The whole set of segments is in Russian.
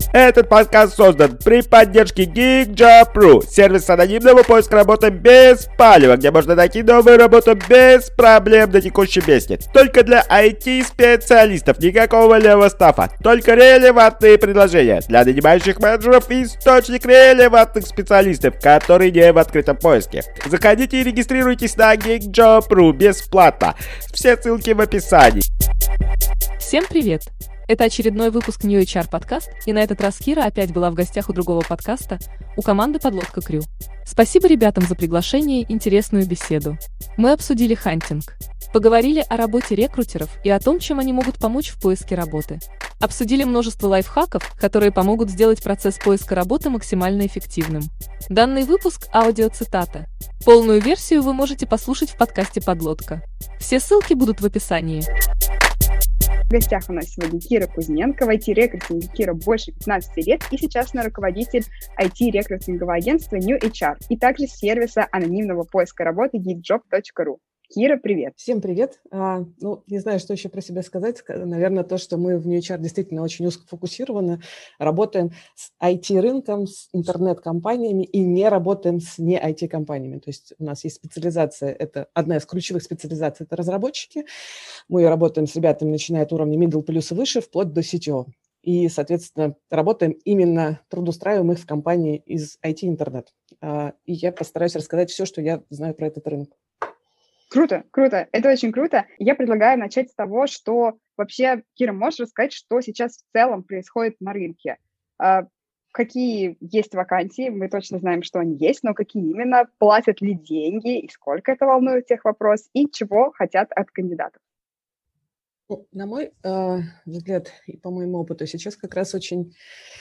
Этот подкаст создан при поддержке GeekJob.ru, сервис анонимного поиска работы без палева, где можно найти новую работу без проблем на текущем месте. Только для IT-специалистов, никакого левого стафа, только релевантные предложения для нанимающих менеджеров и источник релевантных специалистов, которые не в открытом поиске. Заходите и регистрируйтесь на GeekJob.ru бесплатно. Все ссылки в описании. Всем привет! Это очередной выпуск New HR подкаст, и на этот раз Кира опять была в гостях у другого подкаста, у команды Подлодка Крю. Спасибо ребятам за приглашение и интересную беседу. Мы обсудили хантинг, поговорили о работе рекрутеров и о том, чем они могут помочь в поиске работы. Обсудили множество лайфхаков, которые помогут сделать процесс поиска работы максимально эффективным. Данный выпуск – аудиоцитата. Полную версию вы можете послушать в подкасте «Подлодка». Все ссылки будут в описании. В гостях у нас сегодня Кира Кузьменко, в IT-рекрутинге Кира больше 15 лет и сейчас она руководитель IT-рекрутингового агентства New HR и также сервиса анонимного поиска работы geekjob.ru. Кира, привет. Всем привет. Не знаю, что еще про себя сказать. Наверное, то, что мы в New HR действительно очень узкофокусированы, работаем с IT-рынком, с интернет-компаниями и не работаем с не IT-компаниями. То есть у нас есть специализация, это одна из ключевых специализаций, это разработчики. Мы работаем с ребятами, начиная от уровня middle плюс и выше, вплоть до CTO. И, соответственно, работаем именно, трудоустраиваем их в компании из IT-интернет. И я постараюсь рассказать все, что я знаю про этот рынок. Круто, круто. Это очень круто. Я предлагаю начать с того, что вообще, Кира, можешь рассказать, что сейчас в целом происходит на рынке? Какие есть вакансии? Мы точно знаем, что они есть, но какие именно? Платят ли деньги? И сколько это волнует тех вопрос? И чего хотят от кандидатов? На мой взгляд и по моему опыту сейчас как раз очень...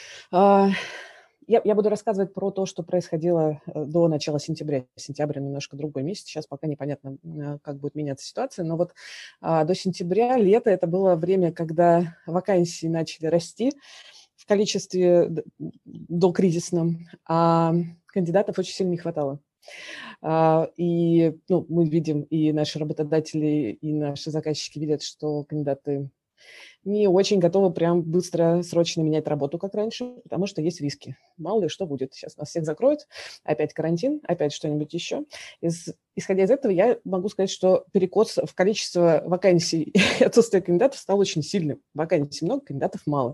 Я буду рассказывать про то, что происходило до начала сентября. Сентябрь немножко другой месяц, сейчас пока непонятно, как будет меняться ситуация, но вот до сентября, лето, это было время, когда вакансии начали расти в количестве докризисном, а кандидатов очень сильно не хватало. И мы видим, и наши работодатели, и наши заказчики видят, что кандидаты не очень готовы прям быстро, срочно менять работу, как раньше, потому что есть риски. Мало ли что будет. Сейчас нас всех закроют, опять карантин, опять что-нибудь еще. Исходя из этого, я могу сказать, что перекос в количество вакансий и отсутствие кандидатов стал очень сильным. Вакансий много, кандидатов мало.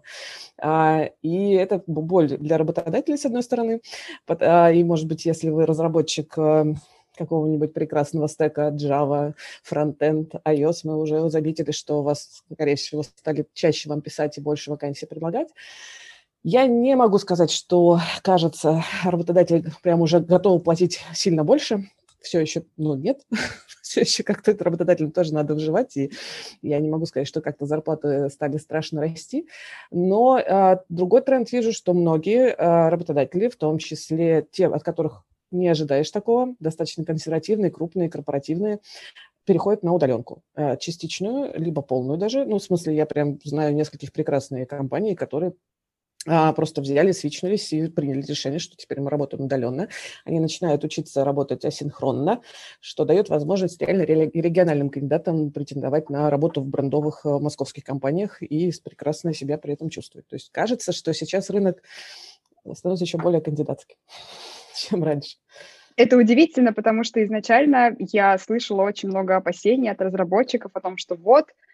И это боль для работодателей, с одной стороны. И, может быть, если вы разработчик какого-нибудь прекрасного стека Java, Frontend, iOS, мы уже заметили, что у вас, скорее всего, стали чаще вам писать и больше вакансий предлагать. Я не могу сказать, что, кажется, работодатель прям уже готов платить сильно больше. Все еще, нет. Все еще как-то это работодателям тоже надо выживать, и я не могу сказать, что как-то зарплаты стали страшно расти. Но другой тренд вижу, что многие работодатели, в том числе те, от которых не ожидаешь такого, достаточно консервативные, крупные, корпоративные, переходят на удаленку. Частичную, либо полную даже. В смысле, я прям знаю нескольких прекрасных компаний, которые просто взяли, свичнулись и приняли решение, что теперь мы работаем удаленно. Они начинают учиться работать асинхронно, что дает возможность реально региональным кандидатам претендовать на работу в брендовых московских компаниях и прекрасно себя при этом чувствовать. То есть кажется, что сейчас рынок становится еще более кандидатским, чем раньше. Это удивительно, потому что изначально я слышала очень много опасений от разработчиков о том, что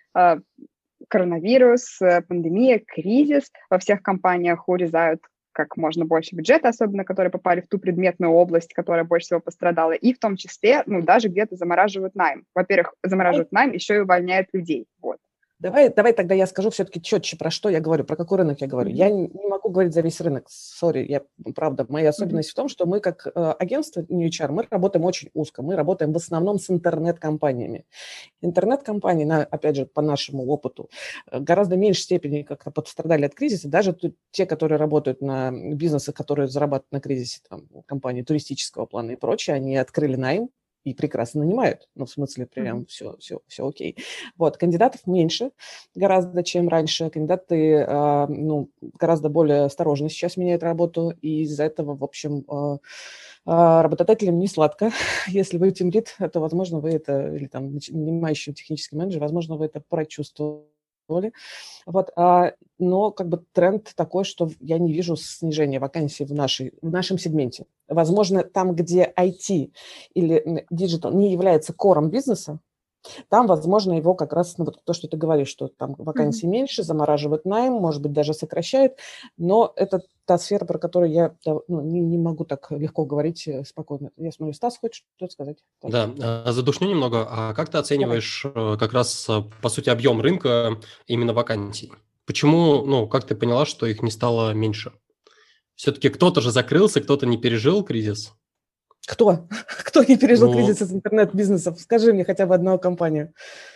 коронавирус, пандемия, кризис, во всех компаниях урезают как можно больше бюджета, особенно которые попали в ту предметную область, которая больше всего пострадала, и в том числе, даже где-то замораживают найм. Во-первых, замораживают найм, еще и увольняют людей. Вот. Давай тогда я скажу все-таки четче, про что я говорю, про какой рынок я говорю. Я не могу говорить за весь рынок, правда, моя особенность в том, что мы как агентство New HR, мы работаем очень узко, мы работаем в основном с интернет-компаниями. Интернет-компании, опять же, по нашему опыту, гораздо меньшей степени как-то пострадали от кризиса, даже те, которые работают на бизнесы, которые зарабатывают на кризисе, там, компании туристического плана и прочее, они открыли найм, и прекрасно нанимают. В смысле, прям все окей. Вот, кандидатов меньше гораздо, чем раньше. Кандидаты, гораздо более осторожно сейчас меняют работу, и из-за этого, в общем, работодателям не сладко. Если вы тимлид, то, возможно, вы это, или там нанимающий технический менеджер, возможно, вы это прочувствовали ли. Вот, но как бы тренд такой, что я не вижу снижения вакансий в нашем сегменте. Возможно, там, где IT или диджитал не является кором бизнеса, там, возможно, его как раз, ну, вот то, что ты говоришь, что там вакансий меньше, замораживают найм, может быть, даже сокращают, но это та сфера, про которую я не могу так легко говорить спокойно. Я смотрю, Стас, хочешь что-то сказать? Да, задушню немного. А как ты Давай. оцениваешь как раз, по сути, объем рынка именно вакансий? Почему, ну, как ты поняла, что их не стало меньше? Все-таки кто-то же закрылся, кто-то не пережил кризис. Кто? Кто не пережил Ну, кризис из интернет-бизнесов? Скажи мне хотя бы одну компанию.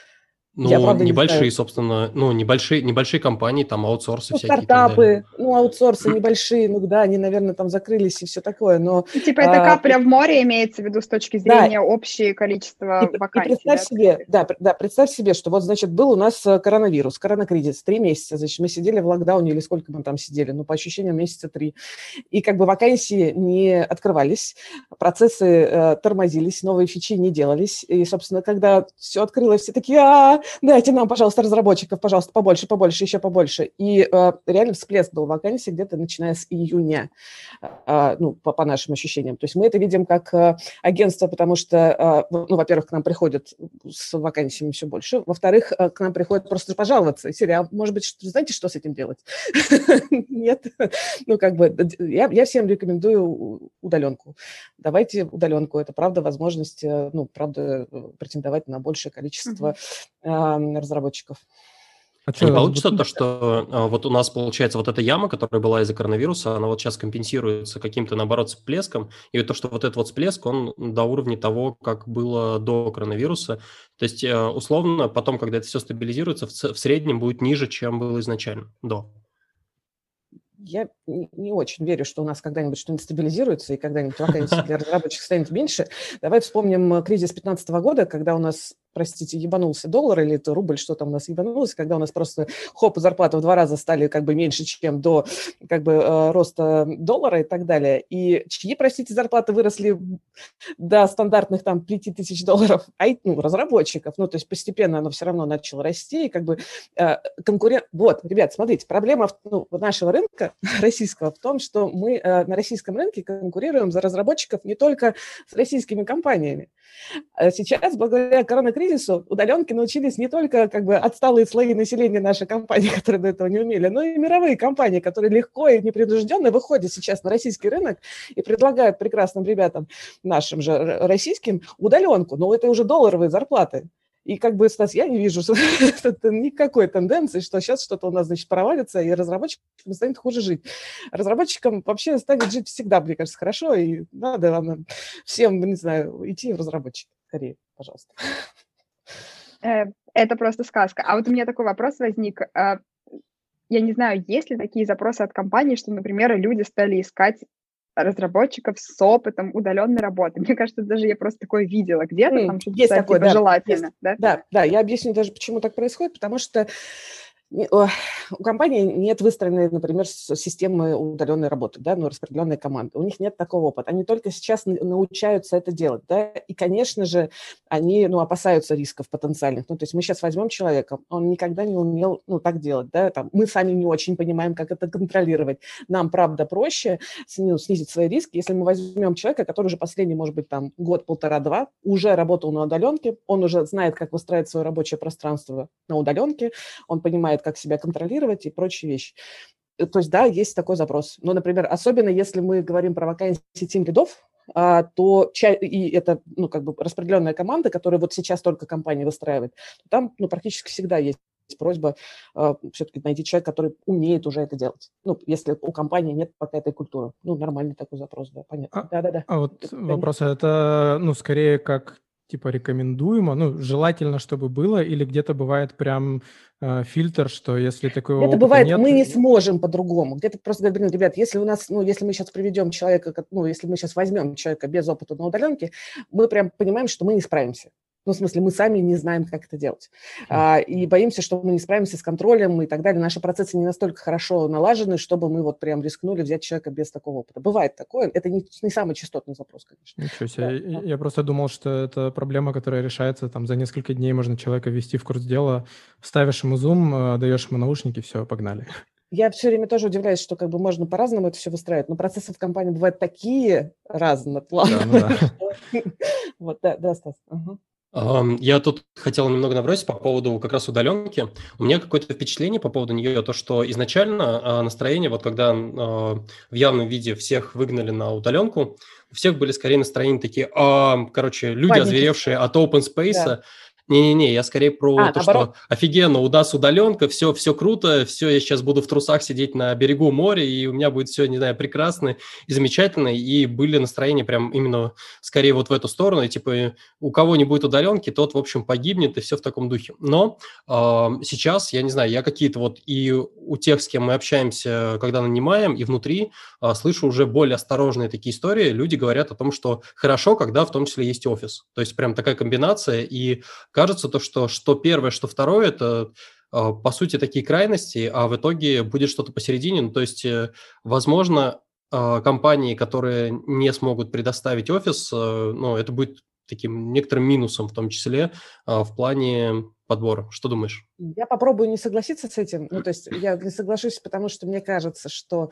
Я, Ну, правда, не небольшие, знаю. собственно, ну, небольшие компании, там аутсорсы Ну, всякие и так далее. стартапы, ну, аутсорсы небольшие, ну да, они, наверное, там закрылись и все такое, но... Ну, типа это капля в море имеется в виду с точки Да. зрения общего количества И вакансий. представь себе, представь себе, что вот, значит, был у нас коронавирус, коронакризис, 3 месяца, значит, мы сидели в локдауне, или сколько мы там сидели, ну, по ощущениям, месяца 3. И как бы вакансии не открывались, процессы тормозились, новые фичи не делались. И, собственно, когда все открылось, все такие, дайте нам, пожалуйста, разработчиков, пожалуйста, побольше, еще побольше. И реально всплеск был вакансий где-то начиная с июня, ну, по нашим ощущениям. То есть мы это видим как агентство, потому что, ну, во-первых, к нам приходят с вакансиями все больше, во-вторых, к нам приходят просто пожаловаться. Серия, может быть, знаете, что с этим делать? Нет. Ну, как бы, я всем рекомендую удаленку. Давайте удаленку. Это, правда, возможность, ну, правда, претендовать на большее количество разработчиков. А не получится то, что вот у нас, получается, вот эта яма, которая была из-за коронавируса, она вот сейчас компенсируется каким-то, наоборот, всплеском, и то, что вот этот вот всплеск, он до уровня того, как было до коронавируса. То есть, условно, потом, когда это все стабилизируется, в среднем будет ниже, чем было изначально, до. Я не очень верю, что у нас когда-нибудь что-нибудь стабилизируется и когда-нибудь вакансий для разработчиков станет меньше. Давай вспомним кризис 2015 года, когда у нас, простите, ебанулся доллар или это рубль, что там у нас ебанулось, когда у нас просто зарплаты в 2 раза стали как бы меньше, чем до как бы роста доллара и так далее. И чьи, простите, зарплаты выросли до стандартных там $5000, ну, разработчиков. Ну, то есть постепенно оно все равно начало расти. И как бы конкурент... Вот, ребят, смотрите, проблема нашего рынка российского в том, что мы на российском рынке конкурируем за разработчиков не только с российскими компаниями. Сейчас, благодаря коронакризису, удаленки научились не только как бы отсталые слои населения нашей компании, которые до этого не умели, но и мировые компании, которые легко и непринужденно выходят сейчас на российский рынок и предлагают прекрасным ребятам, нашим же российским, удаленку. Но это уже долларовые зарплаты. И как бы, Стас, я не вижу никакой тенденции, что сейчас что-то у нас, значит, провалится, и разработчикам станет хуже жить. Разработчикам вообще станет жить всегда, мне кажется, хорошо, и надо всем, не знаю, идти в разработчики. Скорее, пожалуйста. Это просто сказка. А вот у меня такой вопрос возник. Я не знаю, есть ли такие запросы от компаний, что, например, люди стали искать разработчиков с опытом удаленной работы. Мне кажется, даже я просто такое видела где-то, там что-то есть такое, типа, да, желательно. Есть. Да, я объясню даже, почему так происходит, потому что у компании нет выстроенной, например, системы удаленной работы, да, ну, распределенной команды. У них нет такого опыта. Они только сейчас научаются это делать, да, и, конечно же, они, опасаются рисков потенциальных. Ну, то есть мы сейчас возьмем человека, он никогда не умел, так делать, да, там, мы сами не очень понимаем, как это контролировать. Нам, правда, проще снизить свои риски, если мы возьмем человека, который уже последний, может быть, там, год, 1,5-2, уже работал на удаленке, он уже знает, как выстраивать свое рабочее пространство на удаленке, он понимает, как себя контролировать и прочие вещи. То есть, да, есть такой запрос. Но, например, особенно если мы говорим про вакансии тимлидов, то и это, как бы распределенная команда, которая вот сейчас только компания выстраивает, там, практически всегда есть просьба все-таки найти человека, который умеет уже это делать. Если у компании нет пока этой культуры. Нормальный такой запрос, да, понятно. Да. А вот вопрос, это, скорее как типа рекомендуемо, желательно, чтобы было, или где-то бывает прям фильтр, что если такого опыта бывает, нет... мы не сможем по-другому. Где-то просто говорим, ребят, если у нас, если мы сейчас приведем человека, если мы сейчас возьмем человека без опыта на удаленке, мы прям понимаем, что мы не справимся. Ну, в смысле, мы сами не знаем, как это делать. И боимся, что мы не справимся с контролем и так далее. Наши процессы не настолько хорошо налажены, чтобы мы вот прям рискнули взять человека без такого опыта. Бывает такое. Это не самый частотный запрос, конечно. Ничего себе. Да. Я просто думал, что это проблема, которая решается там за несколько дней. Можно человека ввести в курс дела, ставишь ему Zoom, даешь ему наушники, все, погнали. Я все время тоже удивляюсь, что как бы можно по-разному это все выстраивать, но процессы в компании бывают такие разноплановые. Вот, да, Стас. Я тут хотел немного набросить по поводу как раз удаленки. У меня какое-то впечатление по поводу нее, то, что изначально настроение, вот когда в явном виде всех выгнали на удаленку, у всех были скорее настроения такие, люди, озверевшие от open space. Не-не-не, я скорее про то, наоборот. Что офигенно, у нас удаленка, все круто, все, я сейчас буду в трусах сидеть на берегу моря, и у меня будет все, не знаю, прекрасно и замечательно, и были настроения прям именно скорее вот в эту сторону, и типа у кого не будет удаленки, тот, в общем, погибнет, и все в таком духе. Но сейчас, я не знаю, я какие-то вот и у тех, с кем мы общаемся, когда нанимаем, и внутри слышу уже более осторожные такие истории, люди говорят о том, что хорошо, когда в том числе есть офис, то есть прям такая комбинация, и кажется, то, что первое, что второе, это, по сути, такие крайности, а в итоге будет что-то посередине. Ну, то есть, возможно, компании, которые не смогут предоставить офис, это будет таким некоторым минусом, в том числе в плане подбора. Что думаешь? Я попробую не согласиться с этим. Ну, то есть я не соглашусь, потому что мне кажется, что...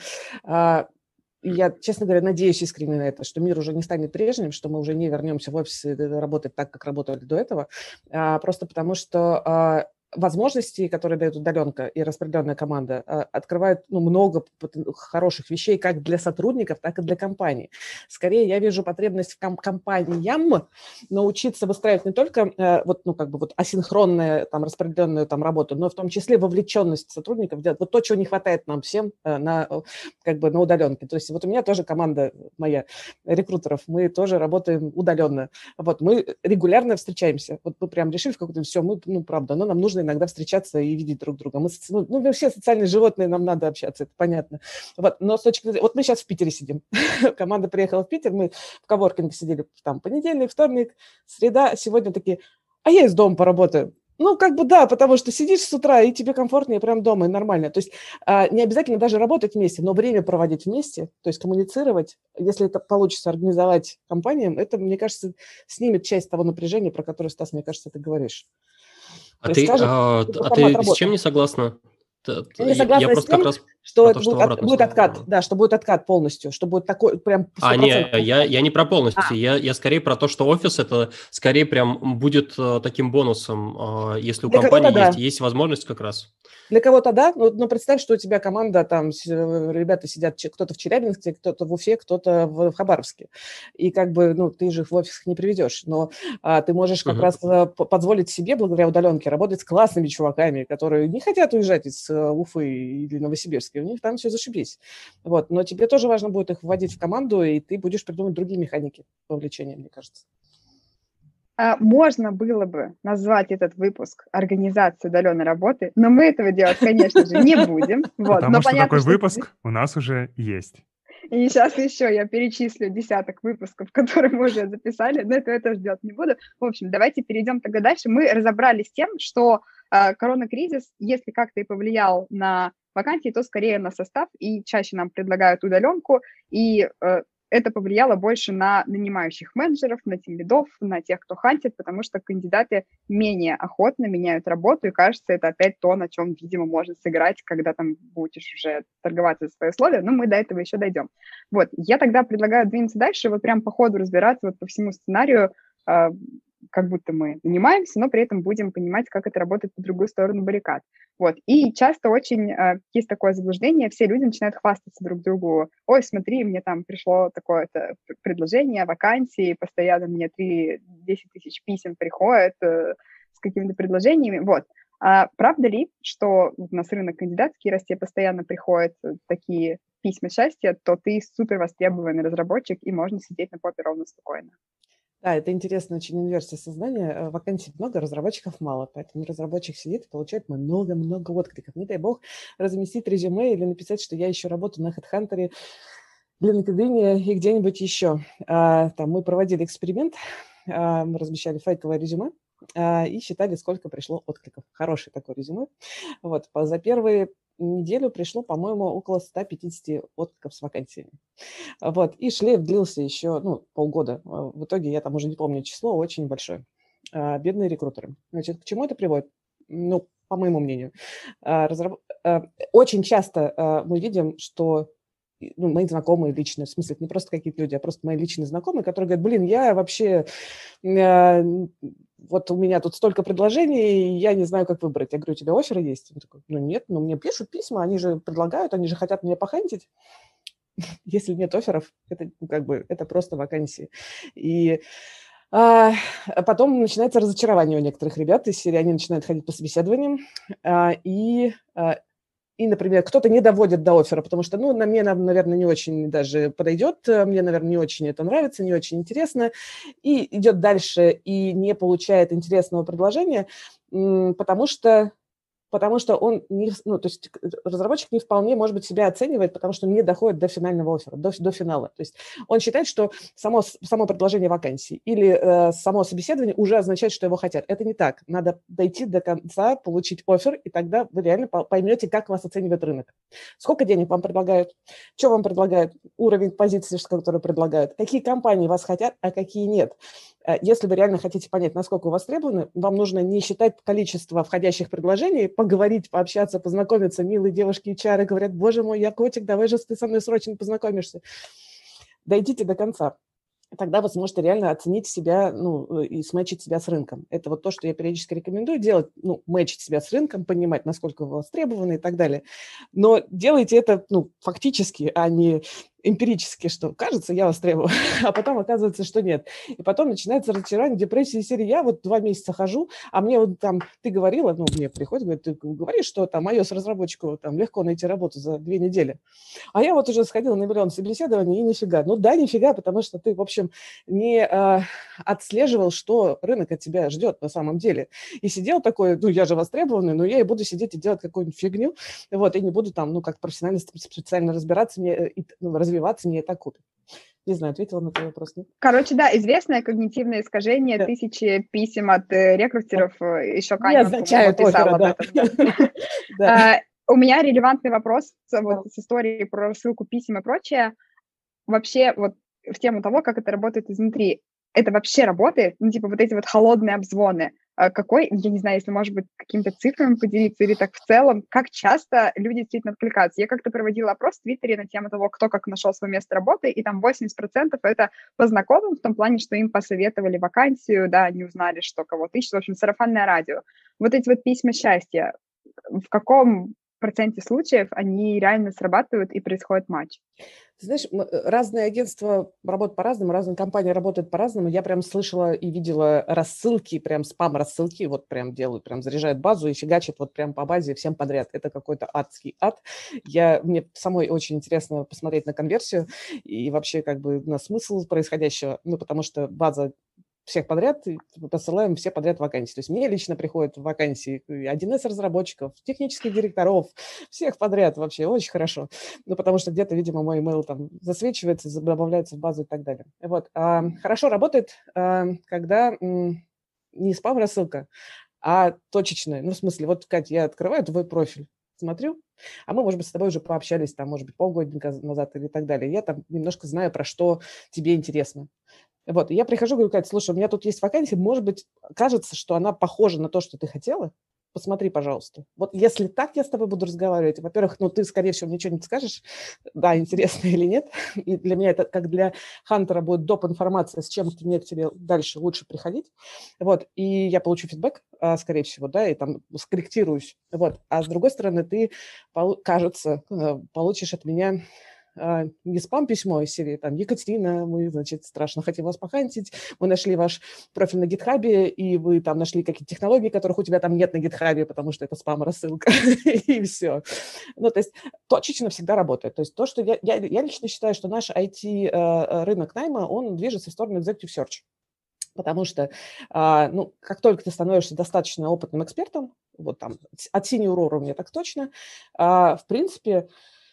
Я, честно говоря, надеюсь искренне на это, что мир уже не станет прежним, что мы уже не вернемся в офис и работать так, как работали до этого, просто потому что возможности, которые дает удаленка и распределенная команда, открывают много хороших вещей как для сотрудников, так и для компаний. Скорее, я вижу потребность в компаниям научиться выстраивать не только асинхронную, распределенную работу, но в том числе вовлеченность сотрудников, вот то, чего не хватает нам всем на удаленке. То есть вот у меня тоже команда моя рекрутеров, мы тоже работаем удаленно. Вот мы регулярно встречаемся. Вот мы прям решили в какой-то все, правда, но нам нужно иногда встречаться и видеть друг друга. Мы все социальные животные, нам надо общаться, это понятно. Вот, но с точки зрения... Вот мы сейчас в Питере сидим. Команда приехала в Питер, мы в коворкинге сидели понедельник, вторник, среда. Сегодня такие, я из дома поработаю. Да, потому что сидишь с утра, и тебе комфортнее прям дома, и нормально. То есть не обязательно даже работать вместе, но время проводить вместе, то есть коммуницировать. Если это получится организовать компаниям, это, мне кажется, снимет часть того напряжения, про которое, Стас, мне кажется, ты говоришь. Ты с чем не согласна? Я не согласна с тем, что это будет откат, что будет откат полностью, что будет такой прям... я не про полностью, я скорее про то, что офис это скорее прям будет таким бонусом, если у компании есть возможность как раз. Для кого-то да, но представь, что у тебя команда, ребята сидят, кто-то в Челябинске, кто-то в Уфе, кто-то в Хабаровске. И ты же их в офисах не приведешь, но ты можешь как раз позволить себе, благодаря удаленке, работать с классными чуваками, которые не хотят уезжать из Уфы или Новосибирска, у них там все зашибись. Вот. Но тебе тоже важно будет их вводить в команду, и ты будешь придумывать другие механики вовлечения, мне кажется. Можно было бы назвать этот выпуск «Организация удаленной работы», но мы этого делать, конечно же, не будем. Потому что такой выпуск у нас уже есть. И сейчас еще я перечислю десяток выпусков, которые мы уже записали, но этого я тоже делать не буду. В общем, давайте перейдем тогда дальше. Мы разобрались с тем, что коронакризис, если как-то и повлиял на вакансии, то скорее на состав, и чаще нам предлагают удаленку, и это повлияло больше на нанимающих менеджеров, на тимлидов, на тех, кто хантит, потому что кандидаты менее охотно меняют работу, и кажется, это опять то, на чем, видимо, можно сыграть, когда там будешь уже торговаться за свои условия, но мы до этого еще дойдем. Вот, я тогда предлагаю двинуться дальше, вот прям по ходу разбираться вот по всему сценарию, как будто мы нанимаемся, но при этом будем понимать, как это работает по другую сторону баррикад. Вот. И часто очень есть такое заблуждение, все люди начинают хвастаться друг другу. Ой, смотри, мне там пришло такое-то предложение, вакансии, постоянно мне 3-10 тысяч писем приходят с какими-то предложениями. Вот. А правда ли, что у нас рынок кандидатский, раз тебе постоянно приходят такие письма счастья, то ты супер востребованный разработчик, и можно сидеть на попе ровно спокойно? Да, это интересная очень инверсия сознания. Вакансий много, разработчиков мало, поэтому разработчик сидит и получает много-много откликов. Не дай бог разместить резюме или написать, что я еще работаю на HeadHunter, для LinkedIn и где-нибудь еще. Там мы проводили эксперимент, мы размещали фейковое резюме, и считали, сколько пришло откликов. Хороший такой резюме. Вот, за первые неделю пришло, по-моему, около 150 откликов с вакансиями. Вот, и шлейф длился еще, полгода. В итоге, я там уже не помню число, очень большое. Бедные рекрутеры. Значит, к чему это приводит? По моему мнению. Очень часто мы видим, что мои знакомые личные, в смысле, это не просто какие-то люди, а просто мои личные знакомые, которые говорят, я вообще, вот у меня тут столько предложений, и я не знаю, как выбрать. Я говорю, у тебя офферы есть? Он такой, нет, мне пишут письма, они же предлагают, они же хотят меня похантить. Если нет офферов, это просто вакансии. И потом начинается разочарование у некоторых ребят из серии, они начинают ходить по собеседованиям, и, например, кто-то не доводит до оффера, потому что, на мне, наверное, не очень даже подойдет, мне, наверное, не очень это нравится, не очень интересно, и идет дальше и не получает интересного предложения, потому что он то есть разработчик не вполне, может быть, себя оценивает, потому что не доходит до финального оффера, до финала. То есть он считает, что само предложение вакансии или само собеседование уже означает, что его хотят. Это не так. Надо дойти до конца, получить оффер, и тогда вы реально поймете, как вас оценивает рынок. Сколько денег вам предлагают, что вам предлагают, уровень позиции, который предлагают, какие компании вас хотят, а какие нет. Если вы реально хотите понять, насколько вы востребованы, вам нужно не считать количество входящих предложений, поговорить, пообщаться, познакомиться. Милые девушки и чары говорят, боже мой, я котик, давай же ты со мной срочно познакомишься. Дойдите до конца. Тогда вы сможете реально оценить себя, и сметчить себя с рынком. Это вот то, что я периодически рекомендую делать, мэчить себя с рынком, понимать, насколько вы востребованы и так далее. Но делайте это, фактически, а не эмпирически, что кажется, я востребован, а потом оказывается, что нет. И потом начинается разочарование, депрессия из серии. Я 2 месяца хожу, а мне ты говорила, мне приходит, говорит, ты говоришь, что iOS-разработчику легко найти работу за 2 недели. А я уже сходила на миллион собеседований, и нифига. Нифига, потому что ты, в общем, не отслеживал, что рынок от тебя ждет на самом деле. И сидел такой, я же востребованный, но я и буду сидеть и делать какую-нибудь фигню, и не буду как профессионально, специально разбираться, развиваться, мне это купит. Не знаю, ответила на твой вопрос, нет? Короче, да, известное когнитивное искажение, да. 1000 писем от рекрутеров, еще Канеман писал об этом. У меня релевантный вопрос с историей про рассылку писем и прочее. Вообще, в тему того, как это работает изнутри. Это вообще работает? Вот эти холодные обзвоны. Я не знаю, если, может быть, какими-то цифрами поделиться или так в целом, как часто люди действительно откликаются? Я как-то проводила опрос в Твиттере на тему того, кто как нашел свое место работы, и там 80% это по знакомым, в том плане, что им посоветовали вакансию, да, они узнали, что кого-то ищут, в общем, сарафанное радио. Эти письма счастья, в каком проценте случаев они реально срабатывают и происходит матч? Ты знаешь, разные агентства работают по-разному, разные компании работают по-разному. Я прям слышала и видела рассылки, прям спам-рассылки, прям делают, прям заряжают базу и фигачат прям по базе всем подряд. Это какой-то адский ад. Мне самой очень интересно посмотреть на конверсию и вообще на смысл происходящего, потому что база всех подряд, посылаем все подряд вакансии. То есть мне лично приходят вакансии 1С-разработчиков, технических директоров, всех подряд вообще, очень хорошо. Потому что где-то, видимо, мой email засвечивается, добавляется в базу и так далее. Хорошо работает, когда не спам-рассылка, а точечная. В смысле, Катя, я открываю твой профиль, смотрю, а мы, может быть, с тобой уже пообщались, может быть, полгода назад или так далее. Я немножко знаю, про что тебе интересно. Я прихожу, говорю, Катя, слушай, у меня тут есть вакансия, может быть, кажется, что она похожа на то, что ты хотела. Посмотри, пожалуйста. Если так я с тобой буду разговаривать, во-первых, ты, скорее всего, ничего не скажешь, да, интересно или нет. И для меня это, как для хантера, будет доп. Информация, с чем мне к тебе дальше лучше приходить. И я получу фидбэк, скорее всего, да, и скорректируюсь. А с другой стороны, ты, кажется, получишь от меня не спам-письмо из серии, Екатерина, мы, страшно хотим вас похантить, мы нашли ваш профиль на гитхабе, и вы нашли какие-то технологии, которых у тебя нет на гитхабе, потому что это спам-рассылка, и все. То есть точечно всегда работает. То есть то, что я лично считаю, что наш IT-рынок найма, он движется в сторону executive search. Потому что, как только ты становишься достаточно опытным экспертом, от senior уровня так точно, в принципе,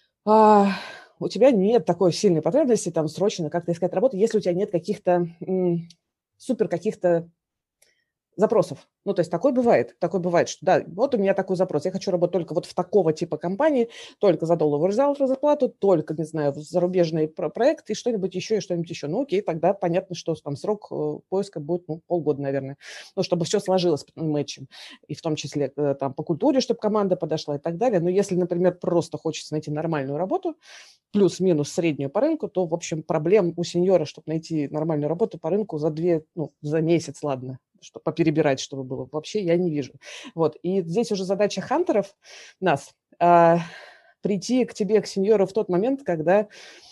у тебя нет такой сильной потребности срочно как-то искать работу, если у тебя нет каких-то запросов. Ну, то есть такое бывает, что да, вот у меня такой запрос, я хочу работать только вот в такого типа компании, только за долларовую зарплату, только, не знаю, зарубежный проект и что-нибудь еще. Ну, окей, тогда понятно, что там срок поиска будет, полгода, наверное, ну, чтобы все сложилось матчем, и в том числе там по культуре, чтобы команда подошла и так далее. Но если, например, просто хочется найти нормальную работу, плюс-минус среднюю по рынку, то, в общем, проблем у сеньора, чтобы найти нормальную работу по рынку за месяц, ладно, чтобы поперебирать, чтобы было, вообще я не вижу. Вот, и здесь уже задача хантеров нас прийти к тебе, к сеньору в тот момент, когда,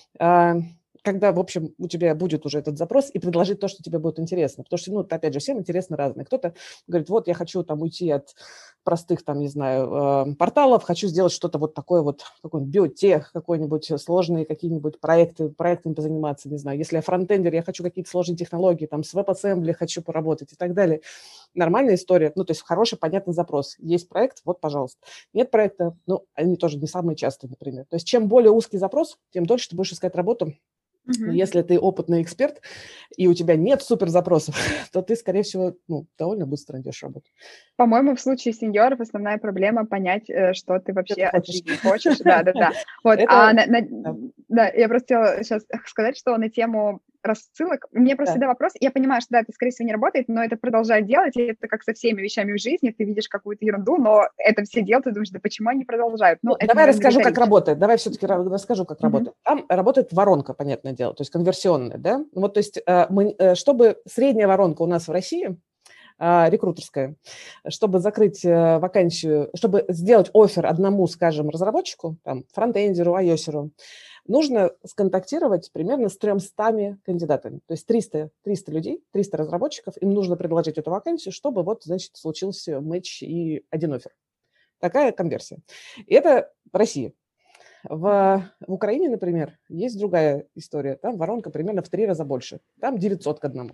в общем, у тебя будет уже этот запрос, и предложить то, что тебе будет интересно. Потому что, опять же, всем интересно разное. Кто-то говорит, вот я хочу там уйти от простых, там, не знаю, порталов, хочу сделать что-то вот такое вот, какой-нибудь биотех, какой-нибудь сложные какие-нибудь проектами позаниматься, не знаю. Если я фронтендер, я хочу какие-то сложные технологии, там, с WebAssembly хочу поработать и так далее. Нормальная история, то есть хороший, понятный запрос. Есть проект, вот, пожалуйста. Нет проекта, они тоже не самые частые, например. То есть чем более узкий запрос, тем дольше ты будешь искать работу. Если ты опытный эксперт, и у тебя нет суперзапросов, то ты, скорее всего, довольно быстро найдешь работу. По-моему, в случае сеньоров основная проблема понять, что ты вообще от жизни хочешь. Да. Вот, я просто хотела сейчас сказать, что на тему рассылок, у меня просто всегда вопрос, я понимаю, что это, скорее всего, не работает, но это продолжать делать, и это как со всеми вещами в жизни, ты видишь какую-то ерунду, но это все делают, ты думаешь, да почему они продолжают? Давай расскажу, как работает. Давай все-таки расскажу, как работает. Там работает воронка, понятное дело, то есть конверсионная, да? Вот, то есть чтобы средняя воронка у нас в России, рекрутерская, чтобы закрыть вакансию, чтобы сделать оффер одному, скажем, разработчику, там, фронтендеру, айосеру, нужно сконтактировать примерно с 300 кандидатами. То есть 300 людей, 300 разработчиков, им нужно предложить эту вакансию, чтобы случился матч и один оффер. Такая конверсия. И это Россия. В Украине, например, есть другая история. Там воронка примерно в 3 раза больше. Там 900 к 1.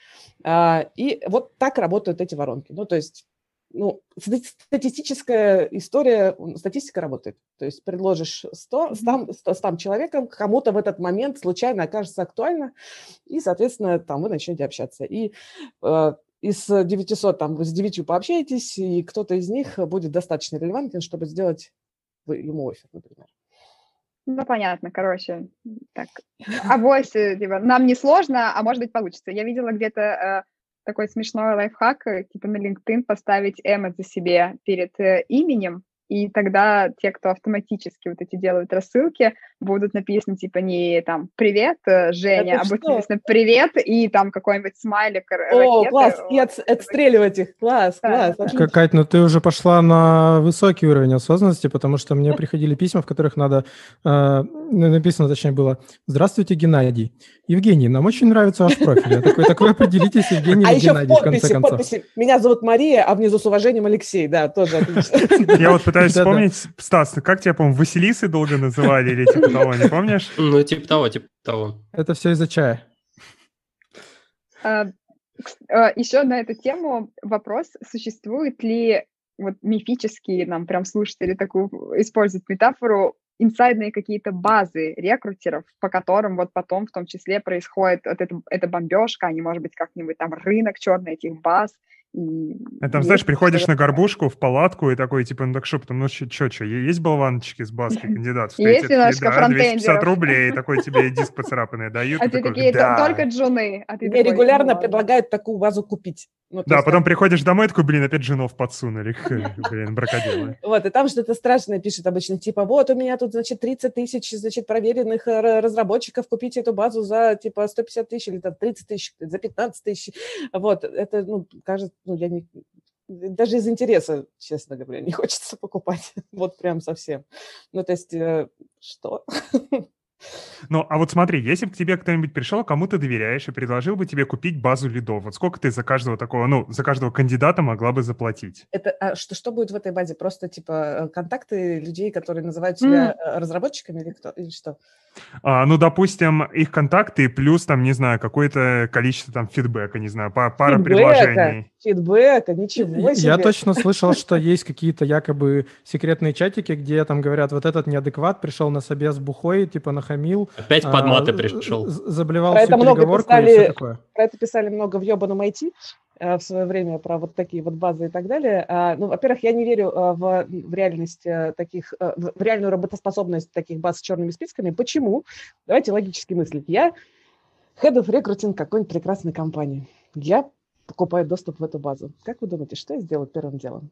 И вот так работают эти воронки. То есть статистическая история, статистика работает. То есть предложишь 100 человекам, кому-то в этот момент случайно окажется актуально, и, соответственно, там вы начнете общаться. И из 900, вы с 9 пообщаетесь, и кто-то из них будет достаточно релевантен, чтобы сделать ему оффер, например. Понятно, короче, так. Авось, нам не сложно, а может быть получится. Я видела где-то такой смешной лайфхак, на LinkedIn поставить эмодзи себе перед именем, и тогда те, кто автоматически эти делают рассылки, будут написаны не там «Привет, Женя», а будет написано «Привет» и там какой-нибудь смайлик. О, класс, и отстреливать их, класс. Кать, ты уже пошла на высокий уровень осознанности, потому что мне приходили письма, в которых написано, точнее, было «Здравствуйте, Геннадий. Евгений, нам очень нравится ваш профиль». Я такой, так вы определитесь, Евгений или Геннадий, в конце концов. Подписи. Меня зовут Мария, а внизу с уважением Алексей. Да, тоже отлично. Я вот пытаюсь вспомнить, Стас, как тебя, по-моему, Василисой долго называли или типа того, не помнишь? Типа того. Это все из-за чая. Еще на эту тему вопрос, существует ли мифические, нам прям слушатели такую используют метафору, инсайдные какие-то базы рекрутеров, по которым потом в том числе происходит эта бомбежка, а не, может быть, как-нибудь там рынок черный этих баз. Там, знаешь, приходишь на горбушку в палатку и такой, так что, потому что, есть болваночки с базки кандидатов? Есть немножко фронтендеров. 250 рублей, такой тебе диск поцарапанный дают. А ты такие, только джуны. Мне регулярно предлагают такую базу купить. Потом приходишь домой, такой, опять женов подсунули, бракоделы. И там что-то страшное пишет обычно, типа, вот у меня тут, 30 тысяч, проверенных разработчиков, купите эту базу за, 150 тысяч или 30 тысяч, за 15 тысяч. Это, кажется, я даже из интереса, честно говоря, не хочется покупать. Прям совсем. То есть, что? А вот смотри, если бы к тебе кто-нибудь пришел, кому ты доверяешь, и предложил бы тебе купить базу лидов, сколько ты за каждого такого, за каждого кандидата могла бы заплатить? Что будет в этой базе? Просто, контакты людей, которые называют себя разработчиками или кто? Или что? Допустим, их контакты плюс, не знаю, какое-то количество фидбэка, не знаю, пара предложений. Фидбэка, ничего себе. Я точно слышал, что есть какие-то якобы секретные чатики, где говорят, вот этот неадекват пришел на собес бухой, нахамил. Опять под маты пришел. Заблевал всю переговорку и все такое. Про это писали много в ёбаном IT. в свое время про вот такие вот базы и так далее. Ну, во-первых, я не верю в реальность таких, в реальную работоспособность таких баз с черными списками. Почему? Давайте логически мыслить. Я head of recruiting какой-нибудь прекрасной компании. Я покупаю доступ в эту базу. Как вы думаете, что я сделаю первым делом?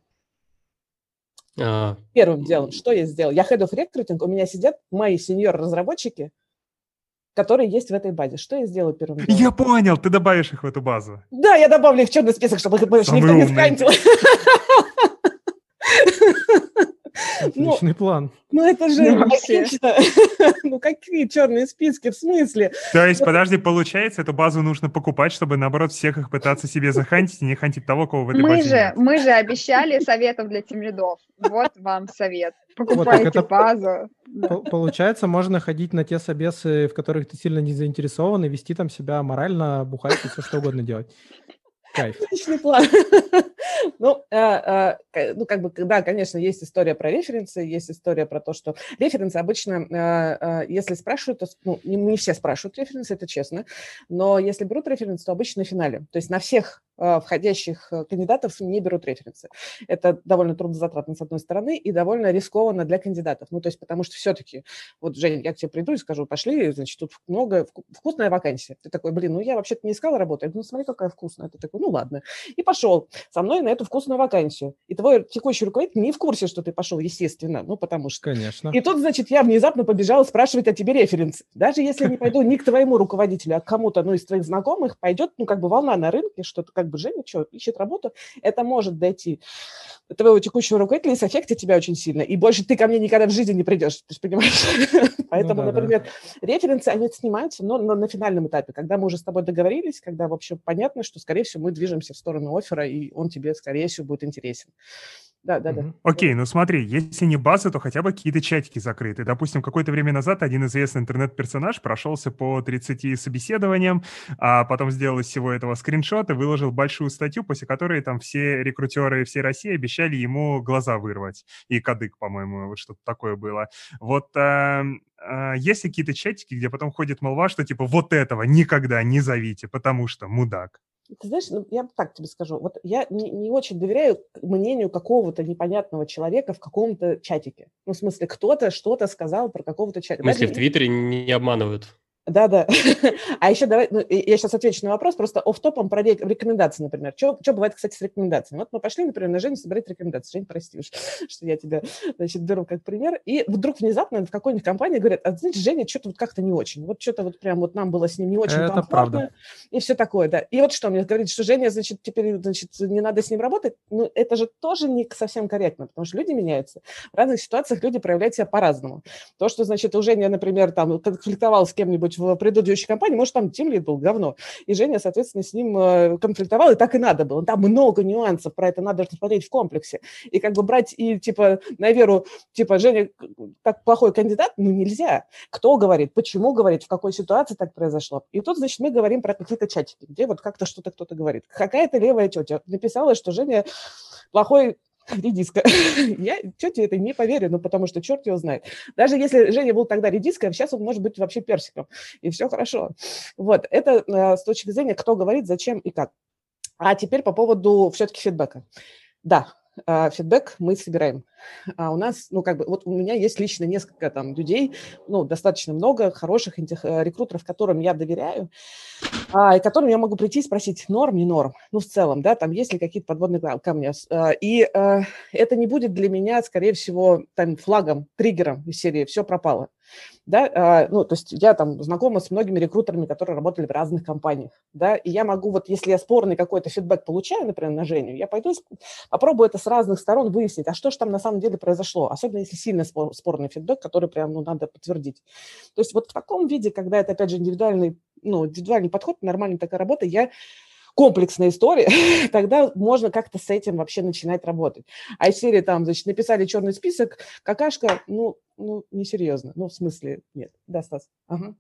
Первым делом, что я сделал? Я head of recruiting, у меня сидят мои сеньор-разработчики, которые есть в этой базе. Что я сделаю первым делом? Я понял, ты добавишь их в эту базу. Да, я добавлю их в черный список, чтобы их больше никто не скантил. Отличный план. Ну, это же логично. Ну, какие черные списки, в смысле? То есть, подожди, получается, эту базу нужно покупать, чтобы, наоборот, всех их пытаться себе захантить и не хантить того, кого в этой базе нет. Мы же обещали советов для тимлидов. Вот вам совет. Покупайте базу. Получается, можно ходить на те собесы, в которых ты сильно не заинтересован, и вести там себя морально, бухать и все что угодно делать. Кайф. Отличный план. Ну, как бы, да, конечно, есть история про референсы, есть история про то, что референсы обычно, если спрашивают, то, ну, не все спрашивают референсы, это честно, но если берут референсы, то обычно на финале. То есть на всех входящих кандидатов не берут референсы. Это довольно трудозатратно, с одной стороны, и довольно рискованно для кандидатов. Ну, то есть потому что все-таки, вот, Жень, я к тебе приду и скажу, пошли, значит, тут много, вкусная вакансия. Ты такой, блин, ну я вообще-то не искала работу. Я говорю, ну смотри, какая вкусная. Ты такой, ну ладно. И пошел со мной на эту вкусную вакансию. И твой текущий руководитель не в курсе, что ты пошел, естественно, ну потому что. Конечно. И тут, значит, я внезапно побежала спрашивать о тебе референс. Даже если я не пойду не к твоему руководителю, а к кому-то, ну, из твоих знакомых, пойдет, ну, как бы волна на рынке, что как бы Женя что, ищет работу, это может дойти до твоего текущего руководителя и саффектит тебя очень сильно. И больше ты ко мне никогда в жизни не придешь, ты же понимаешь? Поэтому, например, референсы, они снимаются, но на финальном этапе, когда мы уже с тобой договорились, когда, в общем, понятно, что, скорее всего, мы движемся в сторону оффера, и он тебе, скорее всего, будет интересен. Да. Окей, ну смотри, если не базы, то хотя бы какие-то чатики закрыты. Допустим, какое-то время назад один известный интернет-персонаж прошелся по 30 собеседованиям, а потом сделал из всего этого скриншот и выложил большую статью, после которой там все рекрутеры всей России обещали ему глаза вырвать. И кадык, по-моему, вот что-то такое было. Вот есть какие-то чатики, где потом ходит молва, что типа вот этого никогда не зовите, потому что мудак. Ты знаешь, ну, я так тебе скажу, вот я не очень доверяю мнению какого-то непонятного человека в каком-то чатике. Ну, в смысле, кто-то что-то сказал про какого-то чатика. В смысле, в Твиттере не обманывают? Да. А еще давай, ну, я сейчас отвечу на вопрос, просто офф-топом про рекомендации, например. Что бывает, кстати, с рекомендациями? Вот мы пошли, например, на Женю собирать рекомендации. Жень, прости, что я тебя, значит, беру как пример. И вдруг внезапно в какой-нибудь компании говорят, а знаете, Женя что-то вот как-то не очень. Вот что-то вот прям вот нам было с ним не очень комфортно. Правда. И все такое, да. И вот что, мне говорит, что Женя, значит, теперь, значит, не надо с ним работать. Ну, это же тоже не совсем корректно, потому что люди меняются. В разных ситуациях люди проявляют себя по-разному. То, что, значит, у Жени, например, там конфликтовал с кем-нибудь в предыдущей компании, может, там тимлид был говно. И Женя, соответственно, с ним конфликтовал, и так и надо было. Там много нюансов, про это надо смотреть в комплексе. И как бы брать и, типа, на веру, типа, Женя так плохой кандидат, ну, нельзя. Кто говорит, почему говорит, в какой ситуации так произошло. И тут, значит, мы говорим про какие-то чатики, где вот как-то что-то кто-то говорит. Какая-то левая тетя написала, что Женя плохой редиска. Я тете это не поверю, ну, потому что черт его знает. Даже если Женя был тогда редиской, сейчас он может быть вообще персиком, и все хорошо. Вот, это с точки зрения, кто говорит, зачем и как. А теперь по поводу все-таки фидбэка. Да, фидбэк мы собираем. А у нас, ну, как бы, вот у меня есть лично несколько там людей, ну, достаточно много хороших рекрутеров, которым я доверяю, и которым я могу прийти и спросить, норм, не норм, ну, в целом, да, там есть ли какие-то подводные камни. И это не будет для меня, скорее всего, там, флагом, триггером из серии «все пропало». Да, ну, то есть я там знакома с многими рекрутерами, которые работали в разных компаниях, да, и я могу, вот если я спорный какой-то фидбэк получаю, например, на Женю, я пойду попробую это с разных сторон выяснить, а что же там на самом деле произошло, особенно если сильно спорный фидбэк, который прям, ну, надо подтвердить. То есть вот в таком виде, когда это, опять же, индивидуальный подход, нормальная такая работа, комплексная история, тогда можно как-то с этим вообще начинать работать. А из серии там, значит, написали черный список, какашка, ну, несерьезно. Ну, в смысле, нет. Да, Стас? Ага.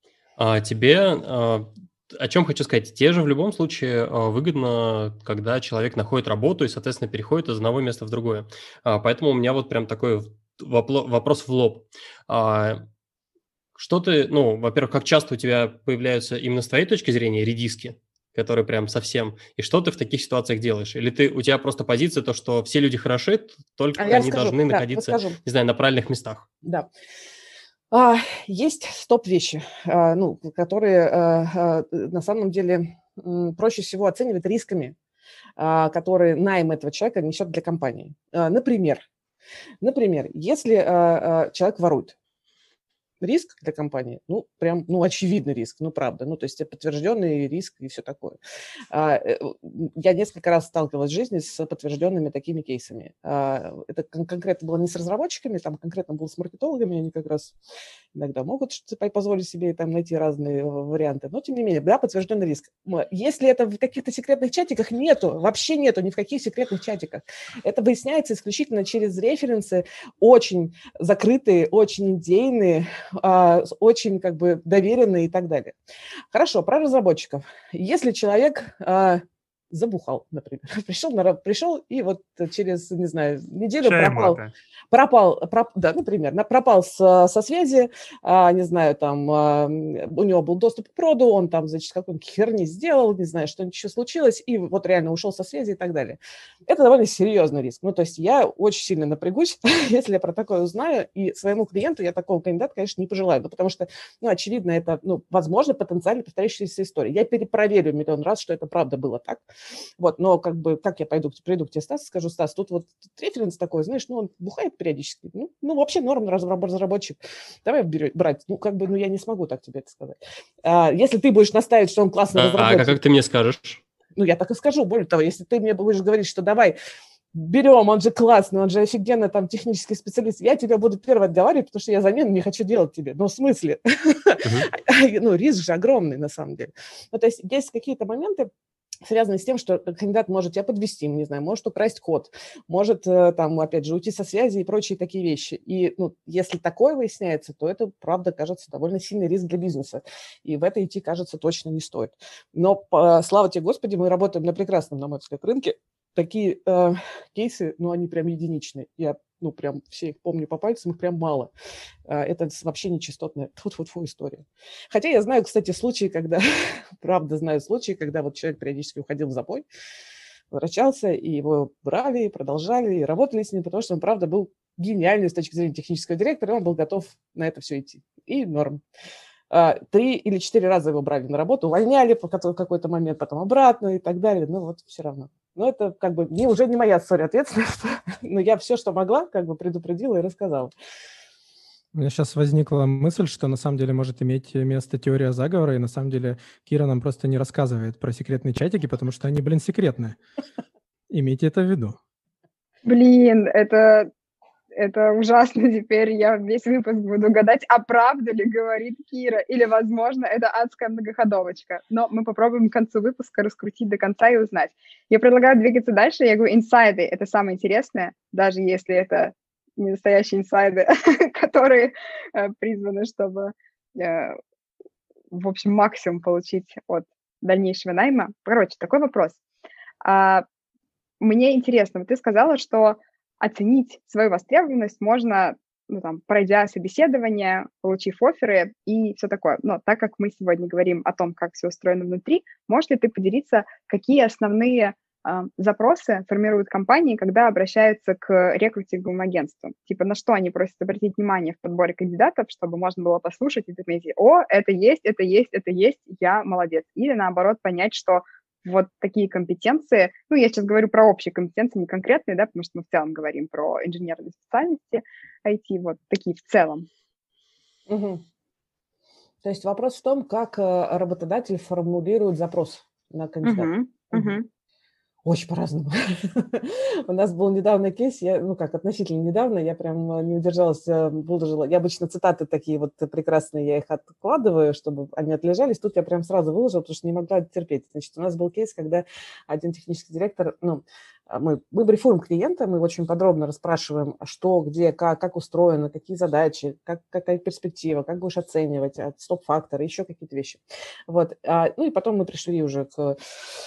О чем хочу сказать? Тебе же в любом случае выгодно, когда человек находит работу и, соответственно, переходит из одного места в другое. Поэтому у меня вот прям такой вопрос в лоб. Что ты, ну, во-первых, как часто у тебя появляются именно с твоей точки зрения редиски? который прям совсем. И что ты в таких ситуациях делаешь? Или у тебя просто позиция, то, что все люди хороши, только они должны находиться, не знаю, на правильных местах? Да. Есть стоп-вещи, которые на самом деле проще всего оценивать рисками, которые найм этого человека несет для компании. Например, если человек ворует, риск для компании, очевидный риск, правда, то есть подтвержденный риск и все такое. Я несколько раз сталкивалась в жизни с подтвержденными такими кейсами. Это конкретно было не с разработчиками, там конкретно было с маркетологами, они как раз иногда могут позволить себе там найти разные варианты, но тем не менее, да, подтвержденный риск. Если это в каких-то секретных чатиках, вообще нету ни в каких секретных чатиках. Это выясняется исключительно через референсы, очень закрытые, очень идейные, очень доверенные и так далее. Хорошо, про разработчиков. Если человек забухал, например, пришел и вот через, не знаю, неделю пропал со связи, не знаю, там у него был доступ к проду, он там, значит, какой-нибудь херни сделал, не знаю, что-нибудь еще случилось, и вот реально ушел со связи и так далее. Это довольно серьезный риск. То есть я очень сильно напрягусь, если я про такое узнаю, и своему клиенту я такого кандидата, конечно, не пожелаю, потому что, очевидно, это, возможно, потенциально повторяющаяся история. Я перепроверю миллион раз, что это правда было так. Вот, но как я приду к тебе, Стас, скажу: Стас, тут вот референс такой, знаешь, он бухает периодически, вообще норм разработчик, давай брать, я не смогу так тебе это сказать. Если ты будешь настаивать, что он классный разработчик... А как ты мне скажешь? Я так и скажу, более того, если ты мне будешь говорить, что давай берем, он же классный, он же офигенно там технический специалист, я тебя буду первой отговаривать, потому что я замену не хочу делать тебе. В смысле? Риск же огромный на самом деле. То есть есть какие-то моменты, связанные с тем, что кандидат может тебя подвести, не знаю, может украсть код, может там, опять же, уйти со связи и прочие такие вещи. И если такое выясняется, то это, правда, кажется довольно сильный риск для бизнеса. И в это идти, кажется, точно не стоит. Но, слава тебе, Господи, мы работаем на прекрасном, на мой взгляд, рынке. Такие кейсы, они прям единичные. Я, прям все их помню по пальцам, их прям мало. Это вообще нечастотная тьфу-тьфу-тьфу история. Хотя я знаю, кстати, случаи, когда, правда, знаю случаи, когда вот человек периодически уходил в запой, возвращался, и его брали, и продолжали, и работали с ним, потому что он, правда, был гениальный с точки зрения технического директора, и он был готов на это все идти. И норм. 3 или 4 раза его брали на работу, увольняли в какой-то момент, потом обратно и так далее. Все равно. Но это уже не моя ответственность, но я все, что могла, предупредила и рассказала. У меня сейчас возникла мысль, что на самом деле может иметь место теория заговора, и на самом деле Кира нам просто не рассказывает про секретные чатики, потому что они, секретные. Имейте это в виду. Блин, это ужасно. Теперь я весь выпуск буду гадать, а правда ли говорит Кира, или, возможно, это адская многоходовочка. Но мы попробуем к концу выпуска раскрутить до конца и узнать. Я предлагаю двигаться дальше. Я говорю, инсайды — это самое интересное, даже если это не настоящие инсайды, которые призваны, чтобы, в общем, максимум получить от дальнейшего найма. Короче, такой вопрос. Мне интересно, вот ты сказала, что оценить свою востребованность можно, пройдя собеседование, получив офферы и все такое. Но так как мы сегодня говорим о том, как все устроено внутри, можешь ли ты поделиться, какие основные запросы формируют компании, когда обращаются к рекрутинговым агентствам? Типа, на что они просят обратить внимание в подборе кандидатов, чтобы можно было послушать и отметить: о, это есть, я молодец. Или наоборот понять, что вот такие компетенции, я сейчас говорю про общие компетенции, не конкретные, да, потому что мы в целом говорим про инженерные специальности, IT, вот такие в целом. Угу. То есть вопрос в том, как работодатель формулирует запрос на кандидата. Угу. Очень по-разному. У нас был недавно кейс, относительно недавно, я прям не удержалась, выложила. Я обычно цитаты такие вот прекрасные, я их откладываю, чтобы они отлежались. Тут я прям сразу выложила, потому что не могла терпеть. Значит, у нас был кейс, когда один технический директор, мы брифуем клиента, мы очень подробно расспрашиваем, что, где, как устроено, какие задачи, какая перспектива, как будешь оценивать, стоп-факторы, еще какие-то вещи. Вот. И потом мы пришли уже к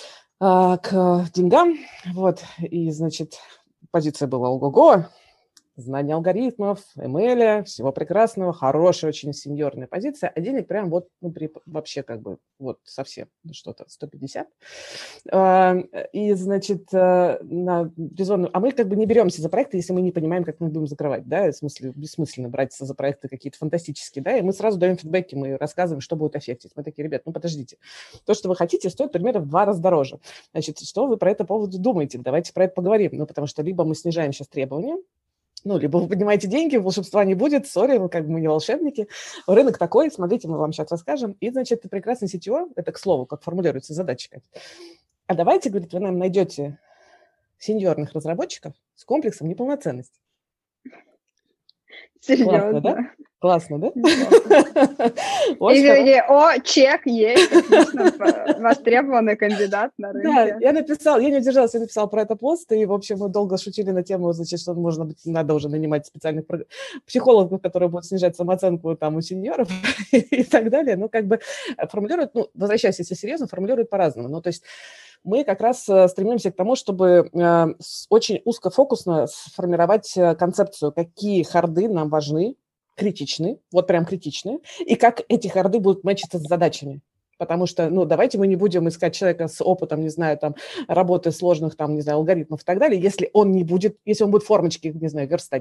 деньгам, вот, и, значит, позиция была ого-го, знание алгоритмов, ML, всего прекрасного, хорошая, очень сеньорная позиция, а денег прям вот вообще как бы вот совсем что-то 150. И, значит, на резонную... А мы как бы не беремся за проекты, если мы не понимаем, как мы будем закрывать, да, в смысле бессмысленно браться за проекты какие-то фантастические, да, и мы сразу даем фидбэки, мы рассказываем, что будет аффектить. Мы такие, ребят, подождите, то, что вы хотите, стоит примерно в 2 раза дороже. Значит, что вы про это поводу думаете? Давайте про это поговорим, потому что либо мы снижаем сейчас требования, либо вы поднимаете деньги, волшебства не будет, сори, мы не волшебники. Рынок такой, смотрите, мы вам сейчас расскажем. И, значит, прекрасный CTO, это, к слову, как формулируется задача. А давайте, говорит, вы нам найдете сеньорных разработчиков с комплексом неполноценности. Серьезно? Классно, да? Классно, да? Чек есть, отлично, востребованный кандидат на рынке. Да, я не удержалась, я написала про это пост, и, в общем, мы долго шутили на тему, значит, что, может быть, надо уже нанимать специальных психологов, которые будут снижать самооценку там у сеньоров и так далее. Ну, как бы формулируют, возвращаясь, если серьезно, формулируют по-разному. То есть мы как раз стремимся к тому, чтобы очень узкофокусно сформировать концепцию, какие харды нам важны, критичны, вот прям критичны, и как эти харды будут мэчиться с задачами. Потому что, давайте мы не будем искать человека с опытом, не знаю, там, работы сложных, там, не знаю, алгоритмов и так далее, если он будет формочки, не знаю, верстать.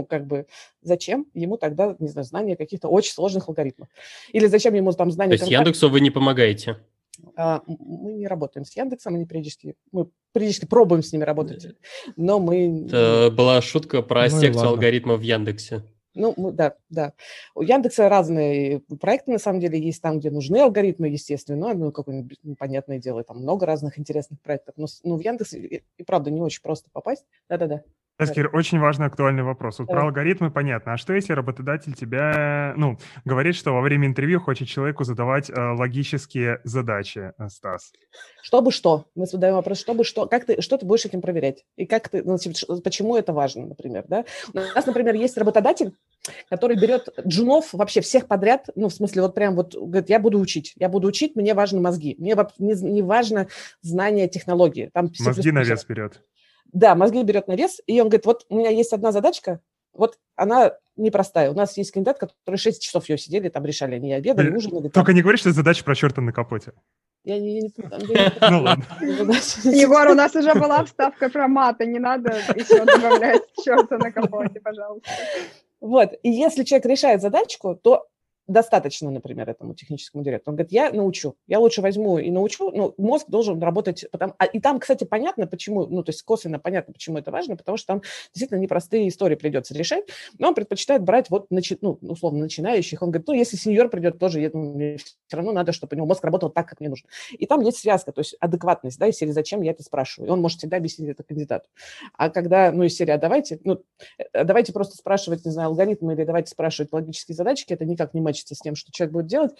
Зачем ему тогда, не знаю, знание каких-то очень сложных алгоритмов? Или зачем ему там знание... То есть Яндексу вы не помогаете? Мы не работаем с Яндексом, мы периодически пробуем с ними работать, но мы... Это была шутка про секцию алгоритмов в Яндексе. Да. У Яндекса разные проекты, на самом деле, есть там, где нужны алгоритмы, естественно, какое-нибудь непонятное дело, там много разных интересных проектов, но в Яндекс и правда не очень просто попасть. Да-да-да. Таскир, очень важный актуальный вопрос. Вот про алгоритмы понятно. А что, если работодатель тебя, говорит, что во время интервью хочет человеку задавать логические задачи, Стас? Чтобы что? Мы задаем вопрос, чтобы что? Что ты будешь этим проверять? И почему это важно, например, да? У нас, например, есть работодатель, который берет джунов вообще всех подряд, в смысле, вот прям вот, говорит, я буду учить, мне важны мозги, мне не важно знание технологии. Там мозги на вес берет. Да, мозги берет на вес, и он говорит, вот у меня есть одна задачка, вот она непростая. У нас есть кандидат, который 6 часов ее сидели, там решали, они обедали, ужинали. Только не говори, что задача про черта на капоте. Я не Ну ладно. Егор, у нас уже была вставка про маты, не надо еще добавлять черта на капоте, пожалуйста. Вот, и если человек решает задачку, то достаточно, например, этому техническому директору. Он говорит, я научу, я лучше возьму и научу, мозг должен работать. И там, кстати, понятно, почему, то есть косвенно понятно, почему это важно, потому что там действительно непростые истории придется решать, но он предпочитает брать условно начинающих. Он говорит, если сеньор придет, тоже мне все равно надо, чтобы у него мозг работал так, как мне нужно. И там есть связка, то есть адекватность, да, из серии «Зачем я это спрашиваю?» И он может всегда объяснить это кандидату. А когда, из серии давайте просто спрашивать, не знаю, алгоритмы или давайте спрашивать логические задачки, это никак не матчится с тем, что человек будет делать.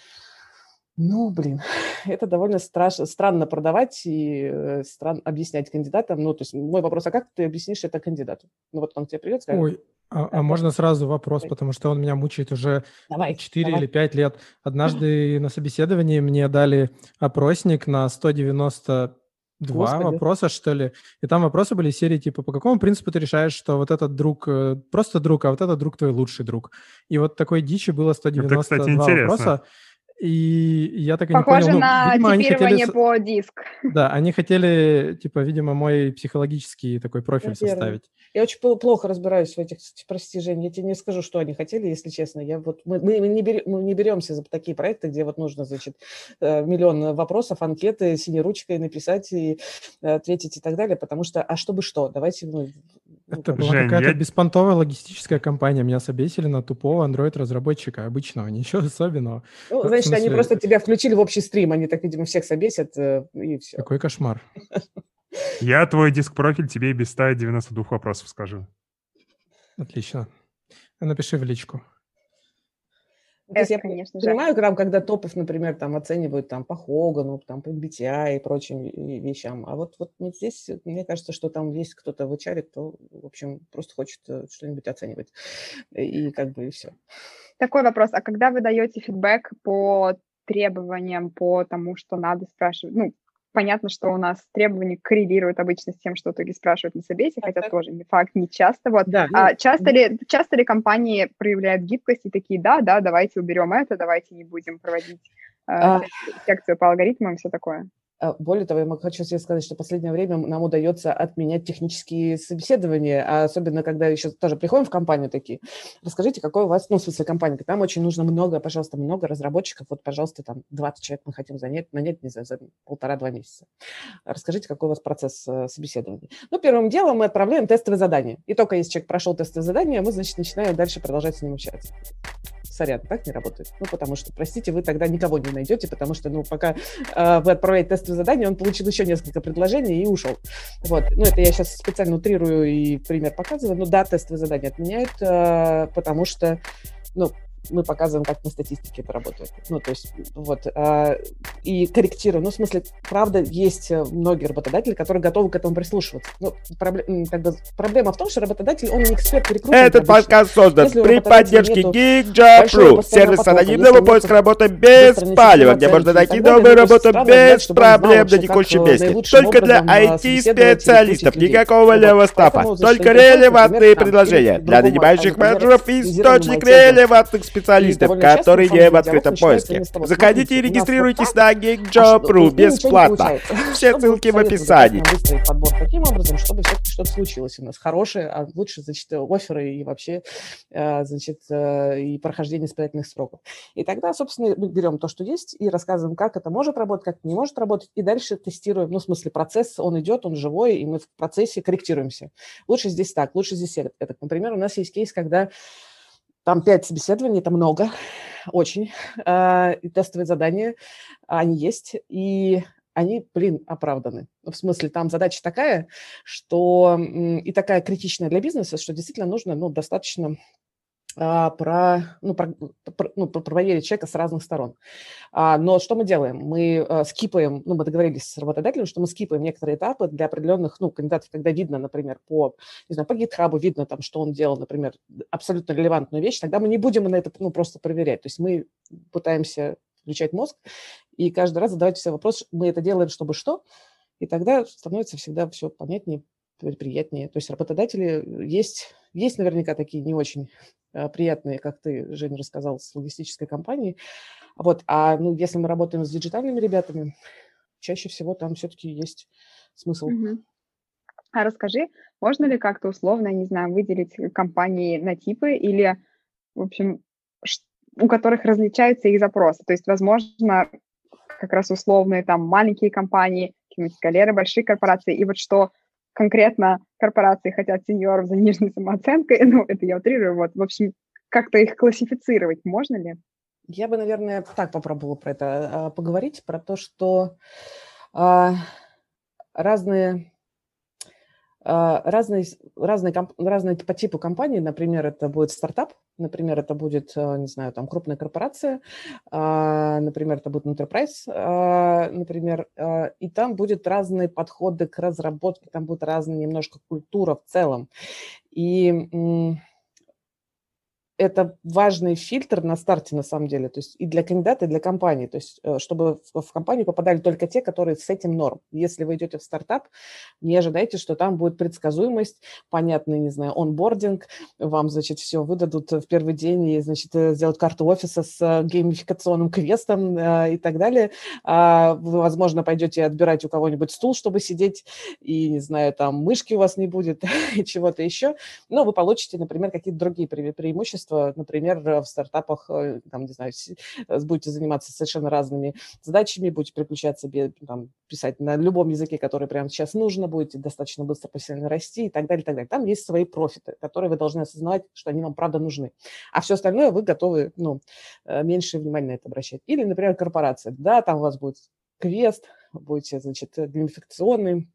Это довольно странно продавать и объяснять кандидатам. То есть мой вопрос, а как ты объяснишь это кандидату? Вот он к тебе придет, скажет... Ой, можно сразу вопрос, потому что он меня мучает уже 4 или 5 лет. Однажды на собеседовании мне дали опросник на 192 вопроса, что ли. И там вопросы были из серии типа, по какому принципу ты решаешь, что вот этот друг просто друг, а вот этот друг твой лучший друг. И вот такой дичи было 192 это, кстати, вопроса. И я так и не понял. Похоже на типирование по диск. Да, они хотели, видимо, мой психологический такой профиль составить. Я очень плохо разбираюсь в этих, прости, Жень, я тебе не скажу, что они хотели, если честно. Мы не беремся за такие проекты, где нужно, миллион вопросов, анкеты, синей ручкой написать и ответить и так далее, потому что, а чтобы что? Давайте... Это была какая-то беспонтовая логистическая компания. Меня собесили на тупого Android-разработчика обычного, ничего особенного. Значит, они просто тебя включили в общий стрим, они так, видимо, всех собесят, и все. Какой кошмар. Я твой диск-профиль тебе и без 192 вопросов скажу. Отлично. Напиши в личку. То есть я понимаю, когда топов, например, там оценивают по Хогану, по MBTI и прочим вещам. А вот здесь, мне кажется, что там есть кто-то в HR, кто, в общем, просто хочет что-нибудь оценивать. И и все. Такой вопрос. А когда вы даете фидбэк по требованиям, по тому, что надо спрашивать, понятно, что у нас требования коррелируют обычно с тем, что в итоге спрашивают на собесе, хотя тоже не факт, не часто. Вот. Да, Часто ли компании проявляют гибкость и такие, да, давайте уберем это, давайте не будем проводить секцию по алгоритмам и все такое? Более того, я хочу себе сказать, что в последнее время нам удается отменять технические собеседования, а особенно когда еще тоже приходим в компанию такие. Расскажите, какой у вас, в смысле компания, нам очень нужно много, пожалуйста, много разработчиков, вот, пожалуйста, там 20 человек мы хотим нанять, не знаю, за 1,5-2 месяца. Расскажите, какой у вас процесс собеседования. Первым делом мы отправляем тестовые задания. И только если человек прошел тестовые задания, мы, значит, начинаем дальше продолжать с ним общаться. Сорян, так не работает. Потому что, простите, вы тогда никого не найдете, потому что, пока вы отправляете тестовое задание, он получил еще несколько предложений и ушел. Вот. Это я сейчас специально утрирую и пример показываю. Да, тестовое задание отменяют, потому что, мы показываем, как на статистике это работает. То есть, и корректируем. В смысле, правда, есть многие работодатели, которые готовы к этому прислушиваться. Проблема в том, что работодатель, он не эксперт в рекрутинге. Этот подкаст создан при поддержке GeekJob.ru, сервис анонимного поиска работы без палева, где можно найти новую работу без проблем на текущем месте. Только для IT-специалистов, никакого левого стафа, только релевантные предложения. Для нанимающих менеджеров источник релевантных специалистов, которые не в открытом поиске. Заходите и регистрируйтесь на GeekJob.ru бесплатно. Все ссылки в описании. Выстроить подбор таким образом, чтобы все-таки что-то случилось у нас хорошее, а лучше, офферы и вообще, и прохождение испытательных сроков. И тогда, собственно, мы берем то, что есть, и рассказываем, как это может работать, как это не может работать, и дальше тестируем, в смысле, процесс, он идет, он живой, и мы в процессе корректируемся. Лучше здесь так, лучше здесь это. Например, у нас есть кейс, когда там 5 собеседований, это много, очень. И тестовые задания, они есть, и они, оправданы. В смысле, там задача такая, что и такая критичная для бизнеса, что действительно нужно, достаточно проверить человека с разных сторон. Но что мы делаем? Мы скипаем, мы договорились с работодателем, что мы скипаем некоторые этапы для определенных кандидатов, когда видно, например, по GitHub видно, там, что он делал, например, абсолютно релевантную вещь, тогда мы не будем на это просто проверять. То есть мы пытаемся включать мозг и каждый раз задавать себе вопрос, мы это делаем, чтобы что? И тогда становится всегда все понятнее, приятнее. То есть работодатели есть наверняка такие не очень приятные, как ты, Женя, рассказал, с логистической компанией. Если мы работаем с диджитальными ребятами, чаще всего там все-таки есть смысл. А расскажи, можно ли как-то условно, не знаю, выделить компании на типы или, в общем, у которых различаются их запросы? То есть, возможно, как раз условные там маленькие компании, какие-нибудь галеры, большие корпорации, и что конкретно корпорации хотят сеньоров за нижней самооценкой, это я утрирую, в общем, как-то их классифицировать можно ли? Я бы, наверное, так попробовала про это поговорить, про то, что разные по типу компаний, например, это будет стартап, например, это будет, не знаю, там крупная корпорация, например, это будет enterprise, например, и там будут разные подходы к разработке, там будет разная немножко культура в целом. И это важный фильтр на старте, на самом деле, то есть и для кандидата, и для компании, то есть чтобы в компанию попадали только те, которые с этим норм. Если вы идете в стартап, не ожидайте, что там будет предсказуемость, понятный, не знаю, онбординг, вам, все выдадут в первый день и, сделают карту офиса с геймификационным квестом и так далее. Вы, возможно, пойдете отбирать у кого-нибудь стул, чтобы сидеть, и, не знаю, там мышки у вас не будет и чего-то еще, но вы получите, например, какие-то другие преимущества. Например, в стартапах, там, не знаю, будете заниматься совершенно разными задачами, будете переключаться, писать на любом языке, который прямо сейчас нужно, будете достаточно быстро профессионально расти и так далее, и так далее. Там есть свои профиты, которые вы должны осознавать, что они вам правда нужны. А все остальное вы готовы, меньше внимания на это обращать. Или, например, корпорация. Да, там у вас будет квест, будете, геймификационный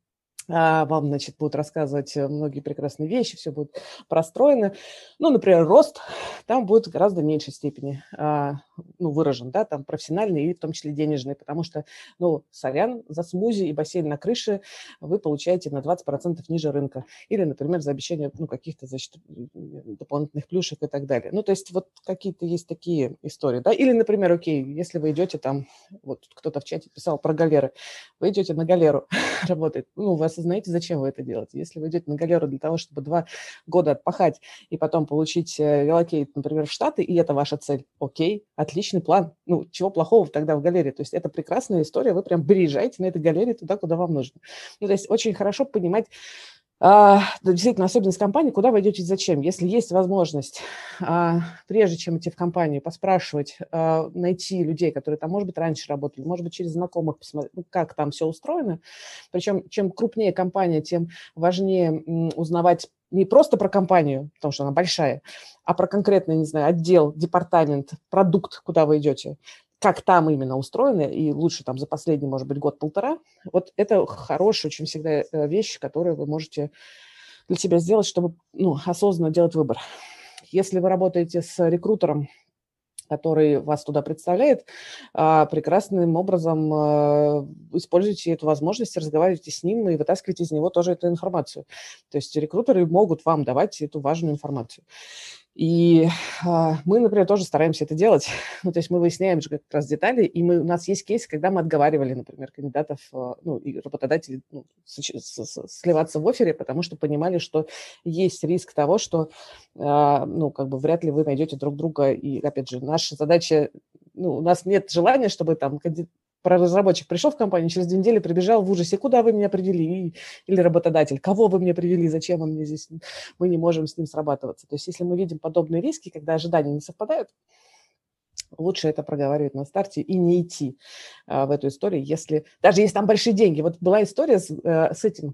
Вам, значит, будут рассказывать многие прекрасные вещи, все будет простроено. Ну, например, рост там будет в гораздо меньшей степени выражен, да, там профессиональный и в том числе денежный, потому что, сорян, за смузи и бассейн на крыше вы получаете на 20% ниже рынка. Или, например, за обещание, каких-то, значит, дополнительных плюшек и так далее. То есть вот какие-то есть такие истории, да. Или, например, окей, если вы идете там, вот кто-то в чате писал про галеры, вы идете на галеру работать, вы осознаете, зачем вы это делаете. Если вы идете на галеру для того, чтобы 2 года отпахать и потом получить релокейт, например, в Штаты, и это ваша цель, окей, отличный план. Чего плохого тогда в галерее? То есть это прекрасная история, вы прям приезжаете на этой галерее туда, куда вам нужно. То есть очень хорошо понимать, действительно, особенность компании, куда вы идете и зачем. Если есть возможность, прежде чем идти в компанию, поспрашивать, найти людей, которые там, может быть, раньше работали, может быть, через знакомых посмотреть, как там все устроено. Причем, чем крупнее компания, тем важнее узнавать не просто про компанию, потому что она большая, а про конкретный, не знаю, отдел, департамент, продукт, куда вы идете, как там именно устроено, и лучше там за последний, может быть, год-полтора. Вот это хорошая очень всегда вещь, которую вы можете для себя сделать, чтобы осознанно делать выбор. Если вы работаете с рекрутером, который вас туда представляет, прекрасным образом используйте эту возможность, разговаривайте с ним и вытаскивайте из него тоже эту информацию. То есть рекрутеры могут вам давать эту важную информацию. И мы, например, тоже стараемся это делать. То есть мы выясняем же как раз детали, и у нас есть кейс, когда мы отговаривали, например, кандидатов и работодателей сливаться в оффере, потому что понимали, что есть риск того, что вряд ли вы найдете друг друга. И, опять же, наша задача, у нас нет желания, чтобы там разработчик пришел в компанию, через 2 недели прибежал в ужасе, куда вы меня привели, или работодатель, кого вы мне привели, зачем он мне здесь, мы не можем с ним срабатываться. То есть если мы видим подобные риски, когда ожидания не совпадают, лучше это проговаривать на старте и не идти в эту историю, даже если там большие деньги. Вот была история с этим,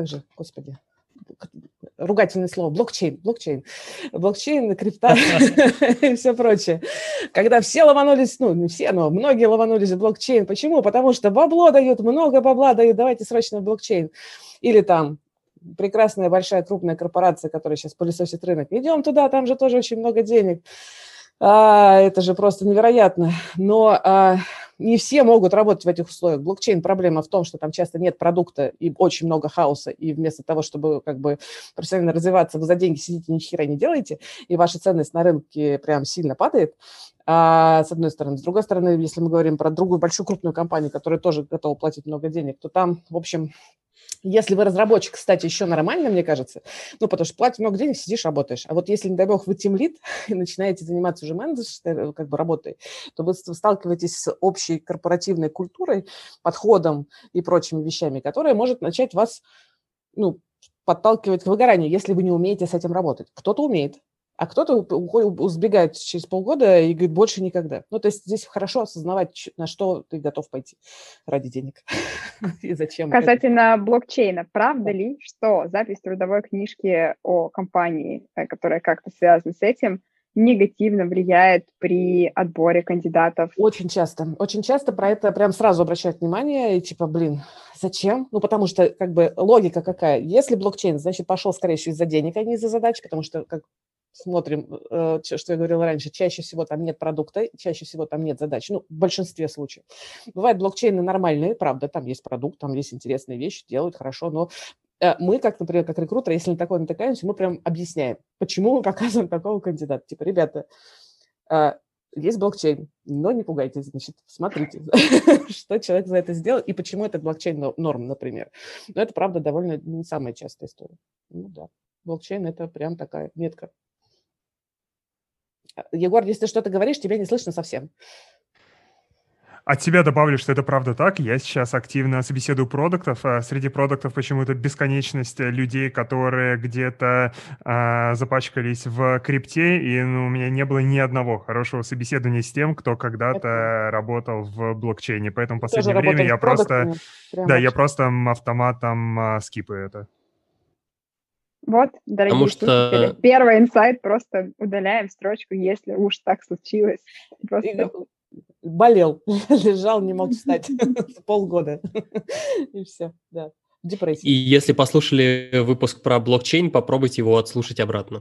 ругательное слово, блокчейн, крипта и все прочее. Когда все ломанулись, не все, но многие ломанулись в блокчейн. Почему? Потому что бабло дают, много бабла дают, давайте срочно в блокчейн. Или там прекрасная, большая, крупная корпорация, которая сейчас пылесосит рынок. Идем туда, там же тоже очень много денег. Это же просто невероятно. Но не все могут работать в этих условиях. Блокчейн, проблема в том, что там часто нет продукта и очень много хаоса, и вместо того, чтобы профессионально развиваться, вы за деньги сидите, ни хера не делаете, и ваша ценность на рынке прям сильно падает, с одной стороны. С другой стороны, если мы говорим про другую большую крупную компанию, которая тоже готова платить много денег, то там, в общем... Если вы разработчик, кстати, еще нормально, мне кажется, потому что платишь много денег, сидишь, работаешь. А вот если, не дай бог, вы тимлид и начинаете заниматься уже менеджерской работой, то вы сталкиваетесь с общей корпоративной культурой, подходом и прочими вещами, которые может начать вас подталкивать к выгоранию, если вы не умеете с этим работать. Кто-то умеет, а кто-то сбегает через полгода и говорит, больше никогда. То есть здесь хорошо осознавать, на что ты готов пойти ради денег и зачем. Касательно блокчейна, правда ли, что запись трудовой книжки о компании, которая как-то связана с этим, негативно влияет при отборе кандидатов? Очень часто про это прям сразу обращают внимание, и зачем? Потому что логика какая? Если блокчейн, значит, пошел, скорее всего, из-за денег, а не из-за задач, потому что, смотрим, что я говорила раньше, чаще всего там нет продукта, чаще всего там нет задач, в большинстве случаев. Бывают блокчейны нормальные, правда, там есть продукт, там есть интересные вещи, делают хорошо, но мы, например, как рекрутеры, если на такое натыкаемся, мы прям объясняем, почему мы показываем такого кандидата. Ребята, есть блокчейн, но не пугайтесь, значит, смотрите, что человек за это сделал и почему этот блокчейн норм, например. Но это, правда, довольно не самая частая история. Да, блокчейн – это прям такая метка. Егор, если ты что-то говоришь, тебя не слышно совсем. От себя добавлю, что это правда так. Я сейчас активно собеседую продуктов. Среди продуктов почему-то бесконечность людей, которые где-то запачкались в крипте, и у меня не было ни одного хорошего собеседования с тем, кто когда-то работал в блокчейне. Поэтому в последнее время я просто автоматом скипаю это. Вот, дорогие слушатели, первый инсайт, просто удаляем строчку, если уж так случилось. Просто... Болел, лежал, не мог встать полгода. И все, да. депрессия. И если послушали выпуск про блокчейн, попробуйте его отслушать обратно.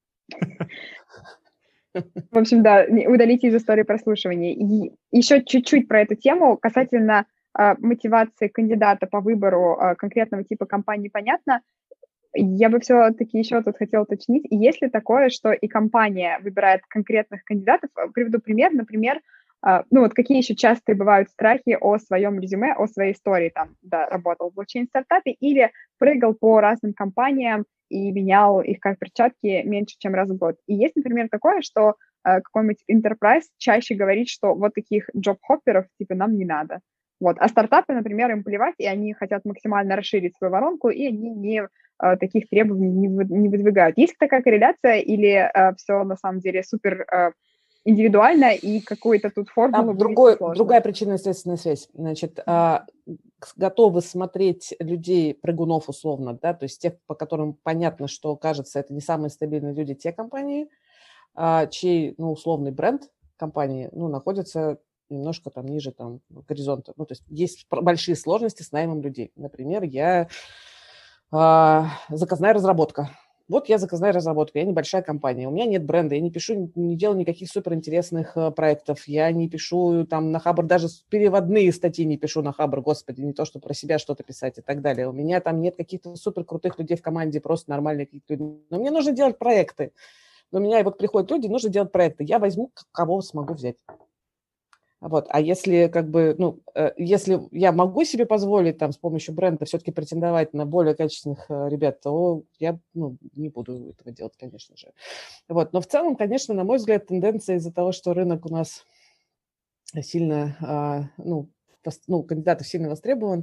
В общем, да, удалите из истории прослушивания. И еще чуть-чуть про эту тему касательно мотивации кандидата по выбору конкретного типа компании, понятно. Я бы все-таки еще тут хотела уточнить, есть ли такое, что и компания выбирает конкретных кандидатов? Приведу пример, например, ну вот какие еще частые бывают страхи о своем резюме, о своей истории, там, да, работал в блокчейн-стартапе или прыгал по разным компаниям и менял их как перчатки меньше, чем раз в год. И есть, например, такое, что какой-нибудь enterprise чаще говорит, что вот таких джоб-хопперов типа нам не надо. Вот. А стартапы, например, им плевать, и они хотят максимально расширить свою воронку, и они таких требований не выдвигают. Есть такая корреляция или все на самом деле супер индивидуально, и какую-то тут формулу другая причинно-следственная связь. Значит, готовы смотреть людей, прыгунов условно, да, то есть тех, по которым понятно, что, кажется, это не самые стабильные люди, те компании, чей, ну, условный бренд компании, ну, находится немножко там ниже там горизонта. Ну, то есть есть большие сложности с наймом людей. Например, я заказная разработка. Вот я заказная разработка, я небольшая компания, у меня нет бренда, я не пишу, не делаю никаких суперинтересных проектов, я не пишу там на Хабр, даже переводные статьи не пишу на Хабр, господи, не то, что про себя что-то писать и так далее. У меня там нет каких-то суперкрутых людей в команде, просто нормальные какие-то люди. Но мне нужно делать проекты. У меня вот приходят люди, нужно делать проекты. Я возьму, кого смогу взять. Вот. А если как бы, ну, если я могу себе позволить там с помощью бренда все-таки претендовать на более качественных ребят, то я не буду этого делать, конечно же. Вот. Но в целом, конечно, на мой взгляд, тенденция из-за того, что рынок у нас сильно, кандидатов сильно востребован,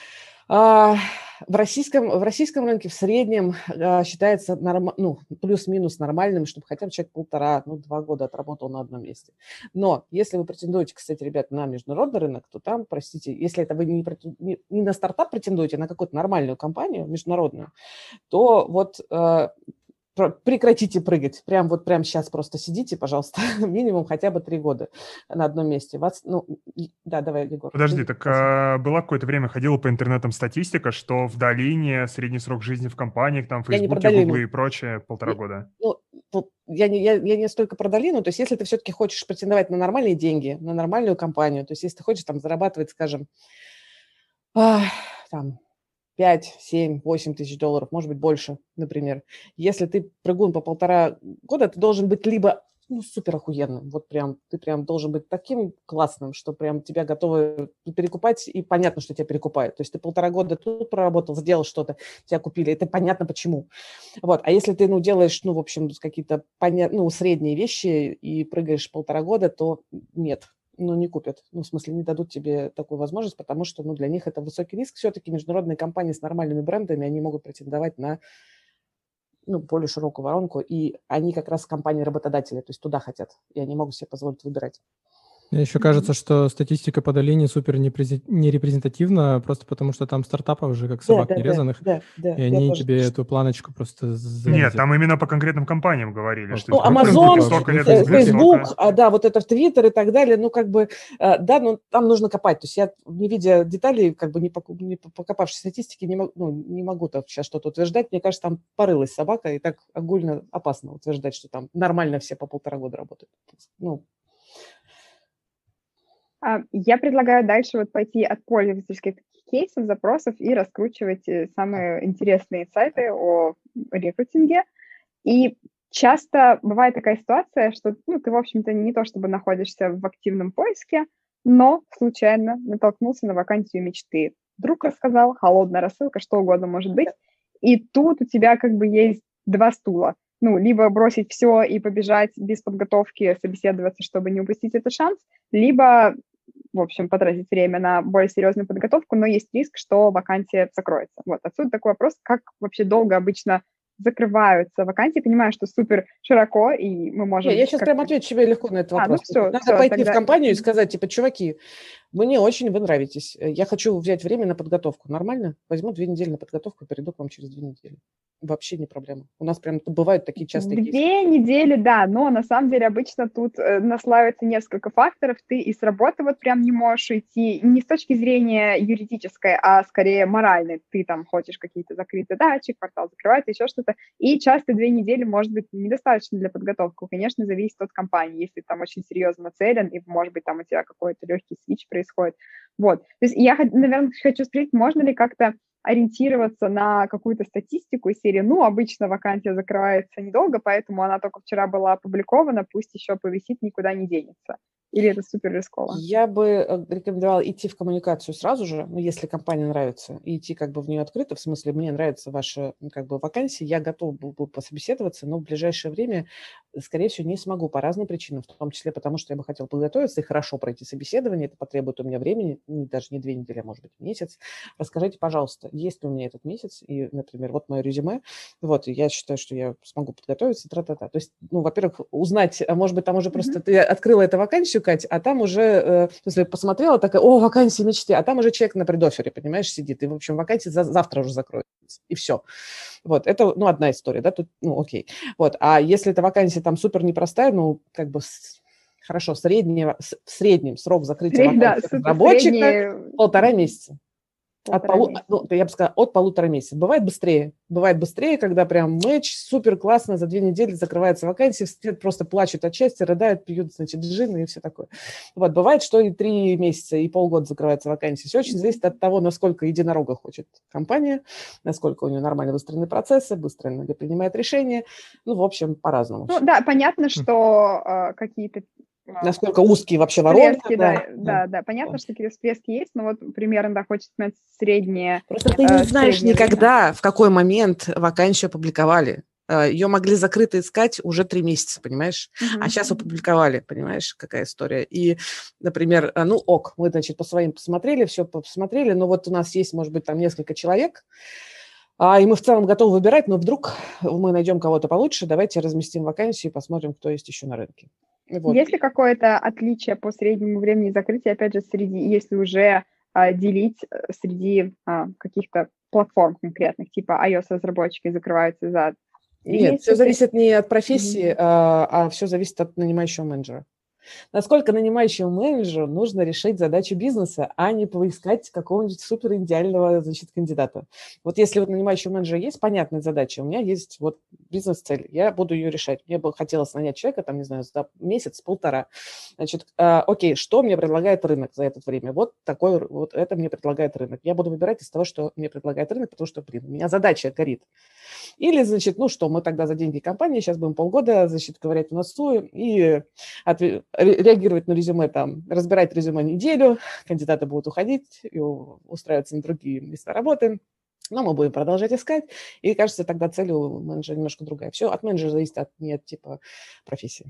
в российском рынке в среднем считается плюс-минус нормальным, чтобы хотя бы человек 1,5-2 года отработал на одном месте. Но если вы претендуете, кстати, ребят, на международный рынок, то там, простите, если это вы не на стартап претендуете, а на какую-то нормальную компанию, международную, то вот прекратите прыгать. Прям сейчас просто сидите, пожалуйста, минимум хотя бы 3 года на одном месте. Да, давай, Егор. Подожди, так было какое-то время, ходила по интернетам статистика, что в долине средний срок жизни в компаниях, там, в Фейсбуке, Гугле и прочее, 1,5 года. Я не столько про долину, то есть если ты все-таки хочешь претендовать на нормальные деньги, на нормальную компанию, то есть если ты хочешь там зарабатывать, скажем, там, 5, 7, 8 тысяч долларов, может быть, больше, например. Если ты прыгун по 1,5 года, ты должен быть либо супер охуенным, вот прям, ты прям должен быть таким классным, что прям тебя готовы перекупать, и понятно, что тебя перекупают. То есть ты 1,5 года тут проработал, сделал что-то, тебя купили, это понятно почему. Вот. А если ты, делаешь, в общем, какие-то средние вещи и прыгаешь 1,5 года, то нет. Не купят. В смысле, не дадут тебе такую возможность, потому что, для них это высокий риск. Все-таки международные компании с нормальными брендами, они могут претендовать на, более широкую воронку, и они как раз компании-работодатели, то есть туда хотят, и они могут себе позволить выбирать. Мне еще кажется, что статистика по долине супер нерепрезентативна, просто потому что там стартапов уже как собак нерезанных, и они тебе эту планочку просто зависят. Нет, там именно по конкретным компаниям говорили. Что Amazon, Facebook, вот это в Twitter и так далее, там нужно копать. То есть я, не видя деталей, не покопавшись в статистике, не могу сейчас что-то утверждать. Мне кажется, там порылась собака, и так огульно опасно утверждать, что там нормально все по 1,5 года работают. Я предлагаю дальше пойти от пользовательских кейсов, запросов и раскручивать самые интересные сайты о рекрутинге. И часто бывает такая ситуация, что ты, в общем-то, не то чтобы находишься в активном поиске, но случайно натолкнулся на вакансию мечты. Друг рассказал, холодная рассылка, что угодно может быть. И тут у тебя есть 2 стула. Либо бросить все и побежать без подготовки, собеседоваться, чтобы не упустить этот шанс, либо, в общем, потратить время на более серьезную подготовку, но есть риск, что вакансия закроется. Отсюда такой вопрос, как вообще долго обычно закрываются вакансии. Понимаю, что супер широко, и мы можем... Я сейчас прям отвечу тебе легко на этот вопрос. Надо пойти в компанию и сказать, чуваки, мне очень вы нравитесь, я хочу взять время на подготовку. Нормально? Возьму 2 недели на подготовку, перейду к вам через 2 недели. вообще не проблема. У нас прям бывают такие частые кейсы. 2 недели, да, но на самом деле обычно тут наслаивается несколько факторов. Ты и с работы вот прям не можешь уйти, не с точки зрения юридической, а скорее моральной. Ты там хочешь какие-то закрыть задачи, квартал закрывается, еще что-то. И часто 2 недели может быть недостаточно для подготовки. Конечно, зависит от компании. Если ты там очень серьезно нацелен, и, может быть, там у тебя какой-то легкий свитч происходит. Вот. То есть я, наверное, хочу спросить, можно ли как-то ориентироваться на какую-то статистику из серии, ну, обычно вакансия закрывается недолго, поэтому она только вчера была опубликована, пусть еще повисит, никуда не денется. Или это супер рисково? Я бы рекомендовала идти в коммуникацию сразу же, ну, если компания нравится, и идти как бы в нее открыто, в смысле, мне нравится ваша как бы вакансия, я готов был бы пособеседоваться, но в ближайшее время, скорее всего, не смогу по разным причинам, в том числе потому, что я бы хотела подготовиться и хорошо пройти собеседование, это потребует у меня времени, даже не 2 недели, а может быть месяц. Расскажите, пожалуйста, есть ли у меня этот месяц, и, например, вот мое резюме, вот, и я считаю, что я смогу подготовиться, тра-та-та. То есть, ну, во-первых, узнать, а может быть, там уже просто ты открыла эту вакансию, Кать, а там уже, в смысле, посмотрела, такая, о, вакансия мечты, а там уже человек на предофере, понимаешь, сидит, и, в общем, вакансия завтра уже закроется, и все. Вот, это, ну, одна история, да, тут, ну, окей. Вот, а если эта вакансия там супер непростая, ну, как бы, хорошо, в среднем срок закрытия вакансии разработчика 1,5 месяца. Ну, я бы сказала, от 1,5 месяца. Бывает быстрее, когда прям матч, супер классно, за 2 недели закрывается вакансия, все просто плачут от счастья, рыдают, пьют, значит, джины и все такое. Вот, бывает, что и 3 месяца, и полгода закрывается вакансия. Все очень зависит от того, насколько единорога хочет компания, насколько у нее нормально выстроены процессы, быстро она принимает решения. Ну, в общем, по-разному. Ну, да, понятно, что какие-то насколько узкие вообще воронки. Да. Понятно, что какие-то всплески есть, но вот примерно, да, хочется знать среднее. Просто ты не знаешь никогда, в какой момент вакансию опубликовали. Ее могли закрыто искать уже 3 месяца, понимаешь? А сейчас опубликовали, понимаешь, какая история. И, например, мы, значит, по своим посмотрели, все посмотрели, но вот у нас есть, может быть, там несколько человек, и мы в целом готовы выбирать, но вдруг мы найдем кого-то получше, давайте разместим вакансию и посмотрим, кто есть еще на рынке. Вот. Есть ли какое-то отличие по среднему времени закрытия, опять же, если уже делить среди каких-то платформ конкретных, типа iOS-разработчики закрываются за 3 месяца? Нет, все зависит не от профессии, а все зависит от нанимающего менеджера. Насколько нанимающему менеджеру нужно решить задачу бизнеса, а не поискать какого-нибудь супер идеального, значит, кандидата. Вот если вот нанимающего менеджера есть понятная задача, у меня есть вот бизнес-цель, я буду ее решать. Мне бы хотелось нанять человека, там, не знаю, за месяц-полтора. Значит, окей, что мне предлагает рынок за это время? Вот это мне предлагает рынок. Я буду выбирать из того, что мне предлагает рынок, потому что, у меня задача горит. Или, значит, мы тогда за деньги компании сейчас будем полгода, значит, ковырять в носу и реагировать на резюме, там, разбирать резюме неделю, кандидаты будут уходить и устраиваться на другие места работы, но мы будем продолжать искать, и, кажется, тогда цель у менеджера немножко другая. Все от менеджера зависит не от типа профессии.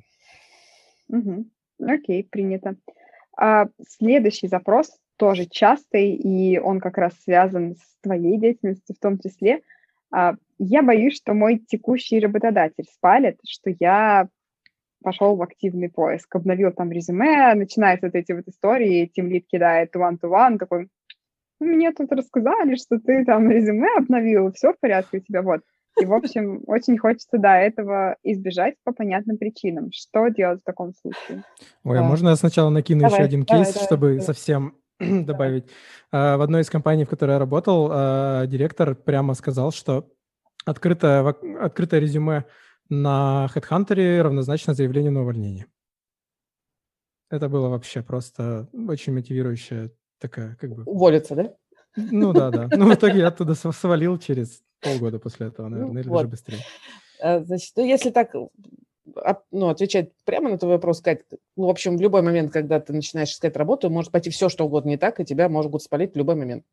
Окей, принято. Следующий запрос тоже частый, и он как раз связан с твоей деятельностью в том числе. Я боюсь, что мой текущий работодатель спалит, что я пошел в активный поиск, обновил там резюме, начинаются вот эти вот истории, тимлид кидает one-to-one, такой, мне тут рассказали, что ты там резюме обновил, все в порядке у тебя, вот. И, в общем, очень хочется, этого избежать по понятным причинам. Что делать в таком случае? Ой, можно я сначала накину еще один кейс, чтобы совсем добавить? В одной из компаний, в которой я работал, директор прямо сказал, что открытое резюме на HeadHunter равнозначно заявлению на увольнение. Это было вообще просто очень мотивирующая такая, как бы... Уволиться, да? Ну да. Ну в итоге я оттуда свалил через полгода после этого, наверное, или даже быстрее. Значит, если так, отвечать прямо на твой вопрос, Кать, в общем, в любой момент, когда ты начинаешь искать работу, может пойти все, что угодно не так, и тебя могут спалить в любой момент.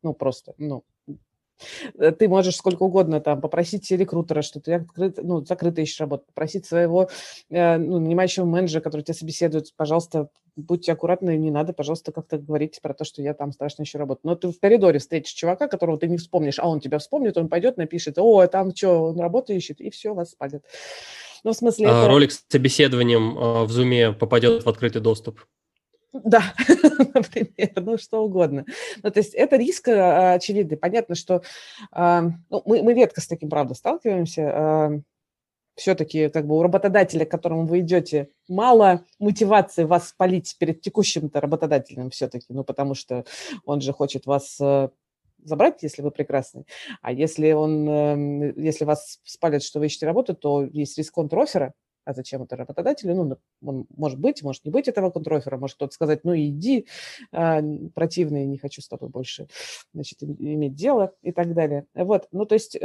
Ты можешь сколько угодно там попросить рекрутера, что ты закрыто ищешь работу, попросить своего нанимающего менеджера, который тебя собеседует, пожалуйста, будьте аккуратны, не надо, пожалуйста, как-то говорить про то, что я там страшно ищу работу. Но ты в коридоре встретишь чувака, которого ты не вспомнишь, а он тебя вспомнит, он пойдет, напишет, там что, он работу ищет, и все, вас спалят. Ну, в смысле, ролик с собеседованием в Zoom попадет в открытый доступ. Да, например, ну что угодно. Ну, то есть это риск очевидный. Понятно, что мы редко с таким, правда, сталкиваемся. Все-таки как бы у работодателя, к которому вы идете, мало мотивации вас спалить перед текущим-то работодателем все-таки, ну, потому что он же хочет вас забрать, если вы прекрасный. А если вас спалят, что вы ищете работу, то есть риск контроффера. А зачем это работодателю? Ну, он может быть, может не быть этого контроффера, может кто-то сказать, ну, иди, противный, не хочу с тобой больше, значит, иметь дело и так далее. Вот, ну, то есть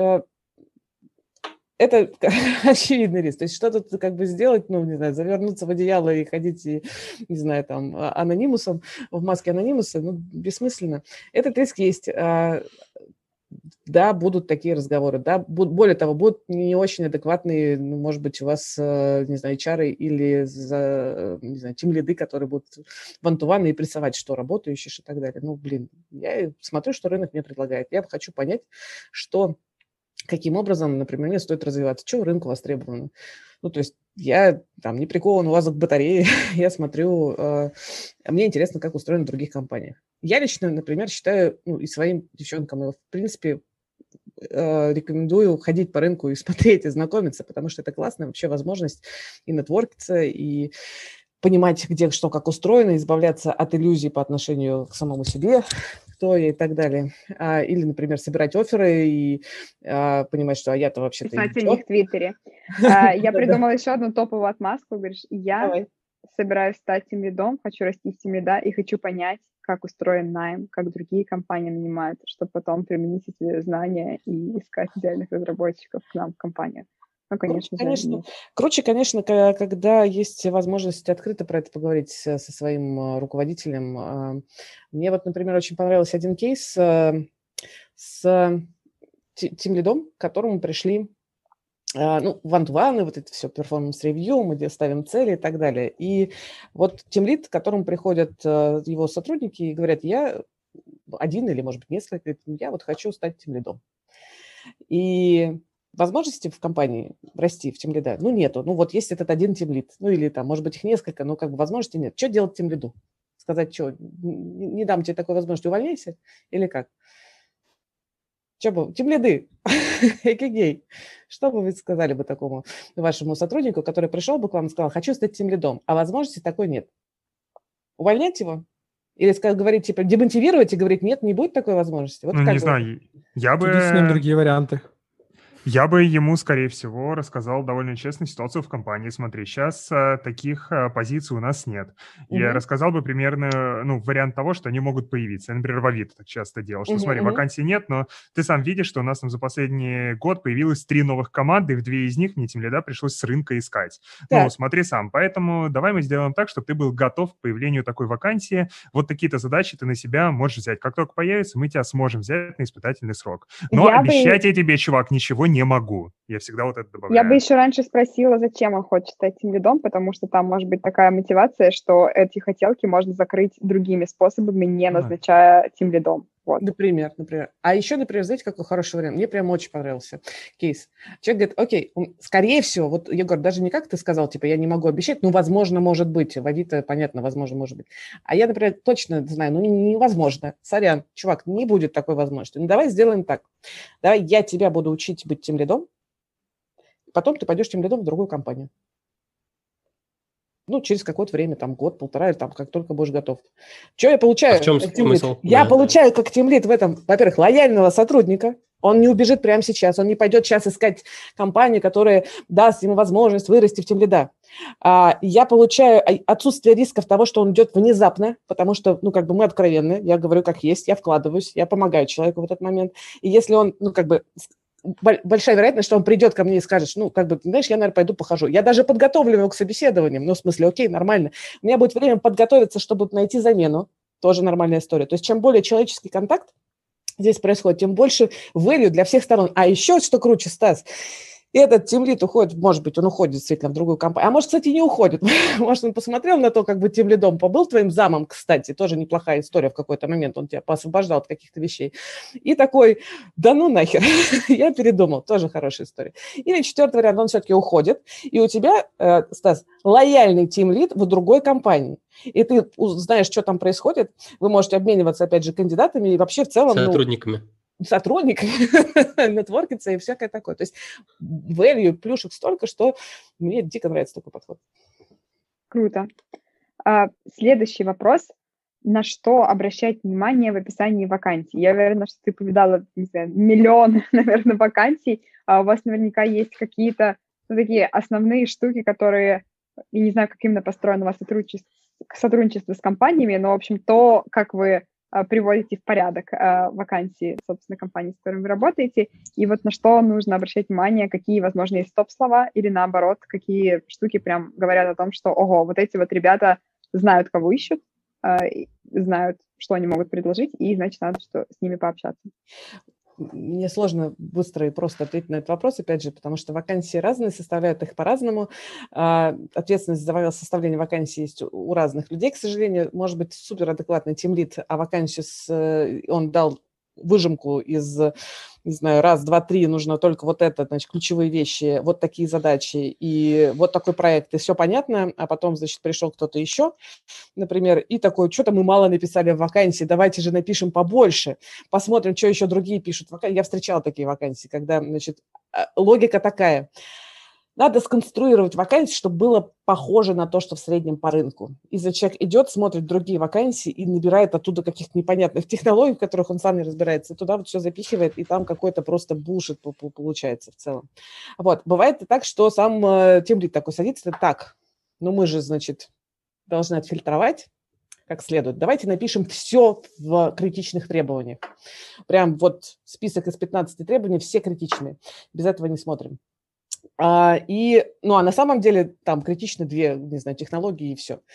это очевидный риск. То есть что-то как бы сделать, ну, не знаю, завернуться в одеяло и ходить, и, не знаю, там, анонимусом, в маске анонимуса, ну, бессмысленно. Этот риск есть. Да, будут такие разговоры, да, более того, будут не очень адекватные, ну, может быть, у вас, не знаю, HR или, не знаю, тимлиды, которые будут ван-ту-ван и прессовать, что работу ищешь и так далее. Ну, блин, я смотрю, что рынок мне предлагает. Я хочу понять, каким образом, например, мне стоит развиваться, что рынку востребовано. Ну, то есть я там не прикован у вас к батарее, я смотрю, мне интересно, как устроено в других компаниях. Я лично, например, считаю, ну, и своим девчонкам, в принципе, рекомендую ходить по рынку и смотреть, и знакомиться, потому что это классная вообще возможность и нетворкиться, и понимать, где что как устроено, избавляться от иллюзий по отношению к самому себе, кто я и так далее. Или, например, собирать офферы и понимать, что я-то вообще-то... Писать о них в Твиттере. Я придумала еще одну топовую отмазку. Говоришь, я собираюсь стать тимлидом, хочу расти в тимлида и хочу понять, как устроен найм, как другие компании нанимают, чтобы потом применить эти знания и искать идеальных разработчиков к нам в компанию. Ну, конечно. Круче, конечно, когда есть возможность открыто про это поговорить со своим руководителем. Мне вот, например, очень понравился один кейс с тимлидом, к которому пришли ван-ту-ваны, вот это все, перформанс-ревью, мы ставим цели и так далее. И вот тимлид, к которому приходят его сотрудники и говорят, я один или, может быть, несколько, говорит, я вот хочу стать тимлидом. И возможности в компании расти в тимлида, нету. Ну, вот есть этот один тимлид, или там, может быть, их несколько, но как бы возможности нет. Что делать тимлиду? Сказать, что, не дам тебе такой возможности, увольняйся? Или как? Что бы, тимлиды, экигей, что бы вы сказали бы такому вашему сотруднику, который пришел бы к вам и сказал, хочу стать тимлидом, а возможности такой нет? Увольнять его? Или говорить, типа, демотивировать и говорить, нет, не будет такой возможности? Вот не знаю, я бы... С ним другие варианты. Я бы ему, скорее всего, рассказал довольно честную ситуацию в компании. Смотри, сейчас таких позиций у нас нет. Я рассказал бы примерно, вариант того, что они могут появиться. Я, например, в Авито так часто делал, что, смотри, вакансий нет, но ты сам видишь, что у нас там за последний год появилось 3 новых команды, и в 2 из них мне тимлида пришлось с рынка искать. Так. Смотри сам. Поэтому давай мы сделаем так, чтобы ты был готов к появлению такой вакансии. Вот такие-то задачи ты на себя можешь взять. Как только появится, мы тебя сможем взять на испытательный срок. Но обещать я тебе, чувак, ничего не могу. Я всегда вот это добавляю. Я бы еще раньше спросила, зачем он хочет стать тимлидом, потому что там может быть такая мотивация, что эти хотелки можно закрыть другими способами, не назначая тимлидом. Вот. Например. А еще, например, знаете, какой хороший вариант? Мне прям очень понравился кейс. Человек говорит, окей, скорее всего, вот, Егор, даже не как ты сказал, типа, я не могу обещать, возможно, может быть. В Авито, понятно, возможно, может быть. А я, например, точно знаю, невозможно. Сорян, чувак, не будет такой возможности. Давай сделаем так. Давай я тебя буду учить быть тимлидом, потом ты пойдешь тимлидом в другую компанию. Через какое-то время, там, год, полтора, или там, как только будешь готов. Что я получаю? А в чем смысл? Я получаю как тимлид в этом, во-первых, лояльного сотрудника. Он не убежит прямо сейчас, он не пойдет сейчас искать компанию, которая даст ему возможность вырасти в тимлида. Я получаю отсутствие рисков того, что он идет внезапно, потому что, мы откровенны, я говорю как есть, я вкладываюсь, я помогаю человеку в этот момент. И если он, большая вероятность, что он придет ко мне и скажет, знаешь, я, наверное, пойду похожу. Я даже подготовлю его к собеседованиям, в смысле, окей, нормально. У меня будет время подготовиться, чтобы найти замену, тоже нормальная история. То есть чем более человеческий контакт здесь происходит, тем больше value для всех сторон. А еще, что круче, Стас, этот тимлид уходит, может быть, он уходит действительно в другую компанию, а может, кстати, не уходит. Может, он посмотрел на то, как бы тимлидом побыл твоим замом, кстати, тоже неплохая история в какой-то момент, он тебя поосвобождал от каких-то вещей. И такой, да ну нахер, я передумал, тоже хорошая история. Или четвертый вариант, он все-таки уходит, и у тебя, Стас, лояльный тимлид в другой компании. И ты знаешь, что там происходит, вы можете обмениваться, опять же, кандидатами и вообще в целом... Сотрудниками, нетворкиться и всякое такое. То есть value, плюшек столько, что мне дико нравится такой подход. Круто. Следующий вопрос. На что обращать внимание в описании вакансий? Я уверена, что ты повидала, не знаю, миллион, наверное, вакансий, а у вас наверняка есть какие-то такие основные штуки, которые, я не знаю, как именно построено у вас сотрудничество с компаниями, но, в общем, то, как вы приводите в порядок вакансии, собственно, компании, с которыми вы работаете, и вот на что нужно обращать внимание, какие, возможно, есть стоп-слова, или наоборот, какие штуки прям говорят о том, что, ого, вот эти вот ребята знают, кого ищут, знают, что они могут предложить, и, значит, надо с ними пообщаться. Мне сложно быстро и просто ответить на этот вопрос, опять же, потому что вакансии разные, составляют их по-разному. Ответственность за составление вакансий есть у разных людей, к сожалению. Может быть, суперадекватный тимлид, а вакансию он дал выжимку из, не знаю, раз, два, три, нужно только вот это, значит, ключевые вещи, вот такие задачи и вот такой проект, и все понятно, а потом, значит, пришел кто-то еще, например, и такой, что-то мы мало написали в вакансии, давайте же напишем побольше, посмотрим, что еще другие пишут. Я встречала такие вакансии, когда, значит, логика такая. Надо сконструировать вакансии, чтобы было похоже на то, что в среднем по рынку. Если человек идет, смотрит другие вакансии и набирает оттуда каких-то непонятных технологий, в которых он сам не разбирается, и туда вот все запихивает, и там какой-то просто булшит получается в целом. Вот. Бывает и так, что сам тимлид такой садится, так, ну мы же, значит, должны отфильтровать как следует. Давайте напишем все в критичных требованиях. Прям вот список из 15 требований, все критичные. Без этого не смотрим. А на самом деле там критично две, не знаю, технологии и все.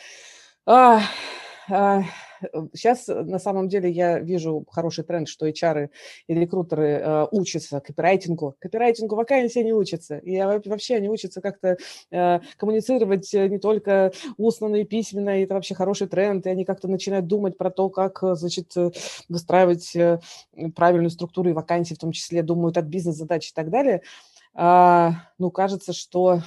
Сейчас на самом деле я вижу хороший тренд, что HR и рекрутеры учатся копирайтингу. Копирайтингу вакансии не учатся. И вообще они учатся как-то коммуницировать не только устно, но и письменно. И это вообще хороший тренд. И они как-то начинают думать про то, как, значит, выстраивать правильную структуру и вакансий, в том числе думают от бизнес-задач и так далее. Кажется, что...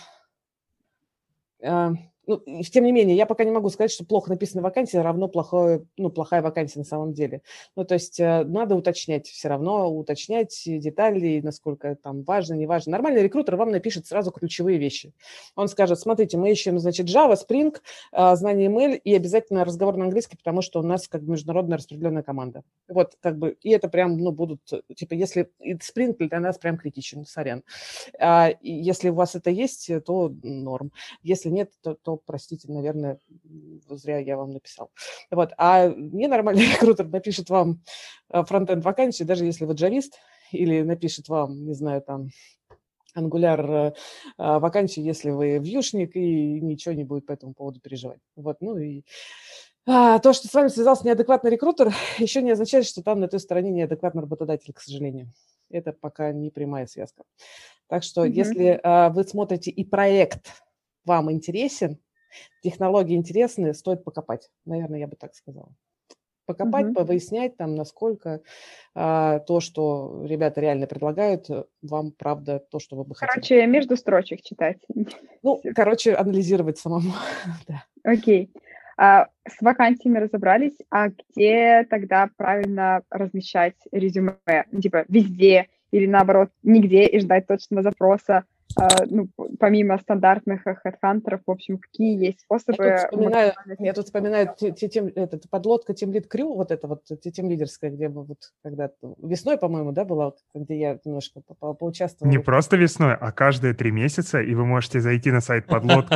тем не менее, я пока не могу сказать, что плохо написанная вакансия равно плохая вакансия на самом деле. То есть надо уточнять все равно, уточнять детали, насколько там важно, не важно. Нормальный рекрутер вам напишет сразу ключевые вещи. Он скажет, смотрите, мы ищем, значит, Java, Spring, знание email и обязательно разговор на английский, потому что у нас как бы международная распределенная команда. Вот, как бы, и это прям, будут, типа, если Spring для нас прям критичен, сорян. Если у вас это есть, то норм. Если нет, то простите, наверное, зря я вам написал. Вот. А ненормальный рекрутер напишет вам фронтенд вакансию, даже если вы джавист, или напишет вам, не знаю, там, Angular вакансию, если вы вьюшник, и ничего не будет по этому поводу переживать. Вот, то, что с вами связался неадекватный рекрутер, еще не означает, что там на той стороне неадекватный работодатель, к сожалению. Это пока не прямая связка. Так что, если вы смотрите и проект вам интересен, технологии интересные, стоит покопать. Наверное, я бы так сказала. Покопать, повыяснять, там, насколько то, что ребята реально предлагают, вам правда то, что вы бы хотели. Между строчек читать. Анализировать самому. Да. Окей. С вакансиями разобрались, а где тогда правильно размещать резюме? Типа везде или наоборот нигде и ждать точного запроса? Помимо стандартных HeadHunter'ов, в общем, какие есть способы? Я тут вспоминаю подлодка Team Lead Crew, вот это вот тимлидерская, где вот когда весной, по-моему, да, была, где я немножко поучаствовала. Не просто весной, а каждые 3 месяца, и вы можете зайти на сайт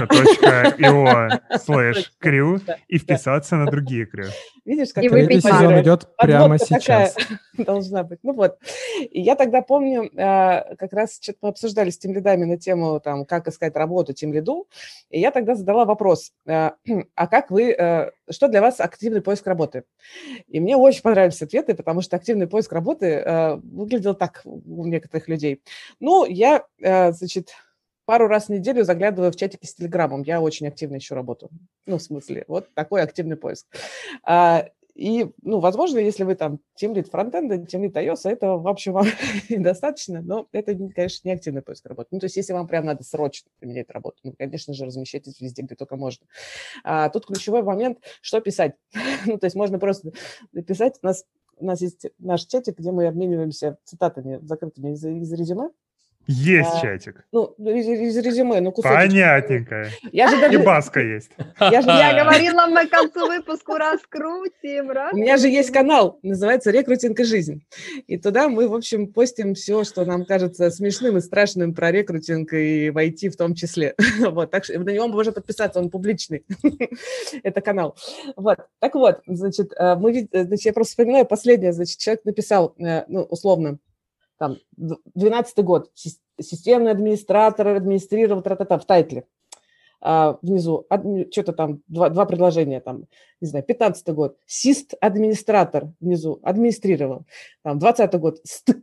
podlodka.io/crew и вписаться на другие crew. Видишь, как третий сезон идет прямо сейчас. Должна быть. И я тогда помню, как раз что-то мы обсуждали с тимлидами на тему, там, как искать работу тимлиду, и я тогда задала вопрос, а как вы, что для вас активный поиск работы? И мне очень понравились ответы, потому что активный поиск работы выглядел так у некоторых людей. Ну, я, значит, пару раз в неделю заглядываю в чатики с Телеграмом. Я очень активно ищу работу. Ну, в смысле, вот такой активный поиск. И, ну, возможно, если вы там тимлид фронтенда, тимлид iOS, это, в общем, вам недостаточно, но это, конечно, не активный поиск работы. Ну, то есть если вам прям надо срочно поменять работу, ну, конечно же, размещайтесь везде, где только можно. Тут ключевой момент, что писать. Ну, то есть можно просто написать. У нас есть наш чатик, где мы обмениваемся цитатами закрытыми из резюме. Есть чатик. Ну, из резюме, ну, кусочек. Понятненько. Я же даже... И Баска есть. Я говорила, мы к концу выпуску раскрутим. У меня же есть канал, называется «Рекрутинг и жизнь». И туда мы, в общем, постим все, что нам кажется смешным и страшным про рекрутинг и в IT в том числе. Вот, так что на него можно подписаться, он публичный. Это канал. Вот, так вот, значит, я просто вспоминаю последнее, значит, человек написал, ну, условно, там, 12-й год, системный администратор, администрировал, в тайтле. Внизу, что-то там, два предложения, там, не знаю, 15-й год, сист-администратор внизу, администрировал. Там, 20-й год,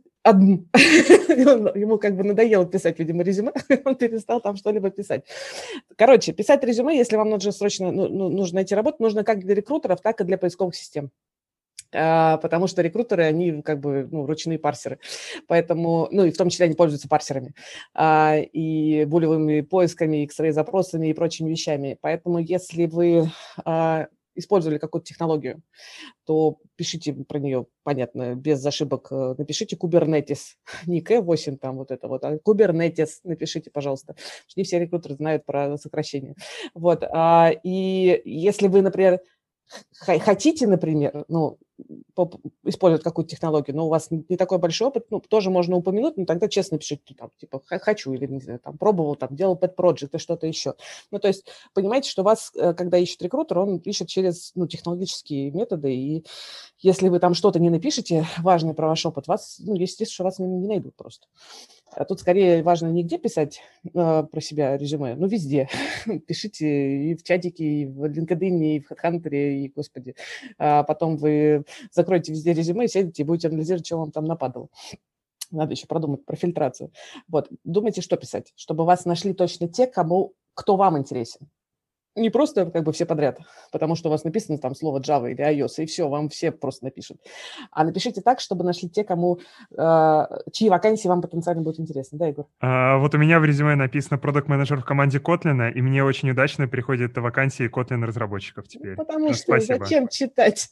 ему как бы надоело писать, видимо, резюме, он перестал там что-либо писать. Короче, писать резюме, если вам нужно срочно, нужно найти работу, нужно как для рекрутеров, так и для поисковых систем. Потому что рекрутеры, они как бы, ну, ручные парсеры. Поэтому, ну, и в том числе они пользуются парсерами и булевыми поисками, X-ray-запросами и прочими вещами. Поэтому если вы использовали какую-то технологию, то пишите про нее, понятно, без ошибок. Напишите Kubernetes, не K8 там вот это вот, а Kubernetes напишите, пожалуйста. Не все рекрутеры знают про сокращение. Вот. И если вы, например, хотите, например, ну, использовать какую-то технологию, но у вас не такой большой опыт, ну, тоже можно упомянуть, но тогда честно пишите, там, типа, хочу, или, не знаю, там, пробовал, там, делал pet project и что-то еще. Ну, то есть, понимаете, что вас, когда ищет рекрутер, он ищет через, ну, технологические методы, и если вы там что-то не напишете важное про ваш опыт, вас, ну, естественно, что вас не найдут просто. А тут скорее важно не где писать про себя резюме, ну, везде. Пишите и в чатике, и в LinkedIn, и в HeadHunter, и, господи, потом вы закроете везде резюме, сядете и будете анализировать, что вам там нападало. Надо еще продумать про фильтрацию. Вот, думайте, что писать, чтобы вас нашли точно те, кто вам интересен. Не просто как бы все подряд, потому что у вас написано там слово Java или iOS, и все, вам все просто напишут. А напишите так, чтобы нашли те, чьи вакансии вам потенциально будут интересны. Да, Егор? Вот у меня в резюме написано продакт-менеджер в команде Kotlin, и мне очень удачно приходят вакансии Kotlin-разработчиков теперь. Потому что спасибо. Зачем читать?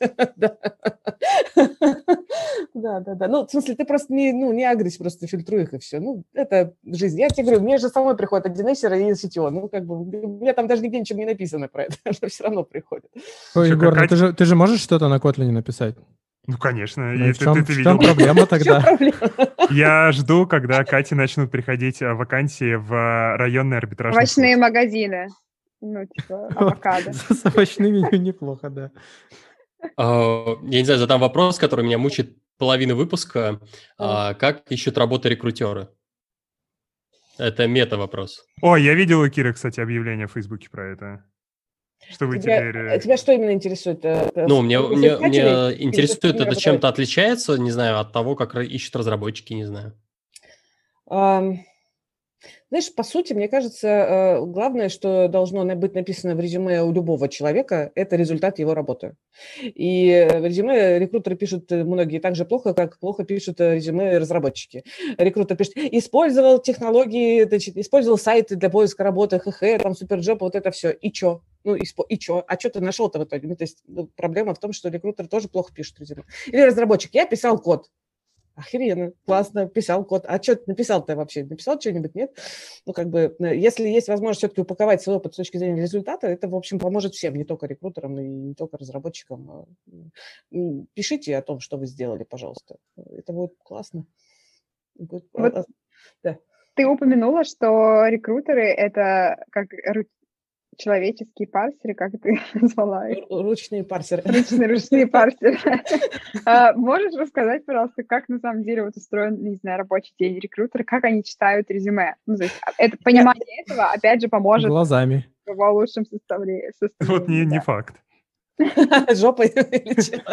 Да. Ну, в смысле, ты просто не агрись, просто фильтруй их, и все. Ну, это жизнь. Я тебе говорю, мне же самой приходит 1С и CTO. Ну, как бы, у меня там даже нигде ничего не написано про это, но все равно приходит. Ой, Егор, ну ты же можешь что-то на Kotlin написать? Ну, конечно. Ну, И в чем видел? проблема тогда? Я жду, когда Кате начнут приходить вакансии в районный арбитражный Овощные магазины. Ну, типа, авокадо. С овощным меню неплохо, да. Я не знаю, задам вопрос, который меня мучает половину выпуска. Как ищут работу рекрутеры? Это мета-вопрос. О, я видел у Киры, кстати, объявление в Фейсбуке про это. Что вы теперь... Тебя что именно интересует? Ну, мне интересует, это чем-то отличается, не знаю, от того, как ищут разработчики, не знаю. Знаешь, по сути, мне кажется, главное, что должно быть написано в резюме у любого человека, это результат его работы. И в резюме рекрутеры пишут многие так же плохо, как плохо пишут резюме разработчики. Рекрутер пишет, использовал технологии, значит, использовал сайты для поиска работы, там, Суперджоп, вот это все. И что? Ну, и что? А что ты нашел-то в итоге? Ну, то есть проблема в том, что рекрутер тоже плохо пишет резюме. Или разработчик, я писал код. Охеренно, классно, писал код. А что ты написал-то вообще? Написал что-нибудь, нет? Ну, как бы, если есть возможность все-таки упаковать свой опыт с точки зрения результата, это, в общем, поможет всем, не только рекрутерам и не только разработчикам. Пишите о том, что вы сделали, пожалуйста. Это будет классно. Вот да. Ты упомянула, что рекрутеры – это как человеческие парсеры, как ты назвала их? Ручные парсеры. Ручные парсеры. Можешь рассказать, пожалуйста, как на самом деле вот устроен, не знаю, рабочий день рекрутера, как они читают резюме? Ну, то есть это понимание этого, опять же, поможет Глазами. в его лучшем составлении. Вот не факт. Жопой или чего?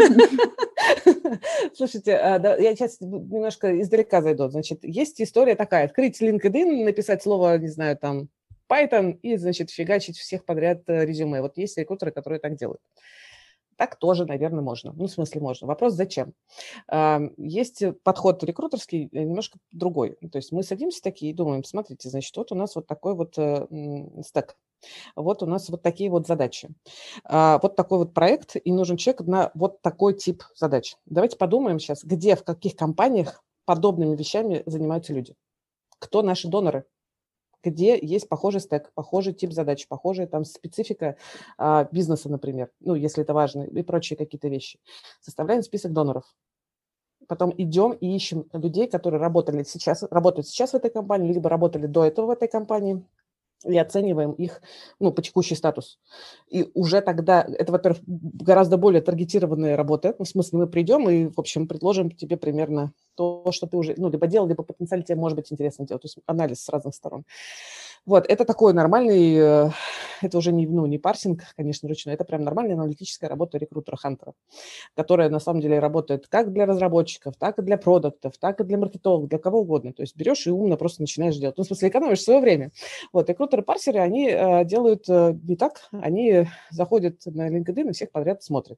Слушайте, я сейчас немножко издалека зайду. Значит, есть история такая. Открыть LinkedIn, написать слово, не знаю, там, Python и, значит, фигачить всех подряд резюме. Вот есть рекрутеры, которые так делают. Так тоже, наверное, можно. Ну, в смысле, можно. Вопрос, зачем? Есть подход рекрутерский немножко другой. То есть мы садимся такие и думаем, смотрите, значит, вот у нас вот такой вот стек. Вот у нас вот такие вот задачи. Вот такой вот проект, и нужен человек на вот такой тип задач. Давайте подумаем сейчас, где, в каких компаниях подобными вещами занимаются люди. Кто наши доноры? Где есть похожий стек, похожий тип задач, похожая там специфика бизнеса, например, ну, если это важно, и прочие какие-то вещи. Составляем список доноров. Потом идем и ищем людей, которые работают сейчас в этой компании, либо работали до этого в этой компании, и оцениваем их, ну, по текущий статус. И уже тогда, это, во-первых, гораздо более таргетированная работа. Ну, в смысле, мы придем и, в общем, предложим тебе примерно то, что ты уже, ну, либо делал, либо потенциально тебе может быть интересно делать. То есть анализ с разных сторон. Вот, это такой нормальный, это уже не парсинг, конечно, ручной, это прям нормальная аналитическая работа рекрутера-хантера, которая на самом деле работает как для разработчиков, так и для продуктов, так и для маркетологов, для кого угодно. То есть берешь и умно просто начинаешь делать. Ну, в смысле, экономишь свое время. Вот, рекрутеры-парсеры, они делают не так, они заходят на LinkedIn и всех подряд смотрят.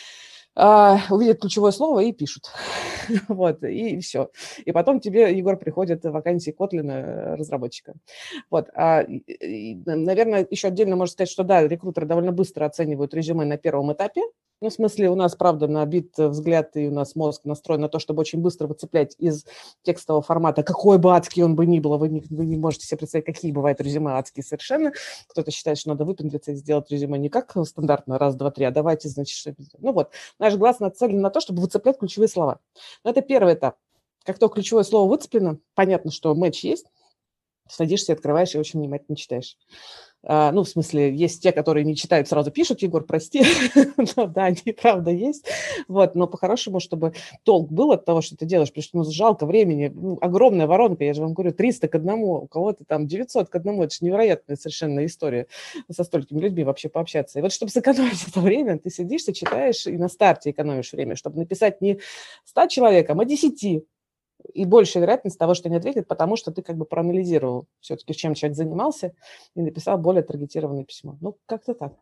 Увидят ключевое слово и пишут. Вот, и все. И потом тебе, Егор, приходит вакансии Kotlin разработчика. Вот. Наверное, еще отдельно можно сказать, что да, рекрутеры довольно быстро оценивают резюме на первом этапе. Ну, в смысле, у нас, правда, набит взгляд, и у нас мозг настроен на то, чтобы очень быстро выцеплять из текстового формата, какой бы адский он бы ни был, вы не можете себе представить, какие бывают резюме адские совершенно. Кто-то считает, что надо выпендриться и сделать резюме не как стандартно, раз, два, три, а давайте, значит, что... Ну вот, наш глаз нацелен на то, чтобы выцеплять ключевые слова. Но это первый этап. Как только ключевое слово выцеплено, понятно, что матч есть, садишься, открываешь и очень внимательно читаешь. Ну, в смысле, есть те, которые не читают, сразу пишут, Егор, прости. Да, они, правда, есть. Вот, но по-хорошему, чтобы толк был от того, что ты делаешь, потому что жалко времени, огромная воронка, я же вам говорю, 300 к 1, у кого-то там 900 к 1, это же невероятная совершенно история со столькими людьми вообще пообщаться. И вот, чтобы сэкономить это время, ты сидишь, читаешь и на старте экономишь время, чтобы написать не 100 человекам, а 10. И большая вероятность того, что не ответит, потому что ты как бы проанализировал все-таки, чем человек занимался, и написал более таргетированное письмо. Ну, как-то так.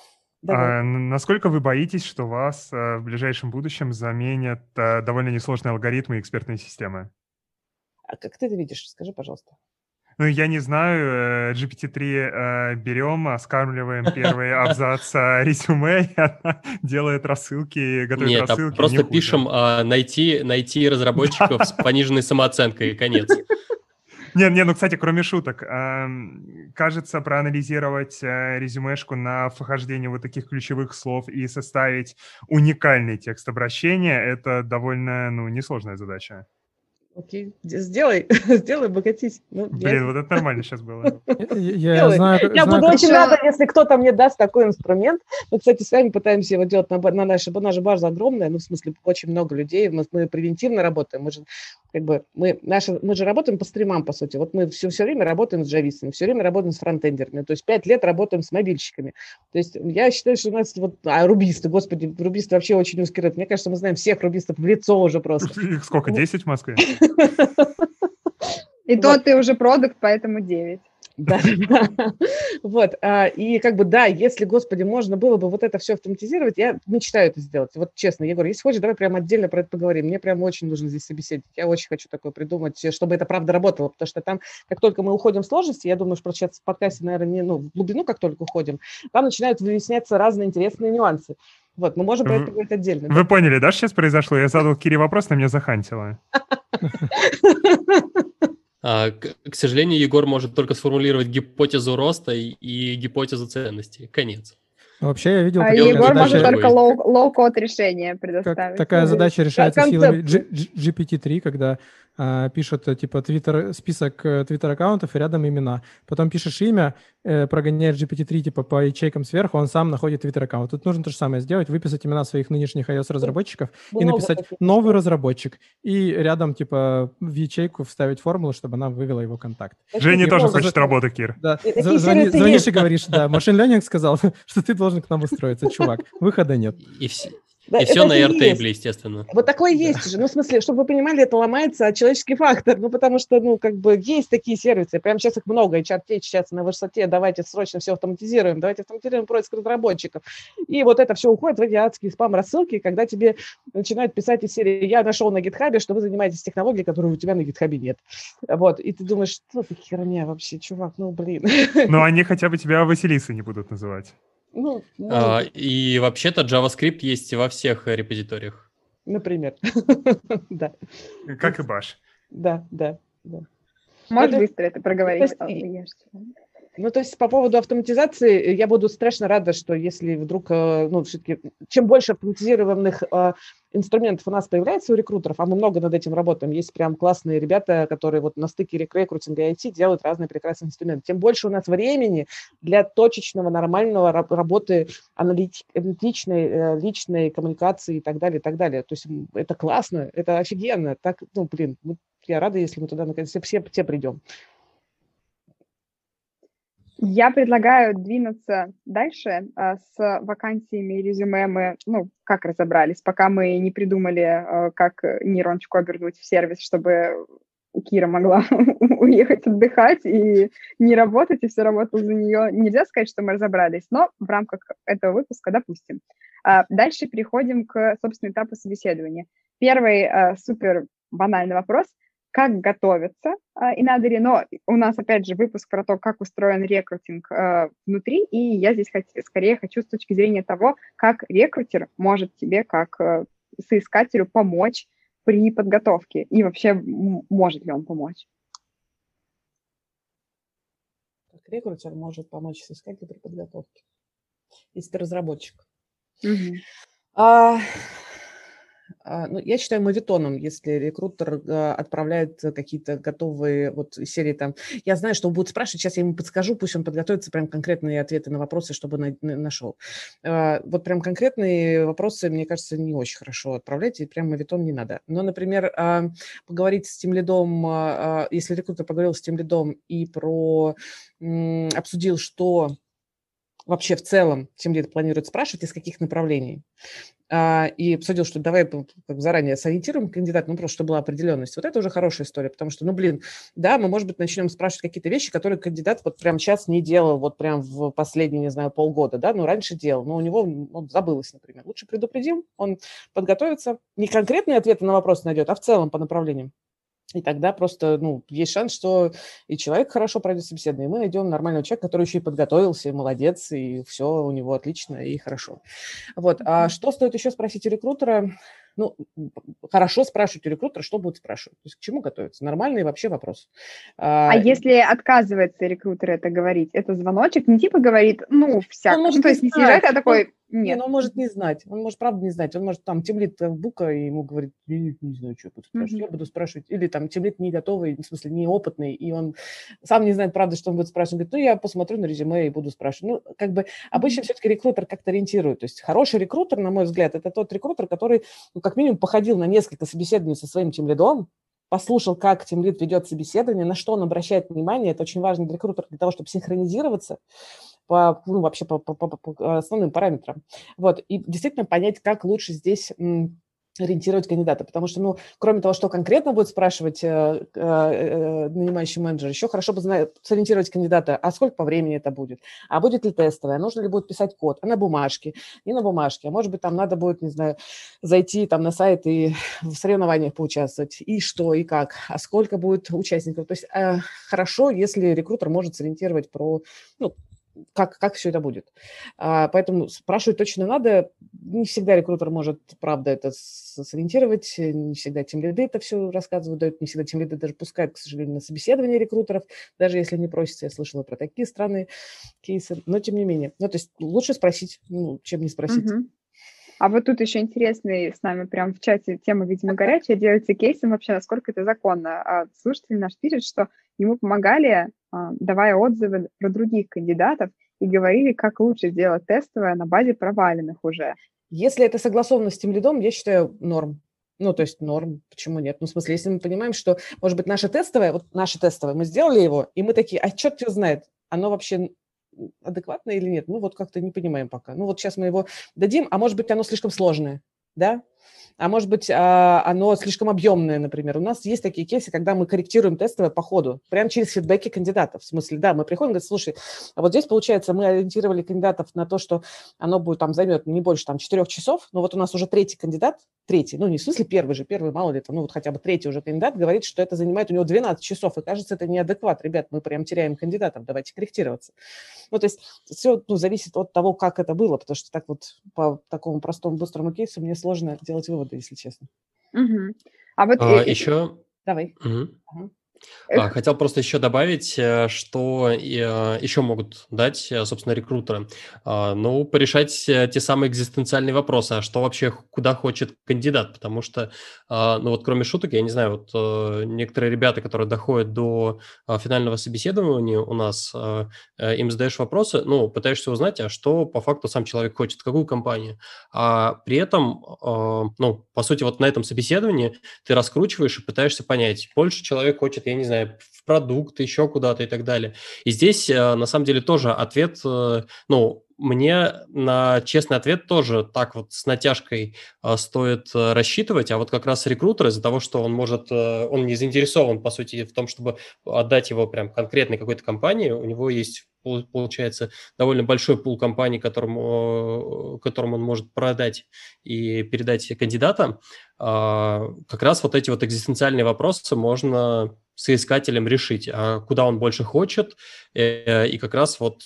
Насколько вы боитесь, что вас в ближайшем будущем заменят довольно несложные алгоритмы и экспертные системы? А как ты это видишь? Скажи, пожалуйста. Ну, я не знаю, GPT-3 берем, оскармливаем первый абзац резюме, и она делает рассылки, готовит рассылки. Нет, просто пишем найти разработчиков с пониженной самооценкой, и конец. Ну, кстати, кроме шуток, кажется, проанализировать резюмешку на вхождение вот таких ключевых слов и составить уникальный текст обращения – это довольно, несложная задача. Окей, сделай, обогатись. Вот это нормально сейчас было. Я знаю, буду очень рада, если кто-то мне даст такой инструмент. Мы, кстати, с вами пытаемся его делать на наша база огромная, в смысле, очень много людей. Мы превентивно работаем. Мы же работаем по стримам, по сути. Вот мы все время работаем с джавистами, все время работаем с фронтендерами. То есть 5 лет работаем с мобильщиками. То есть я считаю, что у нас рубисты, господи, рубисты вообще очень узкий рынок. Мне кажется, мы знаем всех рубистов в лицо уже просто. Их сколько, 10 в Москве? И то ты уже продукт, поэтому 9. Да. Вот. И если, господи, можно было бы вот это все автоматизировать, я мечтаю это сделать. Вот честно, Егор, если хочешь, давай прямо отдельно про это поговорим. Мне прям очень нужно здесь собеседовать. Я очень хочу такое придумать, чтобы это правда работало, потому что там, как только мы уходим в сложности, я думаю, что сейчас в подкасте, наверное, в глубину, как только уходим, там начинают выясняться разные интересные нюансы. Вот, мы можем про это говорить отдельно. Вы поняли, да, что сейчас произошло? Я задал Кире вопрос, она меня захантила. К сожалению, Егор может только сформулировать гипотезу роста и гипотезу ценности. Конец. Вообще я видел... Егор может только лоу-код решение предоставить. Такая задача решается силами GPT-3, когда пишет, типа, список твиттер-аккаунтов и рядом имена. Потом пишешь имя, прогоняешь GPT-3, типа, по ячейкам сверху, он сам находит твиттер-аккаунт. Тут нужно то же самое сделать, выписать имена своих нынешних iOS-разработчиков и Много написать таких «новый историй. разработчик». И рядом, типа, в ячейку вставить формулу, чтобы она вывела его контакт. Женя И тоже просто хочет работу, Кир. Да, И такие звонишь сервисы есть. и говоришь, да, Machine Learning сказал, что ты должен к нам устроиться, чувак. Выхода нет. И все Да, на это же Airtable, есть. естественно. Вот такое есть же. Ну, в смысле, чтобы вы понимали, это ломается человеческий фактор. Ну, потому что, ну, как бы есть такие сервисы. Прямо сейчас их много. HR-течь сейчас на высоте. Давайте срочно все автоматизируем. Давайте автоматизируем поиск разработчиков. И вот это все уходит в эти адские спам-рассылки, когда тебе начинают писать из серии «Я нашел на GitHub, что вы занимаетесь технологией, которой у тебя на GitHub нет». Вот. И ты думаешь, что за херня вообще, чувак? Ну, блин. Но они хотя бы тебя Василисой не будут называть. Ну, И вообще-то JavaScript есть во всех репозиториях. например. Да. Как и Bash. Да. Можешь Это- быстро это проговорить? то есть Ну, то есть по поводу автоматизации я буду страшно рада, что если вдруг, ну, все-таки, чем больше автоматизированных инструментов у нас появляется у рекрутеров, а мы много над этим работаем, есть прям классные ребята, которые вот на стыке рекрутинга и IT делают разные прекрасные инструменты, тем больше у нас времени для точечного, нормального работы аналитичной, личной коммуникации и так далее, и так далее. То есть это классно, это офигенно. Так, ну, блин, я рада, если мы туда наконец все придем. Я предлагаю двинуться дальше с вакансиями и резюме. Мы, ну, как разобрались, пока мы не придумали, как нейрончику обернуть в сервис, чтобы Кира могла уехать отдыхать и не работать, и все работало за нее. Нельзя сказать, что мы разобрались, но в рамках этого выпуска допустим. Дальше переходим к, собственно, этапу собеседования. Первый супер банальный вопрос. Как готовиться и надо ли, но у нас, опять же, выпуск про то, как устроен рекрутинг внутри, и я здесь скорее хочу с точки зрения того, как рекрутер может тебе, как соискателю, помочь при подготовке, и вообще может ли он помочь. Как рекрутер может помочь соискателю при подготовке, если ты разработчик. Ну, я считаю моветоном, если рекрутер отправляет какие-то готовые вот серии там. Я знаю, что он будет спрашивать, сейчас я ему подскажу, пусть он подготовится прям конкретные ответы на вопросы, чтобы нашел. Вот прям конкретные вопросы, мне кажется, не очень хорошо отправлять, и прям моветон не надо. Но, например, поговорить с тимлидом, если рекрутер поговорил с тимлидом и обсудил, что вообще в целом тимлид планирует спрашивать, из каких направлений, и обсудил, что давай заранее сориентируем кандидата, ну, просто чтобы была определенность. Вот это уже хорошая история, потому что, ну, блин, да, мы, может быть, начнем спрашивать какие-то вещи, которые кандидат вот прямо сейчас не делал, вот прям в последние, не знаю, полгода, да, ну, раньше делал, но у него забылось, например. Лучше предупредим, он подготовится, не конкретные ответы на вопросы найдет, а в целом по направлениям. И тогда просто, ну, есть шанс, что и человек хорошо пройдет собеседование, и мы найдем нормального человека, который еще и подготовился, и молодец, и все у него отлично и хорошо. Вот. А что стоит еще спросить у рекрутера? Ну, хорошо спрашивать у рекрутера, что будет спрашивать. То есть к чему готовиться? Нормальный вообще вопрос. Если отказывается рекрутер это говорить, это звоночек, не типа говорит, ну, всяко. Ну, то есть не съезжает, а такой, нет. Он может не знать, он может правда не знать. Он может там тимлид бука, и ему говорит, я не знаю, что я буду спрашивать. Я буду спрашивать. Или там тимлид не готовый, в смысле неопытный, и он сам не знает, правда, что он будет спрашивать. Он говорит, ну, я посмотрю на резюме и буду спрашивать. Ну, как бы обычно все-таки рекрутер как-то ориентирует. То есть хороший рекрутер, на мой взгляд, это тот рекрутер, который, ну, как минимум, походил на несколько собеседований со своим тимлидом, послушал, как тимлид ведет собеседование, на что он обращает внимание. Это очень важно для рекрутера, для того, чтобы синхронизироваться по основным параметрам. Вот. И действительно понять, как лучше здесь ориентировать кандидата, потому что, ну, кроме того, что конкретно будет спрашивать нанимающий менеджер, еще хорошо бы сориентировать кандидата, а сколько по времени это будет, а будет ли тестовое, нужно ли будет писать код, а на бумажке, не на бумажке, а может быть, там надо будет, не знаю, зайти там на сайт и в соревнованиях поучаствовать, и что, и как, а сколько будет участников. То есть хорошо, если рекрутер может сориентировать про, ну, как все это будет. Поэтому спрашивать точно надо. Не всегда рекрутер может, правда, это сориентировать, не всегда тимлиды это все рассказывают, дают, не всегда тимлиды даже пускают, к сожалению, на собеседование рекрутеров, даже если не просится. Я слышала про такие странные кейсы, но тем не менее. Ну, то есть лучше спросить, ну, чем не спросить. А вот тут еще интересный с нами прям в чате тема, видимо, горячая, делится кейсом вообще, насколько это законно. Слушатель наш пишет, что ему помогали, давая отзывы про других кандидатов, и говорили, как лучше сделать тестовое на базе проваленных уже. Если это согласовано с тимлидом, я считаю норм. Ну, то есть норм, почему нет? Ну, в смысле, если мы понимаем, что, может быть, наше тестовое, мы сделали его, и мы такие, а черт его знает, оно вообще адекватно или нет? Ну, вот как-то не понимаем пока. Ну, вот сейчас мы его дадим, а может быть, оно слишком сложное, да? А может быть, оно слишком объемное, например. У нас есть такие кейсы, когда мы корректируем тестовое по ходу, прямо через фидбэки кандидатов. В смысле, да, мы приходим и говорим, слушай, а вот здесь, получается, мы ориентировали кандидатов на то, что оно будет там займет не больше 4 часов, но вот у нас уже третий кандидат, ну не в смысле первый, мало ли, ну вот хотя бы третий уже кандидат говорит, что это занимает у него 12 часов, и кажется, это неадекват. Ребят, мы прям теряем кандидатов, давайте корректироваться. Ну, то есть все зависит от того, как это было, потому что так вот по такому простому, быстрому кейсу мне сложно делать выводы, если честно. Угу. А вот еще... Давай. Угу. Хотел просто еще добавить, что еще могут дать, собственно, рекрутеры. Ну, порешать те самые экзистенциальные вопросы, а что вообще, куда хочет кандидат, потому что, ну вот кроме шуток, я не знаю, вот некоторые ребята, которые доходят до финального собеседования у нас, им задаешь вопросы, ну, пытаешься узнать, а что по факту сам человек хочет, какую компанию, а при этом, ну, по сути, вот на этом собеседовании ты раскручиваешь и пытаешься понять, больше человек хочет, я не знаю, в продукт, еще куда-то и так далее. И здесь, на самом деле, тоже ответ, ну, мне на честный ответ тоже так вот с натяжкой стоит рассчитывать, а вот как раз рекрутер из-за того, что он может, он не заинтересован, по сути, в том, чтобы отдать его прям конкретной какой-то компании, у него есть, получается, довольно большой пул компаний, которым он может продать и передать кандидата. Как раз вот эти вот экзистенциальные вопросы можно соискателем решить, а куда он больше хочет, и как раз вот,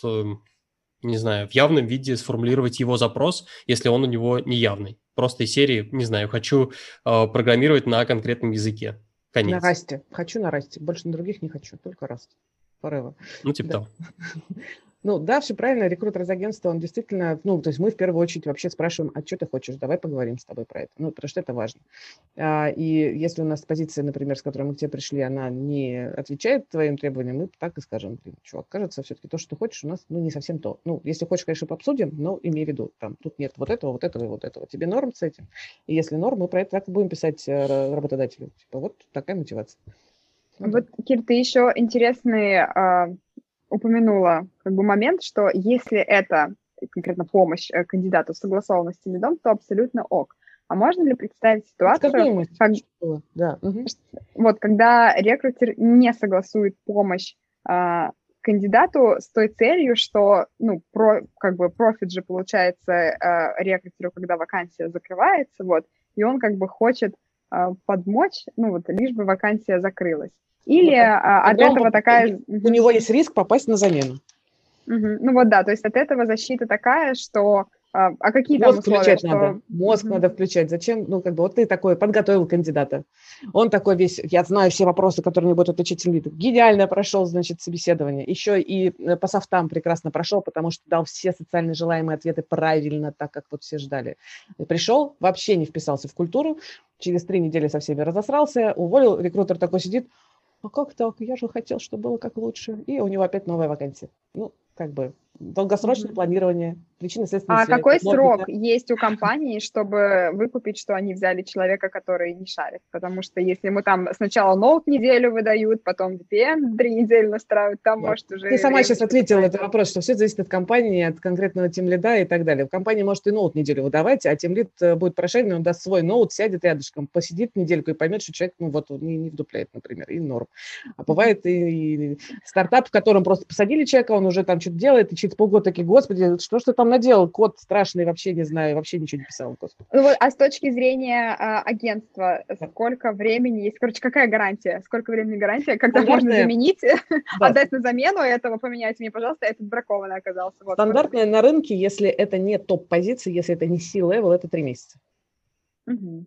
не знаю, в явном виде сформулировать его запрос, если он у него не явный. Просто из серии, не знаю, хочу программировать на конкретном языке. Конец. На расте. Хочу на расте. Больше на других не хочу, только раст. Forever. Ну, типа того. Ну, да, все правильно. Рекрутер из агентства, он действительно, ну, то есть мы в первую очередь вообще спрашиваем, а что ты хочешь? Давай поговорим с тобой про это. Ну, потому что это важно. И если у нас позиция, например, с которой мы к тебе пришли, она не отвечает твоим требованиям, мы так и скажем, чувак, кажется, все-таки то, что ты хочешь, у нас, ну, не совсем то. Ну, если хочешь, конечно, пообсудим, но имей в виду, там, тут нет вот этого и вот этого. Тебе норм с этим? И если норм, мы про это так и будем писать работодателю. Типа, вот такая мотивация. Вот, Кир, ты еще интересный упомянула как бы момент, что если это конкретно помощь кандидату согласованно с тимлидом, то абсолютно ок. А можно ли представить ситуацию, вот, когда рекрутер не согласует помощь кандидату с той целью, что, ну, как бы профит же получается рекрутеру, когда вакансия закрывается, вот, и он как бы хочет подмочь, ну, вот, лишь бы вакансия закрылась. Или от этого такая... У него есть риск попасть на замену. Ну вот да, то есть от этого защита такая, что... А какие Мозг там условия? Включать надо. Мозг надо включать. Зачем? Ну, как бы вот ты такой подготовил кандидата. Он такой весь, я знаю все вопросы, которые не будут отвечать тимлид. Гениально прошел, значит, собеседование. Еще и по софтам прекрасно прошел, потому что дал все социально желаемые ответы правильно, так как вот все ждали. И пришел, вообще не вписался в культуру. Через 3 недели со всеми разосрался, уволил. Рекрутер такой сидит. А как так? Я же хотел, чтобы было как лучше. И у него опять новая вакансия. Ну, как бы долгосрочное планирование, причинно-следственная связь. А какой срок есть у компании, чтобы выкупить, что они взяли человека, который не шарит? Потому что если ему там сначала ноут неделю выдают, потом VPN 3 недели настраивают, там может уже... Ты сама сейчас ответила на этот вопрос, что все зависит от компании, от конкретного тимлида и так далее. В компании может и ноут неделю выдавать, а тимлид будет прошаренный, он даст свой ноут, сядет рядышком, посидит недельку и поймет, что человек, ну вот, не вдупляет, например, и норм. А бывает и стартап, в котором просто посадили человека, он уже там что-то делает, и через полгода такие, господи, что ж ты там наделал? Код страшный, вообще не знаю, вообще ничего не писал. Ну, вот, а с точки зрения агентства, сколько времени есть? Короче, какая гарантия? Сколько времени гарантия? Когда можно заменить, отдать на замену этого, поменять мне, пожалуйста, этот бракованный оказался. Вот. Стандартная на рынке, если это не топ-позиция, если это не C-level, это 3 месяца. Угу.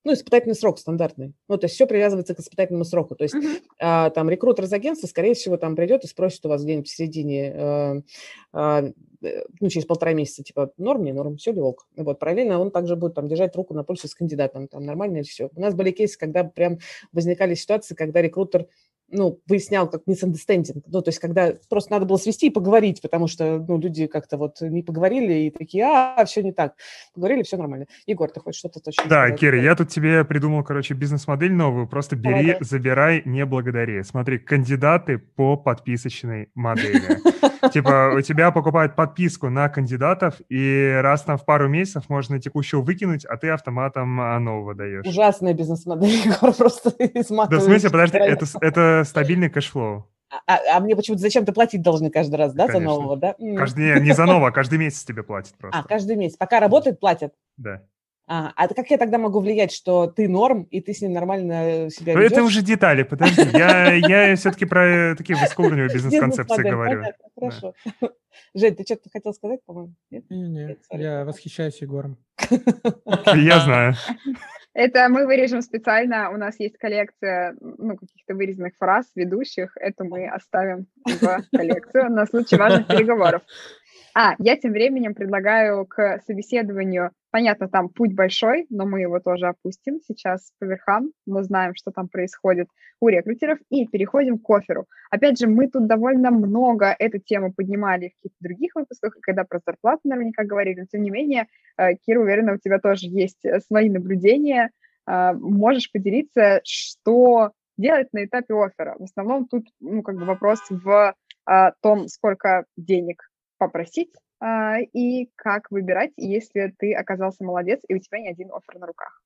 испытательный срок стандартный. То есть все привязывается к испытательному сроку. То есть там рекрутер из агентства, скорее всего, там придет и спросит у вас где-нибудь в середине, через 1,5 месяца, типа, норм, не норм, все ли ок. Параллельно он также будет там держать руку на пульсе с кандидатом, там нормально и все. У нас были кейсы, когда прям возникали ситуации, когда рекрутер выяснял как misunderstanding, то есть когда просто надо было свести и поговорить, потому что, люди как-то не поговорили и такие, все не так. Поговорили, все нормально. Егор, ты хочешь что-то точно Да, сказать? Кира, я тут тебе придумал, бизнес-модель новую, просто бери, Давай. забирай, не благодари. Смотри, кандидаты по подписочной модели. Типа у тебя покупают подписку на кандидатов, и раз там в пару месяцев можно текущего выкинуть, а ты автоматом нового даешь. Ужасная бизнес-модель, Егор, просто изматывает. Да, в смысле, подожди, это стабильный кэшфлоу. А мне почему-то зачем-то платить должны каждый раз, да, за нового, да? Не за нового, каждый месяц тебе платят просто. Каждый месяц. Пока работает, платят? Да. А как я тогда могу влиять, что ты норм, и ты с ним нормально себя ведешь? Это уже детали, подожди. Я все-таки про такие высокоуровневые бизнес-концепции говорю. Понятно, хорошо. Жень, ты что-то хотел сказать, по-моему? Нет, я восхищаюсь Егором. Я знаю. Это мы вырежем специально. У нас есть коллекция каких-то вырезанных фраз ведущих. Это мы оставим в коллекцию на случай важных переговоров. Я тем временем предлагаю к собеседованию, понятно, там путь большой, но мы его тоже опустим сейчас по верхам, мы знаем, что там происходит у рекрутеров, и переходим к офферу. Опять же, мы тут довольно много эту тему поднимали в каких-то других выпусках, когда про зарплату наверняка говорили, но тем не менее, Кира, уверена, у тебя тоже есть свои наблюдения. Можешь поделиться, что делать на этапе оффера? В основном тут вопрос в том, сколько денег попросить и как выбирать, если ты оказался молодец и у тебя не один оффер на руках.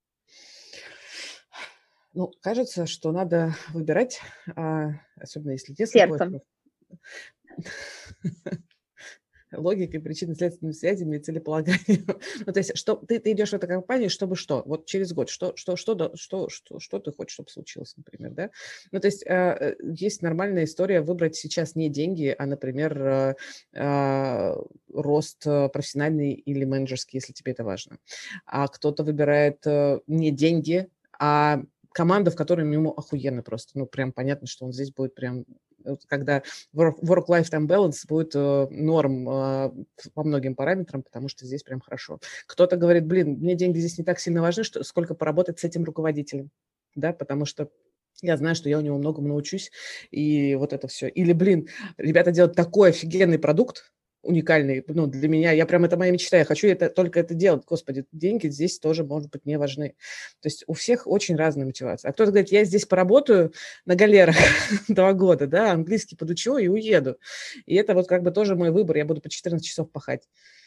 Кажется, что надо выбирать, особенно если детство. Сердцем. Логикой, причинно-следственными связями и целеполаганием. То есть, что ты идешь в эту компанию, чтобы что? Вот через год, что ты хочешь, чтобы случилось, например, да? То есть, есть нормальная история выбрать сейчас не деньги, а, например, рост профессиональный или менеджерский, если тебе это важно. А кто-то выбирает не деньги, а команда, в которой ему охуенно просто. Прям понятно, что он здесь будет прям... когда work-life time balance будет норм по многим параметрам, потому что здесь прям хорошо. Кто-то говорит, мне деньги здесь не так сильно важны, сколько поработать с этим руководителем, да, потому что я знаю, что я у него многому научусь, и вот это все. Или, ребята делают такой офигенный продукт, уникальный, для меня, это моя мечта, я хочу только это делать, господи, деньги здесь тоже, может быть, не важны. То есть у всех очень разная мотивация. А кто-то говорит, я здесь поработаю на галерах 2 года, да, английский подучу и уеду. И это тоже мой выбор, я буду по 14 часов пахать.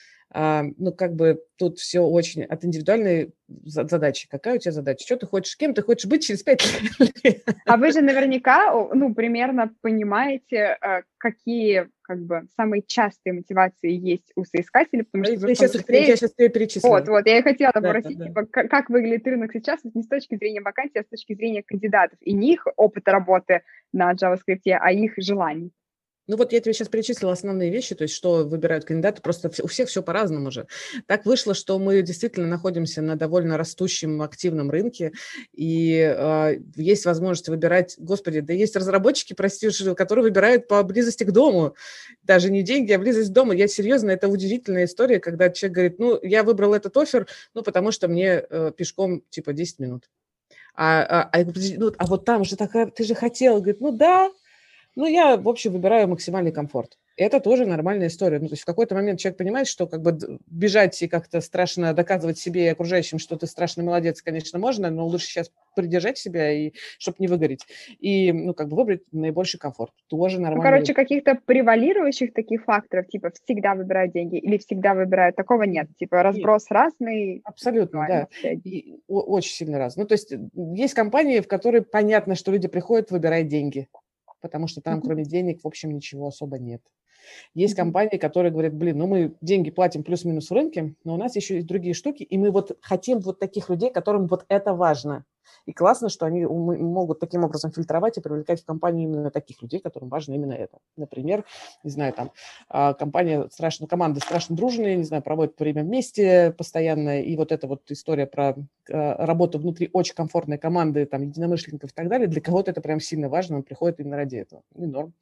Тут все очень от индивидуальной задачи. Какая у тебя задача? Что ты хочешь? Кем ты хочешь быть через 5 лет? А вы же наверняка, примерно понимаете, какие, самые частые мотивации есть у соискателей, потому что я сейчас тебе перечислю. Вот, я и хотела попросить, как выглядит рынок сейчас, не с точки зрения вакансий, а с точки зрения кандидатов, и не их опыта работы на JavaScript, а их желаний. Я тебе сейчас перечислила основные вещи, то есть что выбирают кандидаты, просто у всех все по-разному же. Так вышло, что мы действительно находимся на довольно растущем активном рынке, и есть возможность выбирать, господи, да есть разработчики, прости, которые выбирают по близости к дому, даже не деньги, а близость к дому. Я серьезно, это удивительная история, когда человек говорит, я выбрал этот оффер, потому что мне пешком 10 минут. А вот там же такая, ты же хотел, говорит, да. Я, в общем, выбираю максимальный комфорт. Это тоже нормальная история. То есть в какой-то момент человек понимает, что бежать и как-то страшно доказывать себе и окружающим, что ты страшный молодец, конечно, можно, но лучше сейчас придержать себя, и чтобы не выгореть. И, выбрать наибольший комфорт. Тоже нормально. Каких-то превалирующих таких факторов, всегда выбирают деньги или всегда выбирают, такого нет. Разброс разный. Абсолютно, да. И очень сильно разный. То есть есть компании, в которые понятно, что люди приходят, выбирают деньги. Потому что там, кроме денег, в общем, ничего особо нет. Есть компании, которые говорят, блин, ну мы деньги платим плюс-минус в рынке, но у нас еще есть другие штуки, и мы вот хотим вот таких людей, которым вот это важно. И классно, что они могут таким образом фильтровать и привлекать в компанию именно таких людей, которым важно именно это. Например, не знаю, там команды страшно дружные, не знаю, проводят время вместе постоянно, и вот эта вот история про работу внутри очень комфортной команды, там, единомышленников и так далее, для кого-то это прям сильно важно, он приходит именно ради этого. И норм.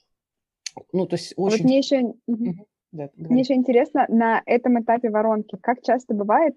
Ну, то есть очень... Вот мне еще... Да, мне еще интересно, на этом этапе воронки, как часто бывает,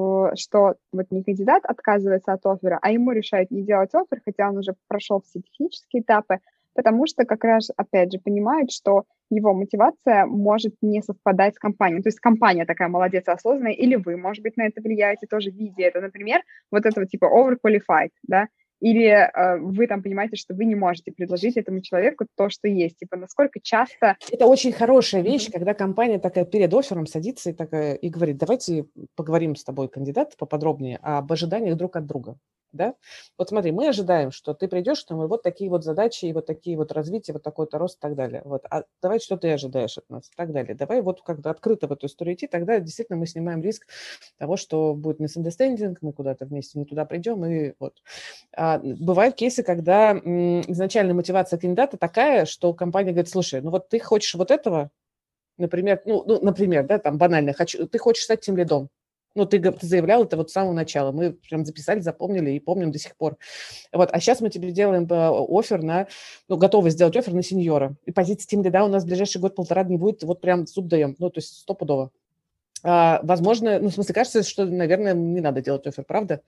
что вот не кандидат отказывается от оффера, а ему решают не делать оффер, хотя он уже прошел все технические этапы, потому что как раз, опять же, понимают, что его мотивация может не совпадать с компанией. То есть компания такая молодец, осознанная, или вы, может быть, на это влияете, тоже видя это. Например, вот этого типа overqualified, да, или вы там понимаете, что вы не можете предложить этому человеку то, что есть. Типа, насколько часто... Это очень хорошая вещь, когда компания такая перед оффером садится и говорит, давайте поговорим с тобой, кандидат, поподробнее об ожиданиях друг от друга. Да? Вот смотри, мы ожидаем, что ты придешь, что мы вот такие вот задачи, и вот такие вот развития, вот такой-то рост и так далее. Вот. А давай, что ты ожидаешь от нас и так далее. Давай вот как-то открыто в эту историю идти, тогда действительно мы снимаем риск того, что будет misunderstanding, мы куда-то вместе не туда придем, и вот. Бывают кейсы, когда изначальная мотивация кандидата такая, что компания говорит, слушай, ну вот ты хочешь вот этого, например, например, да, там банально, ты хочешь стать тимлидом. Ну, ты заявлял это вот с самого начала. Мы прям записали, запомнили и помним до сих пор. Вот. А сейчас мы тебе делаем оффер готовы сделать оффер на сеньора. И позиция тимлида у нас в ближайший год-полтора не будет, вот прям суд даем. Ну, то есть стопудово. Возможно, в смысле, кажется, что, наверное, не надо делать оффер, правда?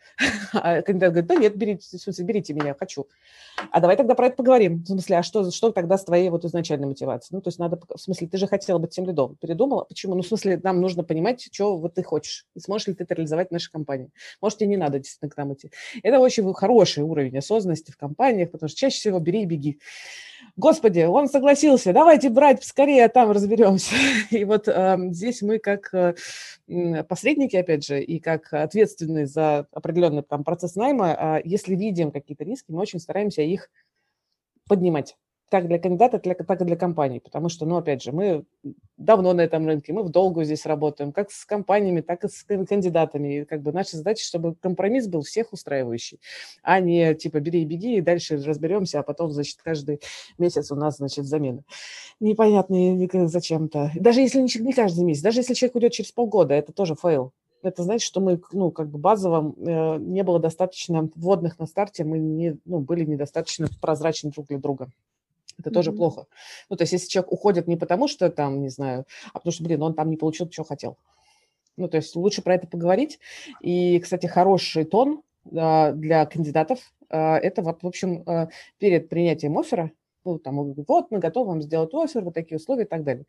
А кандидат говорит, да нет, берите меня, хочу. А давай тогда про это поговорим. В смысле, а что тогда с твоей вот изначальной мотивацией? Ну, то есть надо, в смысле, ты же хотела быть тимлидом. Передумала? Почему? Ну, в смысле, нам нужно понимать, что вот ты хочешь. И сможешь ли ты это реализовать в нашей компании. Может, тебе не надо действительно к нам идти. Это очень хороший уровень осознанности в компаниях, потому что чаще всего бери и беги. Господи, он согласился, давайте брать скорее, там разберемся. И вот здесь мы как посредники, опять же, и как ответственные за определенный там процесс найма, если видим какие-то риски, мы очень стараемся их поднимать. Как для кандидата, так и для компаний. Потому что, опять же, мы давно на этом рынке, мы в долгую здесь работаем, как с компаниями, так и с кандидатами. И как бы наша задача, чтобы компромисс был всех устраивающий, а не типа бери и беги, и дальше разберемся, а потом, значит, каждый месяц у нас, значит, замена. Непонятно зачем-то. Даже если не каждый месяц, даже если человек уйдет через полгода, это тоже фейл. Это значит, что мы, как бы базово не было достаточно вводных на старте, мы были недостаточно прозрачны друг для друга. Это тоже плохо. Ну, то есть, если человек уходит не потому, что там, не знаю, а потому что, он там не получил, что хотел. Ну, то есть, лучше про это поговорить. И, кстати, хороший тон для кандидатов – это, в общем, перед принятием оффера, вот мы готовы вам сделать оффер, вот такие условия и так далее.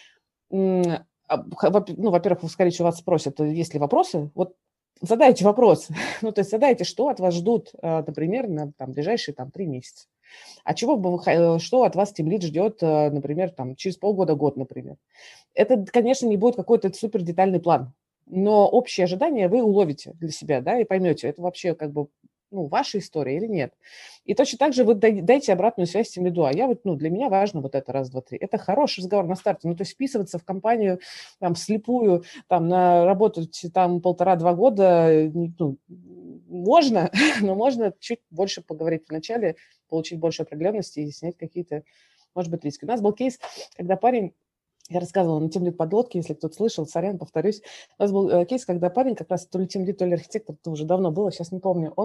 Во-первых, скорее всего, вас спросят, есть ли вопросы. Вот задайте вопрос. Ну, то есть, задайте, что от вас ждут, например, на ближайшие 3 месяца. А что от вас тимлид ждет, например, через полгода, год, например? Это, конечно, не будет какой-то супер детальный план, но общие ожидания вы уловите для себя, да, и поймете, это вообще как бы ваша история или нет. И точно так же вы дайте обратную связь тимлиду. А для меня важно вот это, раз, два, три. Это хороший разговор на старте. То есть вписываться в компанию вслепую, работать 1,5-2 года, можно, но можно чуть больше поговорить вначале, получить больше определенности и снять какие-то, может быть, риски. У нас был кейс, когда парень, я рассказывала на тимлид подлодке, если кто-то слышал, сорян, повторюсь. У нас был кейс, когда парень, как раз то ли тимлид, то ли архитектор, это уже давно было, сейчас не помню,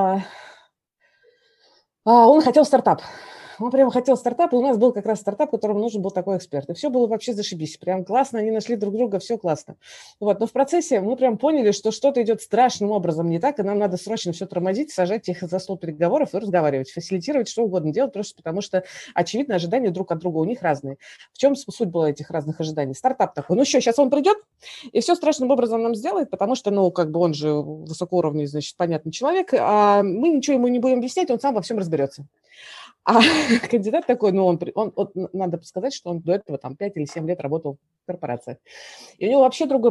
он хотел стартап. Он прямо хотел стартап, и у нас был как раз стартап, которому нужен был такой эксперт. И все было вообще зашибись. Прям классно, они нашли друг друга, все классно. Вот. Но в процессе мы прям поняли, что что-то идет страшным образом не так, и нам надо срочно все тормозить, сажать их за стол переговоров и разговаривать, фасилитировать, что угодно делать, просто потому что, очевидно, ожидания друг от друга у них разные. В чем суть была этих разных ожиданий? Стартап такой, сейчас он придет, и все страшным образом нам сделает, потому что, он же высокоуровневый, значит, понятный человек, а мы ничего ему не будем объяснять, он сам во всем разберется. А кандидат такой, надо сказать, что он до этого 5 или 7 лет работал в корпорациях. И у него вообще другое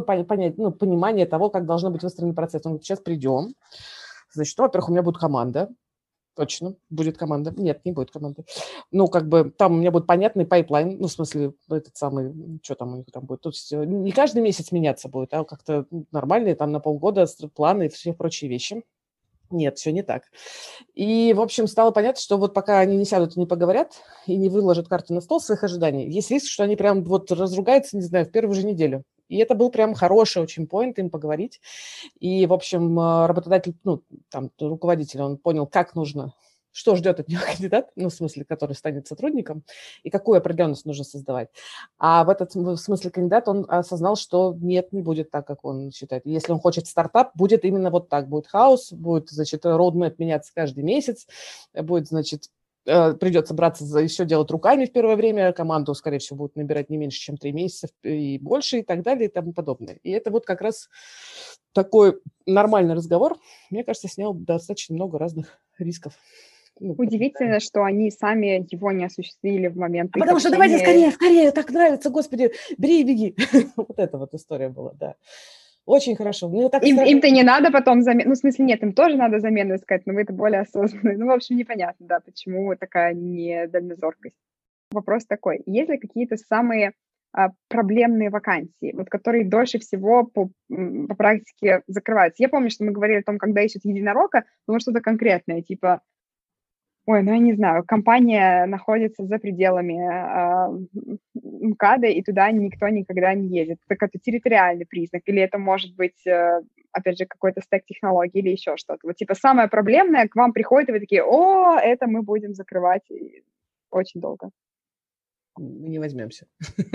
понимание того, как должно быть выстроен процесс. Он говорит, сейчас придем, значит, во-первых, у меня будет команда, Точно, будет команда. Нет, не будет команды. Ну, как бы там у меня будет понятный пайплайн, ну, в смысле, этот самый, что там у них там будет. То есть не каждый месяц меняться будет, а как-то нормальные там на полгода планы и все прочие вещи. Нет, все не так. И, в общем, стало понятно, что вот пока они не сядут и не поговорят, и не выложат карту на стол своих ожиданий, есть риск, что они прям вот разругаются, не знаю, в первую же неделю. И это был прям хороший очень поинт им поговорить. И, в общем, работодатель, ну, там, руководитель, он понял, как нужно, что ждет от него кандидат, ну, в смысле, который станет сотрудником, и какую определенность нужно создавать. А в этом смысле кандидат, он осознал, что нет, не будет так, как он считает. Если он хочет стартап, будет именно вот так. Будет хаос, будет, значит, roadmap меняться каждый месяц, будет, значит, придется браться за еще делать руками в первое время, команду, скорее всего, будут набирать не меньше, чем 3 месяца и больше, и так далее, и тому подобное. И это вот как раз такой нормальный разговор, мне кажется, снял достаточно много разных рисков. Удивительно, что они сами его не осуществили в момент их Потому что общения. давайте скорее, так нравится, господи, бери и беги. Вот эта вот история была, да. Очень хорошо. Ну, так им-то не надо потом замену, ну, в смысле, нет, им тоже надо замену искать, но вы это более осознанные. Ну, в общем, непонятно, да, почему такая недальнозоркость. Вопрос такой, есть ли какие-то самые проблемные вакансии, вот которые дольше всего по практике закрываются? Я помню, что мы говорили о том, когда ищут единорога, но что-то конкретное, типа, ой, ну я не знаю, компания находится за пределами МКАДа, и туда никто никогда не едет. Так это территориальный признак, или это может быть, опять же, какой-то стек технологий или еще что-то. Вот типа самое проблемное, к вам приходит, и вы такие, о, это мы будем закрывать очень долго. Мы не возьмемся,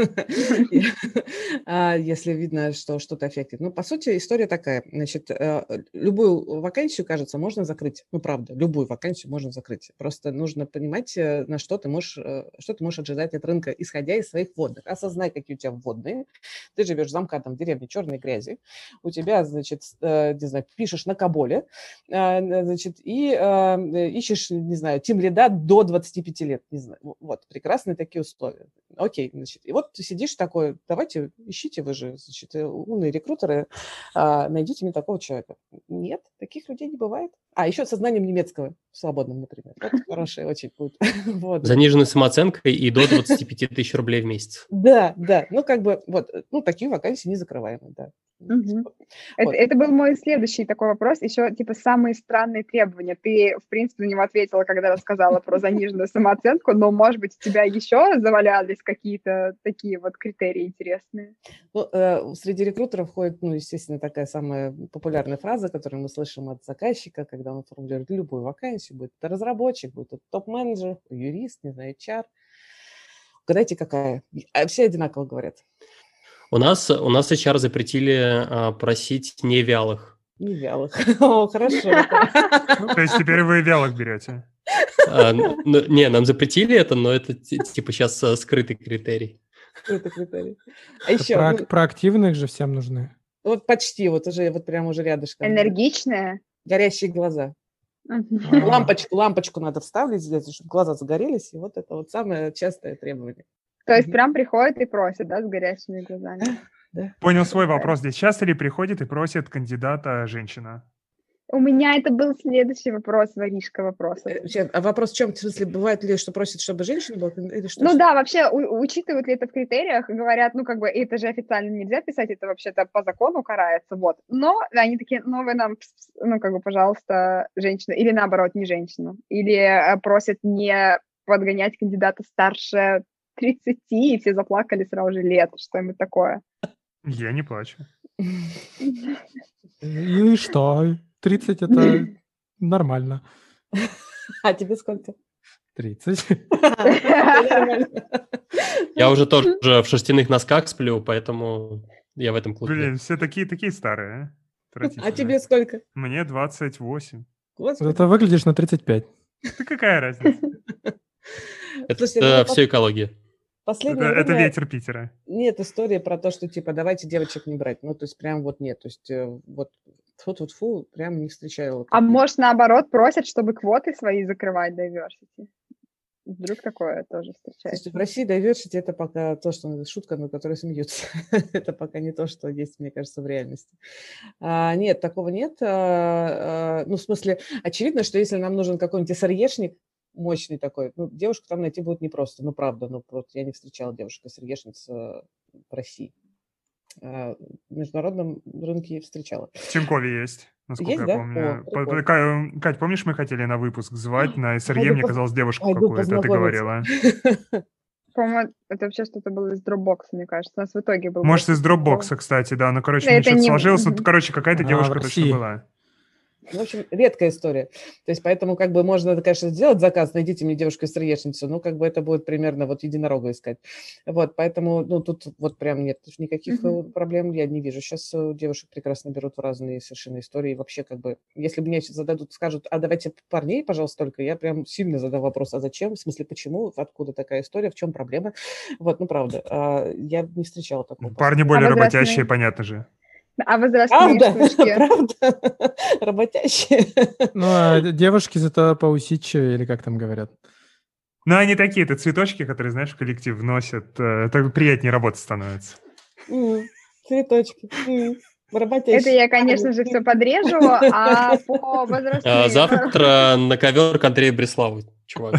если видно, что что-то аффектит. Ну, по сути, история такая. Значит, любую вакансию, кажется, можно закрыть. Ну, правда, любую вакансию можно закрыть. Просто нужно понимать, на что ты можешь ожидать от рынка, исходя из своих вводных. Осознай, какие у тебя вводные. Ты живешь за МКАДом в деревне черной грязи. У тебя, значит, не знаю, пишешь на Каболе, значит, и ищешь, не знаю, тимлида до 25 лет. Не знаю. Вот, прекрасные такие условия. Окей, значит, и вот ты сидишь такой, давайте ищите, вы же, значит, умные рекрутеры, найдите мне такого человека. Нет, таких людей не бывает. А еще со знанием немецкого свободным, например. Вот хороший очень будет. Вот. Заниженной самооценкой и до 25 тысяч рублей в месяц. Да, ну как бы, вот, ну такие вакансии не закрываемые, да. Угу. Это был мой следующий такой вопрос. Еще, типа, самые странные требования. Ты, в принципе, на него ответила, когда рассказала про заниженную самооценку, но, может быть, у тебя еще завалялись какие-то такие вот критерии интересные? Ну, среди рекрутеров ходит, ну, естественно, такая самая популярная фраза, которую мы слышим от заказчика, когда он формулирует любую вакансию, будет это разработчик, будет это топ-менеджер, юрист, не знаю, HR. Угадайте, какая? Все одинаково говорят. У нас HR запретили просить невялых. Невялых. О, хорошо. То есть теперь вы вялых берете? Не, нам запретили это, но это типа сейчас скрытый критерий. Скрытый криминаль. А еще... Проактивных же всем нужны. Вот почти, вот уже, вот прям уже рядышком. Энергичная? Горящие глаза. Лампочку надо вставить здесь, чтобы глаза загорелись, и вот это вот самое частое требование. То есть прям приходят и просят, да, с горящими глазами? Да. Понял свой вопрос. Здесь часто ли приходит и просит кандидата женщина? У меня это был следующий вопрос, воришка вопросов. А вопрос в чем? В смысле, бывает ли, что просят, чтобы женщина была? Или что? Ну да, вообще, учитывают ли это в критериях, говорят, ну как бы, это же официально нельзя писать, это вообще-то по закону карается, вот. Но они такие, ну вы нам, ну как бы, пожалуйста, женщину, или наоборот, не женщину. Или просят не подгонять кандидата старше 30, и все заплакали сразу же лет, что-нибудь такое. Я не плачу. И что? 30 – это нормально. А тебе сколько? 30. Я уже тоже в шерстяных носках сплю, поэтому я в этом клубе. Блин, все такие старые, А тебе сколько? Мне 28. Зато выглядишь на 35. Да какая разница? Это все экология. Это ветер Питера. Нет истории про то, что типа давайте девочек не брать. Ну, то есть прям вот нет. То есть вот фу-фу-фу, прям не встречаю. А может, наоборот, просят, чтобы квоты свои закрывать diversity? Вдруг такое тоже встречается. Слушайте, в России diversity — это пока то, что шутка, над которой смеются. Это пока не то, что есть, мне кажется, в реальности. Нет, такого нет. Ну, в смысле, очевидно, что если нам нужен какой-нибудь СРЕшник, мощный такой, ну, девушку там найти будет непросто. Ну, правда, ну, просто я не встречала девушек-СРЕшниц в России. В международном рынке встречала. В Тинькове есть, насколько Есть, я да? помню. О, Кать, помнишь, мы хотели на выпуск звать на СРЕ, Пойду мне казалось, девушку пойду какую-то, ты говорила. познакомиться. По-моему, это вообще что-то было из Dropbox, мне кажется. У нас в итоге был... Может, из просто Dropbox, кстати, да. Ну, короче, Да, мне это что-то не- сложилось. Ну, Мгм. короче, какая-то в девушка точно России. была. В общем, редкая история. То есть, поэтому, как бы, можно, конечно, сделать заказ, найдите мне девушку-СРЕшницу, но, как бы, это будет примерно вот единорога искать. Вот, поэтому, ну, тут вот прям нет никаких проблем, я не вижу. Сейчас девушек прекрасно берут в разные совершенно истории. Вообще, как бы, если мне сейчас зададут, скажут, а давайте парней, пожалуйста, только, я прям сильно задам вопрос, а зачем, в смысле, почему, откуда такая история, в чем проблема. Вот, ну, правда, я не встречала такого. Парни более возрастные? работящие, понятно же. А возрастные Правда, штучки? правда, работящие. Ну, а девушки зато поусидчивее, или как там говорят. Ну, они такие, это цветочки, которые, знаешь, в коллектив вносят. Так приятнее работать становится. Цветочки. Работящие. Это я, конечно же, все подрежу, а по возрастным... Завтра на ковер к Андрею Бреславу, чувак.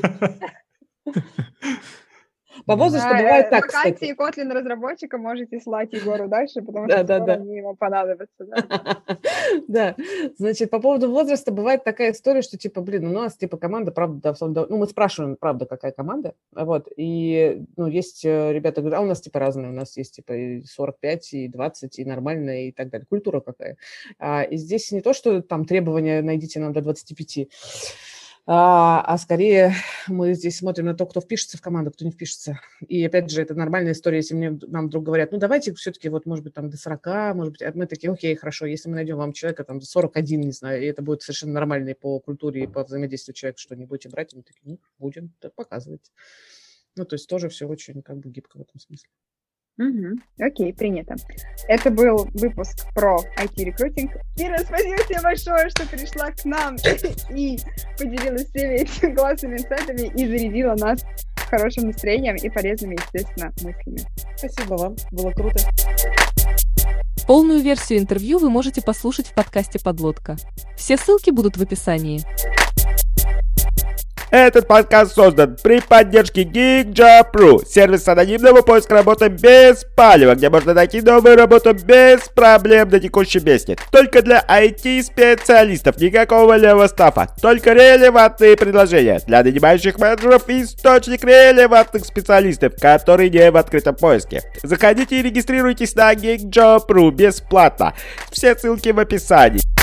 По возрасту бывает так, Вакансии кстати. Kotlin разработчика можете слать Егору дальше, потому Да, что да, скоро да. они ему понадобятся. Да. Да, значит, по поводу возраста бывает такая история, что, типа, блин, у нас, типа, команда, правда, ну, мы спрашиваем, правда, какая команда, вот, и, ну, есть ребята, говорят, а у нас, типа, разные, у нас есть, типа, и 45, и 20, и нормальная, и так далее, культура какая. И здесь не то, что там требования найдите нам до 25, а скорее мы здесь смотрим на то, кто впишется в команду, кто не впишется. И опять же, это нормальная история, если нам вдруг говорят, ну давайте все-таки вот, может быть, там до 40, может быть, мы такие, окей, хорошо, если мы найдем вам человека там до 41, не знаю, и это будет совершенно нормально по культуре и по взаимодействию человека, что не будете брать, мы такие, ну, будем, так показывайте. Ну, то есть тоже все очень как бы гибко в этом смысле. Окей, принято. Это был выпуск про IT-рекрутинг. Кира, спасибо тебе большое, что пришла к нам и поделилась всеми этими классными инсайтами и зарядила нас хорошим настроением и полезными, естественно, мыслями. Спасибо вам, было круто. Полную версию интервью вы можете послушать в подкасте «Подлодка». Все ссылки будут в описании. Этот подкаст создан при поддержке GeekJob.ru, сервис анонимного поиска работы без палева, где можно найти новую работу без проблем на текущем месте. Только для IT-специалистов, никакого левого стафа, только релевантные предложения. Для нанимающих менеджеров источник релевантных специалистов, которые не в открытом поиске. Заходите и регистрируйтесь на GeekJob.ru бесплатно. Все ссылки в описании.